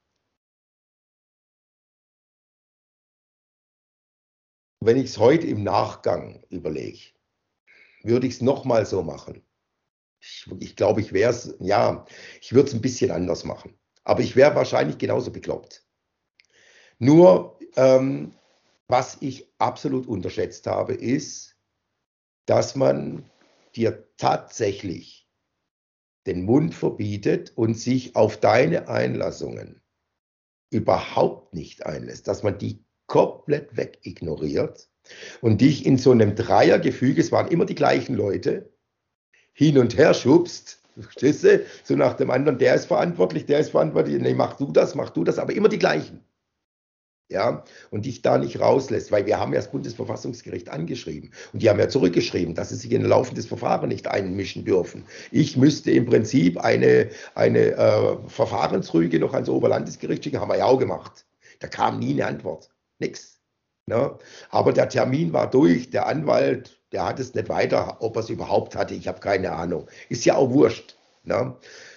wenn ich es heute im Nachgang überlege, würde ich es nochmal so machen. Ich glaube, ich würde es ein bisschen anders machen. Aber ich wäre wahrscheinlich genauso bekloppt. Nur, was ich absolut unterschätzt habe, ist, dass man dir tatsächlich den Mund verbietet und sich auf deine Einlassungen überhaupt nicht einlässt, dass man die komplett wegignoriert und dich in so einem Dreiergefüge, es waren immer die gleichen Leute, hin und her schubst, verstehst du? So nach dem anderen, der ist verantwortlich, nee, mach du das, aber immer die gleichen. Ja, und dich da nicht rauslässt, weil wir haben ja das Bundesverfassungsgericht angeschrieben und die haben ja zurückgeschrieben, dass sie sich in ein laufendes Verfahren nicht einmischen dürfen. Ich müsste im Prinzip eine Verfahrensrüge noch ans Oberlandesgericht schicken, haben wir ja auch gemacht. Da kam nie eine Antwort, nichts. Ne? Aber der Termin war durch, der Anwalt, der hat es nicht weiter, ob er es überhaupt hatte, ich habe keine Ahnung. Ist ja auch wurscht. Ne?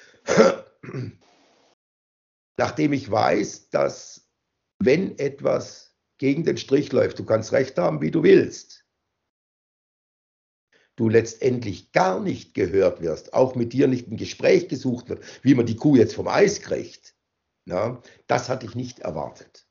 Nachdem ich weiß, dass wenn etwas gegen den Strich läuft, du kannst Recht haben, wie du willst. du letztendlich gar nicht gehört wirst, auch mit dir nicht ein Gespräch gesucht wird, wie man die Kuh jetzt vom Eis kriegt, ja, das hatte ich nicht erwartet.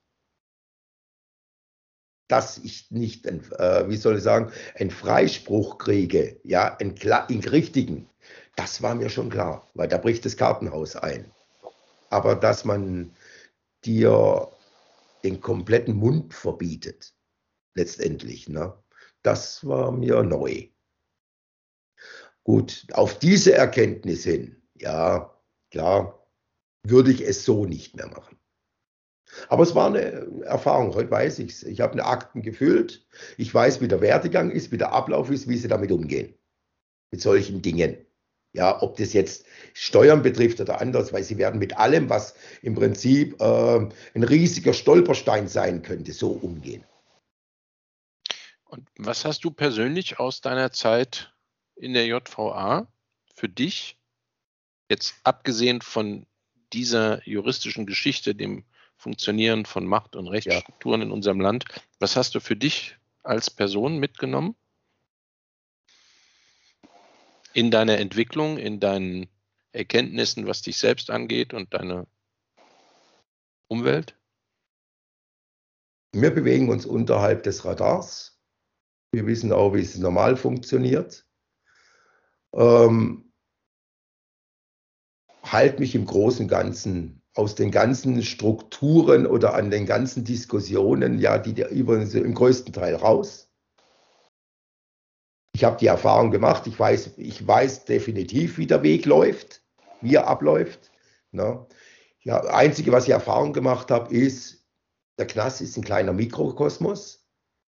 Dass ich nicht, wie soll ich sagen, einen Freispruch kriege, ja, einen richtigen, das war mir schon klar, weil da bricht das Kartenhaus ein. Aber dass man dir den kompletten Mund verbietet, letztendlich, ne, das war mir neu. Gut, auf diese Erkenntnis hin, ja, klar, würde ich es so nicht mehr machen. Aber es war eine Erfahrung, heute weiß ich es. Ich habe eine Akten gefüllt, ich weiß, wie der Werdegang ist, wie der Ablauf ist, wie sie damit umgehen, mit solchen Dingen. Ja, ob das jetzt Steuern betrifft oder anders, weil sie werden mit allem, was im Prinzip ein riesiger Stolperstein sein könnte, so umgehen. Und was hast du persönlich aus deiner Zeit in der JVA für dich, jetzt abgesehen von dieser juristischen Geschichte, dem Funktionieren von Macht- und Rechtsstrukturen in unserem Land, was hast du für dich als Person mitgenommen? In deiner Entwicklung, in deinen Erkenntnissen, was dich selbst angeht und deine Umwelt? Wir bewegen uns unterhalb des Radars. Wir wissen auch, wie es normal funktioniert. Halt mich im Großen und Ganzen aus den ganzen Strukturen oder an den ganzen Diskussionen, ja, die übrigens im größten Teil raus. Ich habe die Erfahrung gemacht, ich weiß definitiv, wie der Weg läuft, wie er abläuft. Ne? Ja, das Einzige, was ich Erfahrung gemacht habe, ist, der Knast ist ein kleiner Mikrokosmos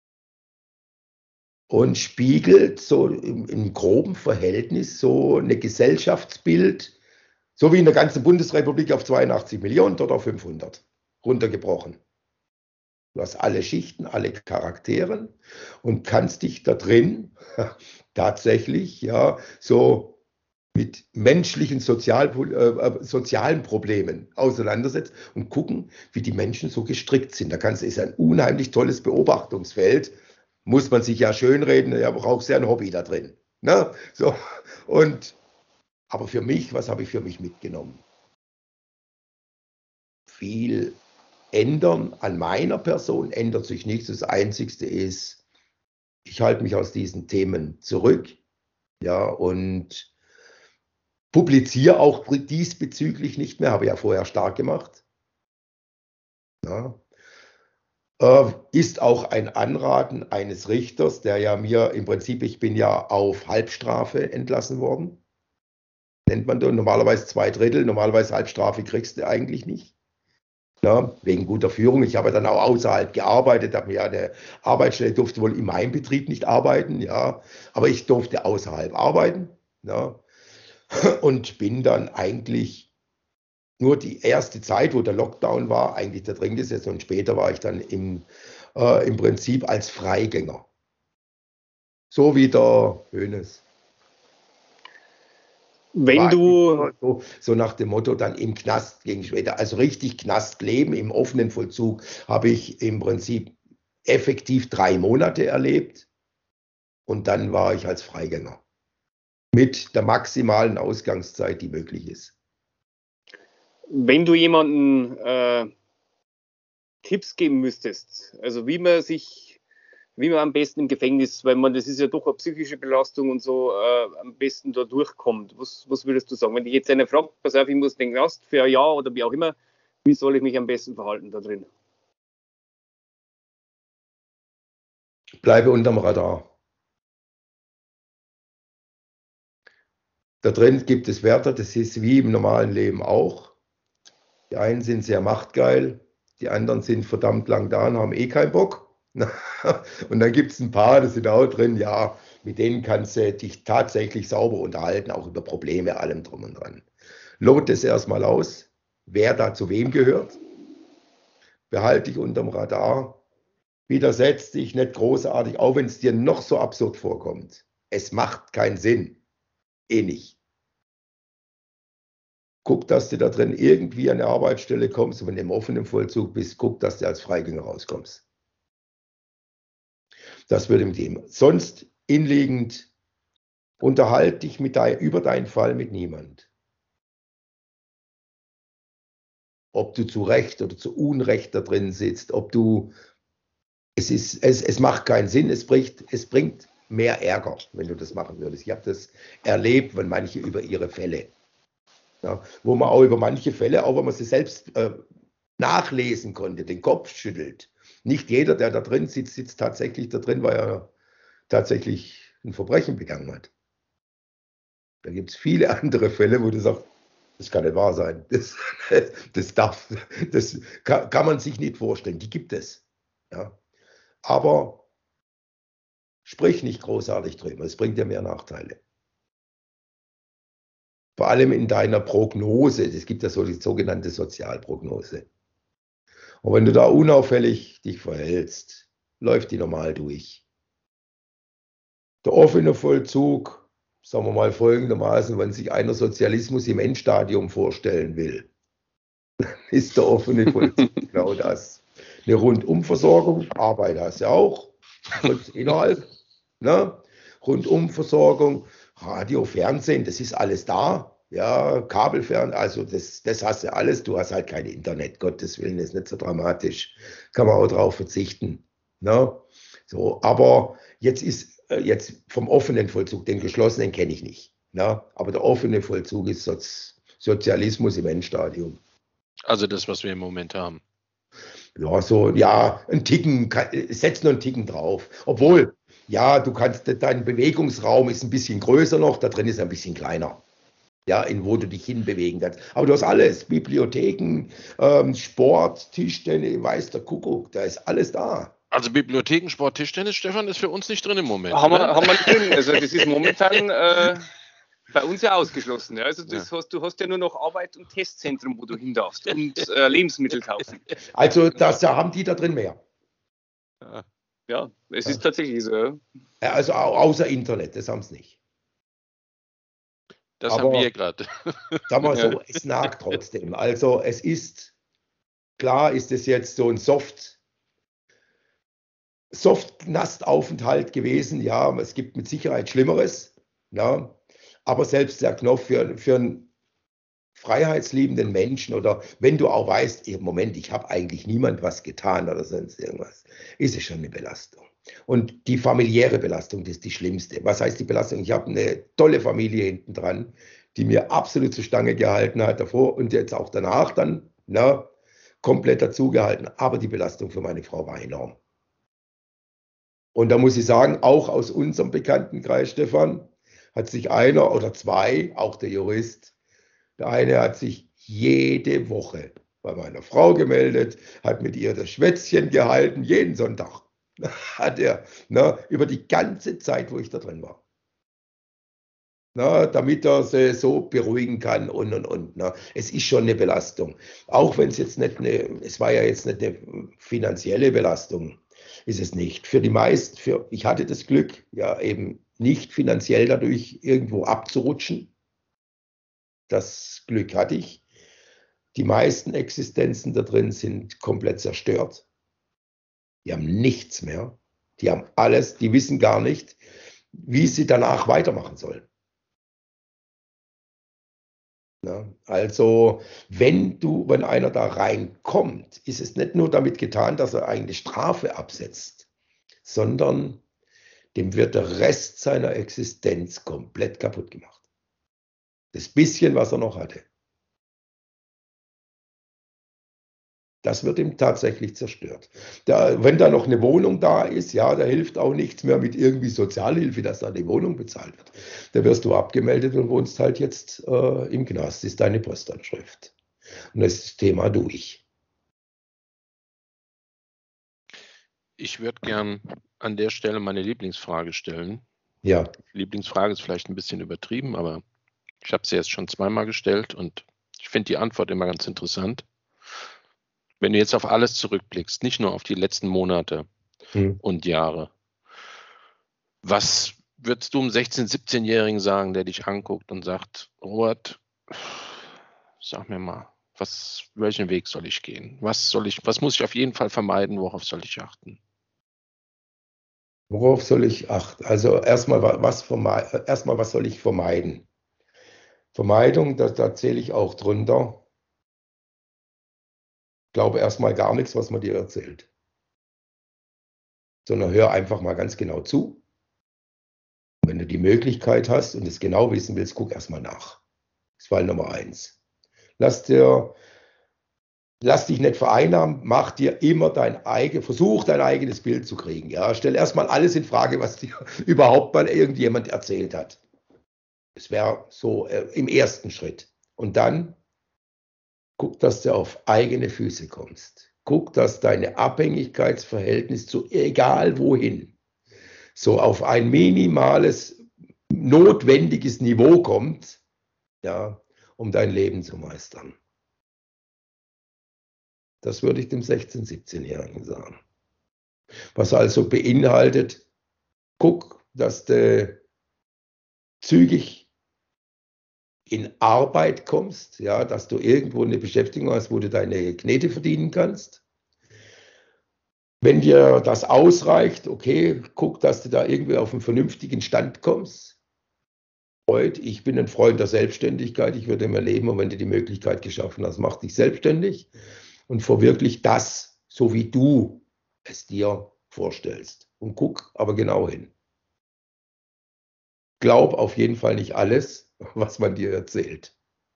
und spiegelt so im groben Verhältnis so ein Gesellschaftsbild, so wie in der ganzen Bundesrepublik auf 82 Millionen, dort auf 500, runtergebrochen. Du hast alle Schichten, alle Charaktere und kannst dich da drin tatsächlich ja so mit menschlichen sozialen Problemen auseinandersetzen und gucken, wie die Menschen so gestrickt sind. Ist ein unheimlich tolles Beobachtungsfeld. Muss man sich ja schönreden, ja, braucht ja ein Hobby da drin. Ne? So, aber für mich, was habe ich für mich mitgenommen? Viel ändern an meiner Person ändert sich nichts. Das Einzige ist, ich halte mich aus diesen Themen zurück, ja, und publiziere auch diesbezüglich nicht mehr, habe ich ja vorher stark gemacht. Ja. Ist auch ein Anraten eines Richters, der ja mir im Prinzip, ich bin ja auf Halbstrafe entlassen worden. Nennt man da normalerweise 2/3, normalerweise Halbstrafe kriegst du eigentlich nicht. Ja, wegen guter Führung. Ich habe dann auch außerhalb gearbeitet, habe mir eine Arbeitsstelle, durfte wohl in meinem Betrieb nicht arbeiten, ja, aber ich durfte außerhalb arbeiten, ja, und bin dann eigentlich nur die erste Zeit, wo der Lockdown war, eigentlich da drin gesessen und später war ich dann im Prinzip als Freigänger. So wie der Hoeneß. Wenn du so nach dem Motto dann im Knast gegen später, also richtig Knastleben im offenen Vollzug habe ich im Prinzip effektiv 3 Monate erlebt und dann war ich als Freigänger mit der maximalen Ausgangszeit, die möglich ist. Wenn du jemanden Tipps geben müsstest, also wie man am besten im Gefängnis, weil das ist ja doch eine psychische Belastung und so, am besten da durchkommt. Was würdest du sagen? Wenn dich jetzt einer fragt, pass auf, ich muss den Knast für ein Jahr oder wie auch immer, wie soll ich mich am besten verhalten da drin? Bleibe unterm Radar. Da drin gibt es Wärter, das ist wie im normalen Leben auch. Die einen sind sehr machtgeil, die anderen sind verdammt lang da und haben keinen Bock. Und dann gibt es ein paar, das sind auch drin, ja, mit denen kannst du dich tatsächlich sauber unterhalten, auch über Probleme, allem drum und dran. Lot es erstmal aus, wer da zu wem gehört. Behalte dich unterm Radar. Widersetz dich nicht großartig, auch wenn es dir noch so absurd vorkommt. Es macht keinen Sinn. Nicht. Guck, dass du da drin irgendwie an eine Arbeitsstelle kommst und wenn du im offenen Vollzug bist, guck, dass du als Freigänger rauskommst. Das würde ihm geben. Sonst inliegend unterhalte dich über deinen Fall mit niemand. Ob du zu Recht oder zu Unrecht da drin sitzt, es macht keinen Sinn, es bringt mehr Ärger, wenn du das machen würdest. Ich habe das erlebt, wenn manche über ihre Fälle, ja, wo man auch über manche Fälle, auch wenn man sie selbst nachlesen konnte, den Kopf schüttelt. Nicht jeder, der da drin sitzt, sitzt tatsächlich da drin, weil er tatsächlich ein Verbrechen begangen hat. Da gibt es viele andere Fälle, wo du sagst, das kann nicht wahr sein. Das kann man sich nicht vorstellen. Die gibt es. Ja. Aber sprich nicht großartig drüber. Es bringt dir mehr Nachteile. Vor allem in deiner Prognose. Es gibt ja so die sogenannte Sozialprognose. Und wenn du da unauffällig dich verhältst, läuft die normal durch. Der offene Vollzug, sagen wir mal folgendermaßen, wenn sich einer Sozialismus im Endstadium vorstellen will, ist der offene Vollzug genau das. Eine Rundumversorgung, Arbeit hast du ja auch, innerhalb, ne? Rundumversorgung, Radio, Fernsehen, das ist alles da. Ja, Kabelfern, also das hast du alles. Du hast halt kein Internet, Gottes Willen, ist nicht so dramatisch. Kann man auch drauf verzichten. Ne? So, aber jetzt vom offenen Vollzug, den geschlossenen kenne ich nicht. Ne? Aber der offene Vollzug ist Sozialismus im Endstadium. Also das, was wir im Moment haben. Ja, so, ja, setz nur einen Ticken drauf. Obwohl, ja, dein Bewegungsraum ist ein bisschen größer noch, da drin ist er ein bisschen kleiner. Ja, in wo du dich hinbewegen kannst. Aber du hast alles, Bibliotheken, Sport, Tischtennis, weiß der Kuckuck, da ist alles da. Also Bibliotheken, Sport, Tischtennis, Stefan, ist für uns nicht drin im Moment. Haben wir nicht drin. Also das ist momentan bei uns ja ausgeschlossen. Ja. Also du hast ja nur noch Arbeit und Testzentrum, wo du hin darfst und Lebensmittel kaufen. Also haben die da drin mehr. Ja, es ist tatsächlich so. Ja, also außer Internet, das haben sie nicht. Das haben wir gerade. Sagen wir so, es nagt trotzdem. Also es ist, klar ist es jetzt so ein Soft-Nastaufenthalt gewesen. Ja, es gibt mit Sicherheit Schlimmeres. Ja, aber selbst der Knopf für einen freiheitsliebenden Menschen oder wenn du auch weißt, im Moment, ich habe eigentlich niemand was getan oder sonst irgendwas, ist es schon eine Belastung. Und die familiäre Belastung, das ist die schlimmste. Was heißt die Belastung? Ich habe eine tolle Familie hinten dran, die mir absolut zur Stange gehalten hat davor und jetzt auch danach dann komplett dazugehalten. Aber die Belastung für meine Frau war enorm. Und da muss ich sagen, auch aus unserem Bekanntenkreis, Stefan, hat sich einer oder zwei, auch der Jurist, der eine hat sich jede Woche bei meiner Frau gemeldet, hat mit ihr das Schwätzchen gehalten, jeden Sonntag hat er, über die ganze Zeit, wo ich da drin war. Damit er sie so beruhigen kann und. Es ist schon eine Belastung. Auch wenn es jetzt es war ja jetzt nicht eine finanzielle Belastung, ist es nicht. Für die meisten, ich hatte das Glück, ja eben nicht finanziell dadurch irgendwo abzurutschen. Das Glück hatte ich. Die meisten Existenzen da drin sind komplett zerstört. Die haben nichts mehr. Die haben alles, die wissen gar nicht, wie sie danach weitermachen sollen. Ja, also wenn einer da reinkommt, ist es nicht nur damit getan, dass er eine Strafe absetzt, sondern dem wird der Rest seiner Existenz komplett kaputt gemacht. Das bisschen, was er noch hatte. Das wird ihm tatsächlich zerstört. Wenn da noch eine Wohnung da ist, ja, da hilft auch nichts mehr mit irgendwie Sozialhilfe, dass da die Wohnung bezahlt wird. Da wirst du abgemeldet und wohnst halt jetzt im Knast, ist deine Postanschrift. Und das ist das Thema durch. Ich würde gern an der Stelle meine Lieblingsfrage stellen. Ja. Lieblingsfrage ist vielleicht ein bisschen übertrieben, aber ich habe sie jetzt schon zweimal gestellt und ich finde die Antwort immer ganz interessant. Wenn du jetzt auf alles zurückblickst, nicht nur auf die letzten Monate und Jahre, was würdest du einem 16-, 17-Jährigen sagen, der dich anguckt und sagt, Robert, sag mir mal, welchen Weg soll ich gehen? Was muss ich auf jeden Fall vermeiden? Worauf soll ich achten? Worauf soll ich achten? Also erstmal, was soll ich vermeiden? Vermeidung, da zähle ich auch drunter. Glaube erstmal gar nichts, was man dir erzählt. Sondern hör einfach mal ganz genau zu. Und wenn du die Möglichkeit hast und es genau wissen willst, guck erstmal nach. Das ist Fall Nummer 1. Lass dich nicht vereinnahmen, mach dir immer versuch dein eigenes Bild zu kriegen. Ja? Stell erstmal alles in Frage, was dir überhaupt mal irgendjemand erzählt hat. Das wäre so im ersten Schritt. Und dann guck, dass du auf eigene Füße kommst. Guck, dass deine Abhängigkeitsverhältnis zu egal wohin so auf ein minimales, notwendiges Niveau kommt, ja, um dein Leben zu meistern. Das würde ich dem 16-, 17-Jährigen sagen. Was also beinhaltet, guck, dass du zügig in Arbeit kommst, ja, dass du irgendwo eine Beschäftigung hast, wo du deine Knete verdienen kannst. Wenn dir das ausreicht, okay, guck, dass du da irgendwie auf einen vernünftigen Stand kommst. Ich bin ein Freund der Selbstständigkeit, ich würde immer leben, und wenn du die Möglichkeit geschaffen hast, mach dich selbstständig und verwirklich das, so wie du es dir vorstellst. Und guck aber genau hin. Glaub auf jeden Fall nicht alles, was man dir erzählt.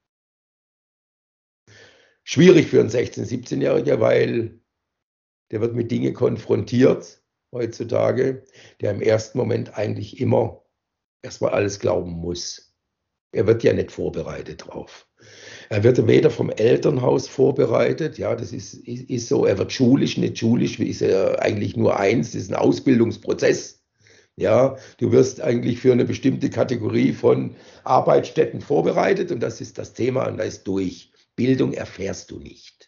Schwierig für einen 16-, 17-Jähriger, weil der wird mit Dingen konfrontiert heutzutage, der im ersten Moment eigentlich immer erstmal alles glauben muss. Er wird ja nicht vorbereitet drauf. Er wird weder vom Elternhaus vorbereitet, ja, das ist so, er wird schulisch, nicht schulisch, ist er eigentlich nur eins, das ist ein Ausbildungsprozess. Ja, du wirst eigentlich für eine bestimmte Kategorie von Arbeitsstätten vorbereitet und das ist das Thema und da ist durch. Bildung erfährst du nicht.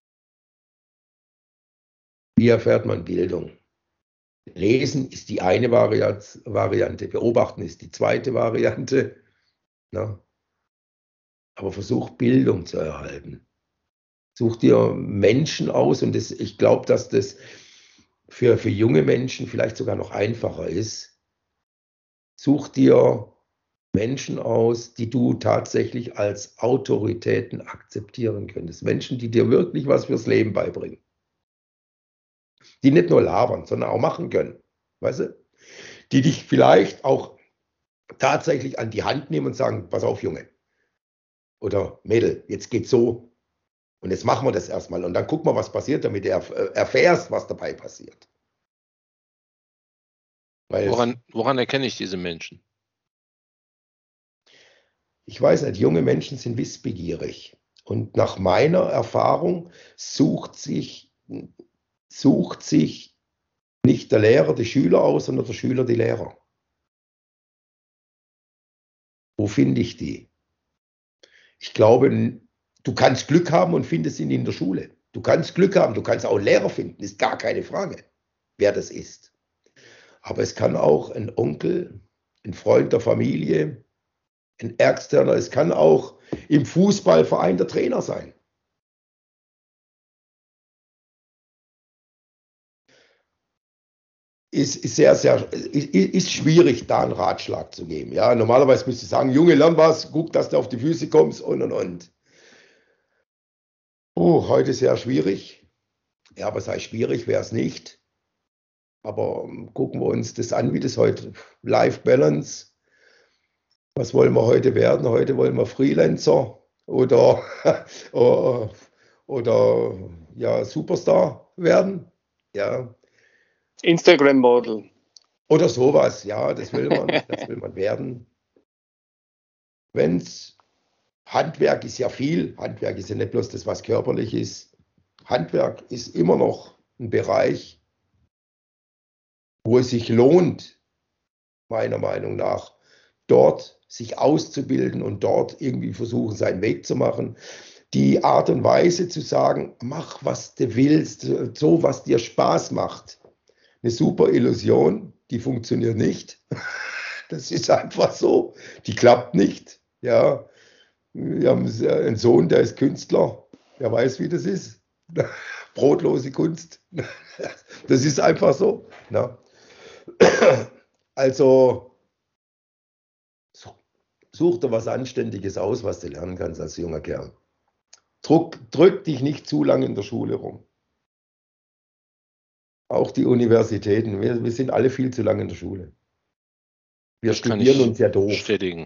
Wie erfährt man Bildung? Lesen ist die eine Variante, beobachten ist die zweite Variante. Na? Aber versuch Bildung zu erhalten. Such dir Menschen aus und ich glaube, dass das für junge Menschen vielleicht sogar noch einfacher ist. Such dir Menschen aus, die du tatsächlich als Autoritäten akzeptieren könntest. Menschen, die dir wirklich was fürs Leben beibringen. Die nicht nur labern, sondern auch machen können. Weißt du? Die dich vielleicht auch tatsächlich an die Hand nehmen und sagen, pass auf, Junge. Oder Mädel, jetzt geht's so. Und jetzt machen wir das erstmal. Und dann guck mal, was passiert, damit du erfährst, was dabei passiert. Woran erkenne ich diese Menschen? Ich weiß nicht, junge Menschen sind wissbegierig. Und nach meiner Erfahrung sucht sich nicht der Lehrer die Schüler aus, sondern der Schüler die Lehrer. Wo finde ich die? Ich glaube, du kannst Glück haben und findest ihn in der Schule. Du kannst Glück haben, du kannst auch einen Lehrer finden, ist gar keine Frage, wer das ist. Aber es kann auch ein Onkel, ein Freund der Familie, ein Externer, es kann auch im Fußballverein der Trainer sein. Ist schwierig, da einen Ratschlag zu geben. Ja, normalerweise müsste ich sagen, Junge, lern was, guck, dass du auf die Füße kommst und. Oh, heute sehr schwierig. Ja, was heißt schwierig, wäre es nicht. Aber gucken wir uns das an, wie das heute Life Balance. Was wollen wir heute werden? Heute wollen wir Freelancer oder ja, Superstar werden. Ja. Instagram-Model. Oder sowas, ja, das will man werden. Handwerk ist ja viel, Handwerk ist ja nicht bloß das, was körperlich ist. Handwerk ist immer noch ein Bereich, wo es sich lohnt, meiner Meinung nach, dort sich auszubilden und dort irgendwie versuchen, seinen Weg zu machen. Die Art und Weise zu sagen, mach, was du willst, so, was dir Spaß macht. Eine super Illusion, die funktioniert nicht. Das ist einfach so. Die klappt nicht. Ja, wir haben einen Sohn, der ist Künstler. Der weiß, wie das ist. Brotlose Kunst. Das ist einfach so. Ja. Also such dir was Anständiges aus, was du lernen kannst als junger Kerl. Drück dich nicht zu lange in der Schule rum. Auch die Universitäten, wir sind alle viel zu lange in der Schule. Wir studieren uns ja doof. Bestätigen.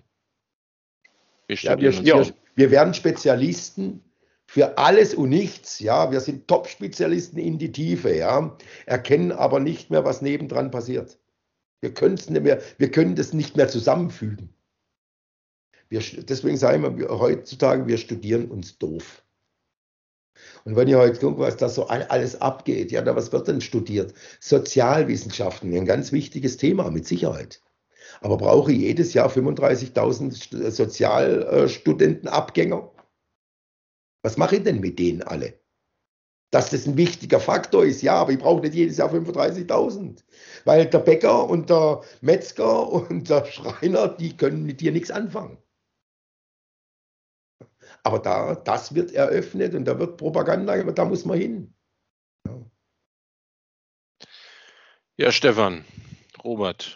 Wir werden Spezialisten für alles und nichts. Ja, wir sind Top-Spezialisten in die Tiefe. Ja, erkennen aber nicht mehr, was nebendran passiert. Wir können das nicht mehr zusammenfügen. Deswegen sagen wir heutzutage, wir studieren uns doof. Und wenn ihr heute guckt, was da so alles abgeht, ja, was wird denn studiert? Sozialwissenschaften, ein ganz wichtiges Thema, mit Sicherheit. Aber brauche ich jedes Jahr 35.000 Sozialstudentenabgänger? Was mache ich denn mit denen alle? Dass das ein wichtiger Faktor ist, ja, aber ich brauche nicht jedes Jahr 35.000. Weil der Bäcker und der Metzger und der Schreiner, die können mit dir nichts anfangen. Aber das wird eröffnet und da wird Propaganda, aber da muss man hin. Ja, Stefan, Robert,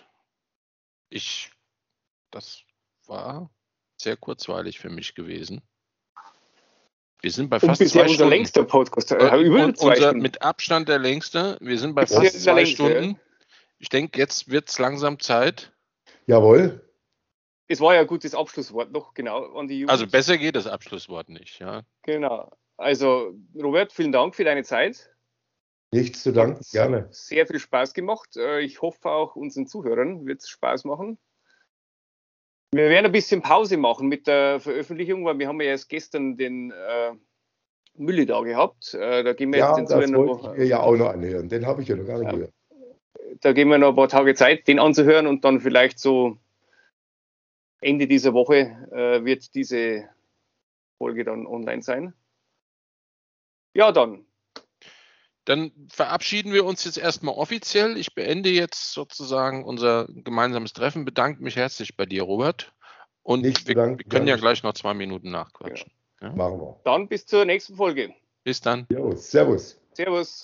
das war sehr kurzweilig für mich gewesen. Wir sind bei fast 2 Stunden. Unser längster Podcast. Mit Abstand der längste. Wir sind bei fast 2 Stunden. Ja. Ich denke, jetzt wird es langsam Zeit. Jawohl. Es war ja ein gutes Abschlusswort noch, genau, an die Jugend. Also besser geht das Abschlusswort nicht, ja. Genau. Also, Robert, vielen Dank für deine Zeit. Nichts zu danken, gerne. Sehr viel Spaß gemacht. Ich hoffe, auch unseren Zuhörern wird es Spaß machen. Wir werden ein bisschen Pause machen mit der Veröffentlichung, weil wir haben ja erst gestern den Mülli da gehabt. Da gehen wir jetzt den Zuhörern noch. Ich mir ja auch noch anhören. Den habe ich ja noch gar nicht gehört. Da geben wir noch ein paar Tage Zeit, den anzuhören und dann vielleicht so Ende dieser Woche wird diese Folge dann online sein. Ja, dann verabschieden wir uns jetzt erstmal offiziell. Ich beende jetzt sozusagen unser gemeinsames Treffen. Bedanke mich herzlich bei dir, Robert. Und wir können ja gleich noch 2 Minuten nachquatschen. Ja. Machen wir. Dann bis zur nächsten Folge. Bis dann. Jo, servus. Servus.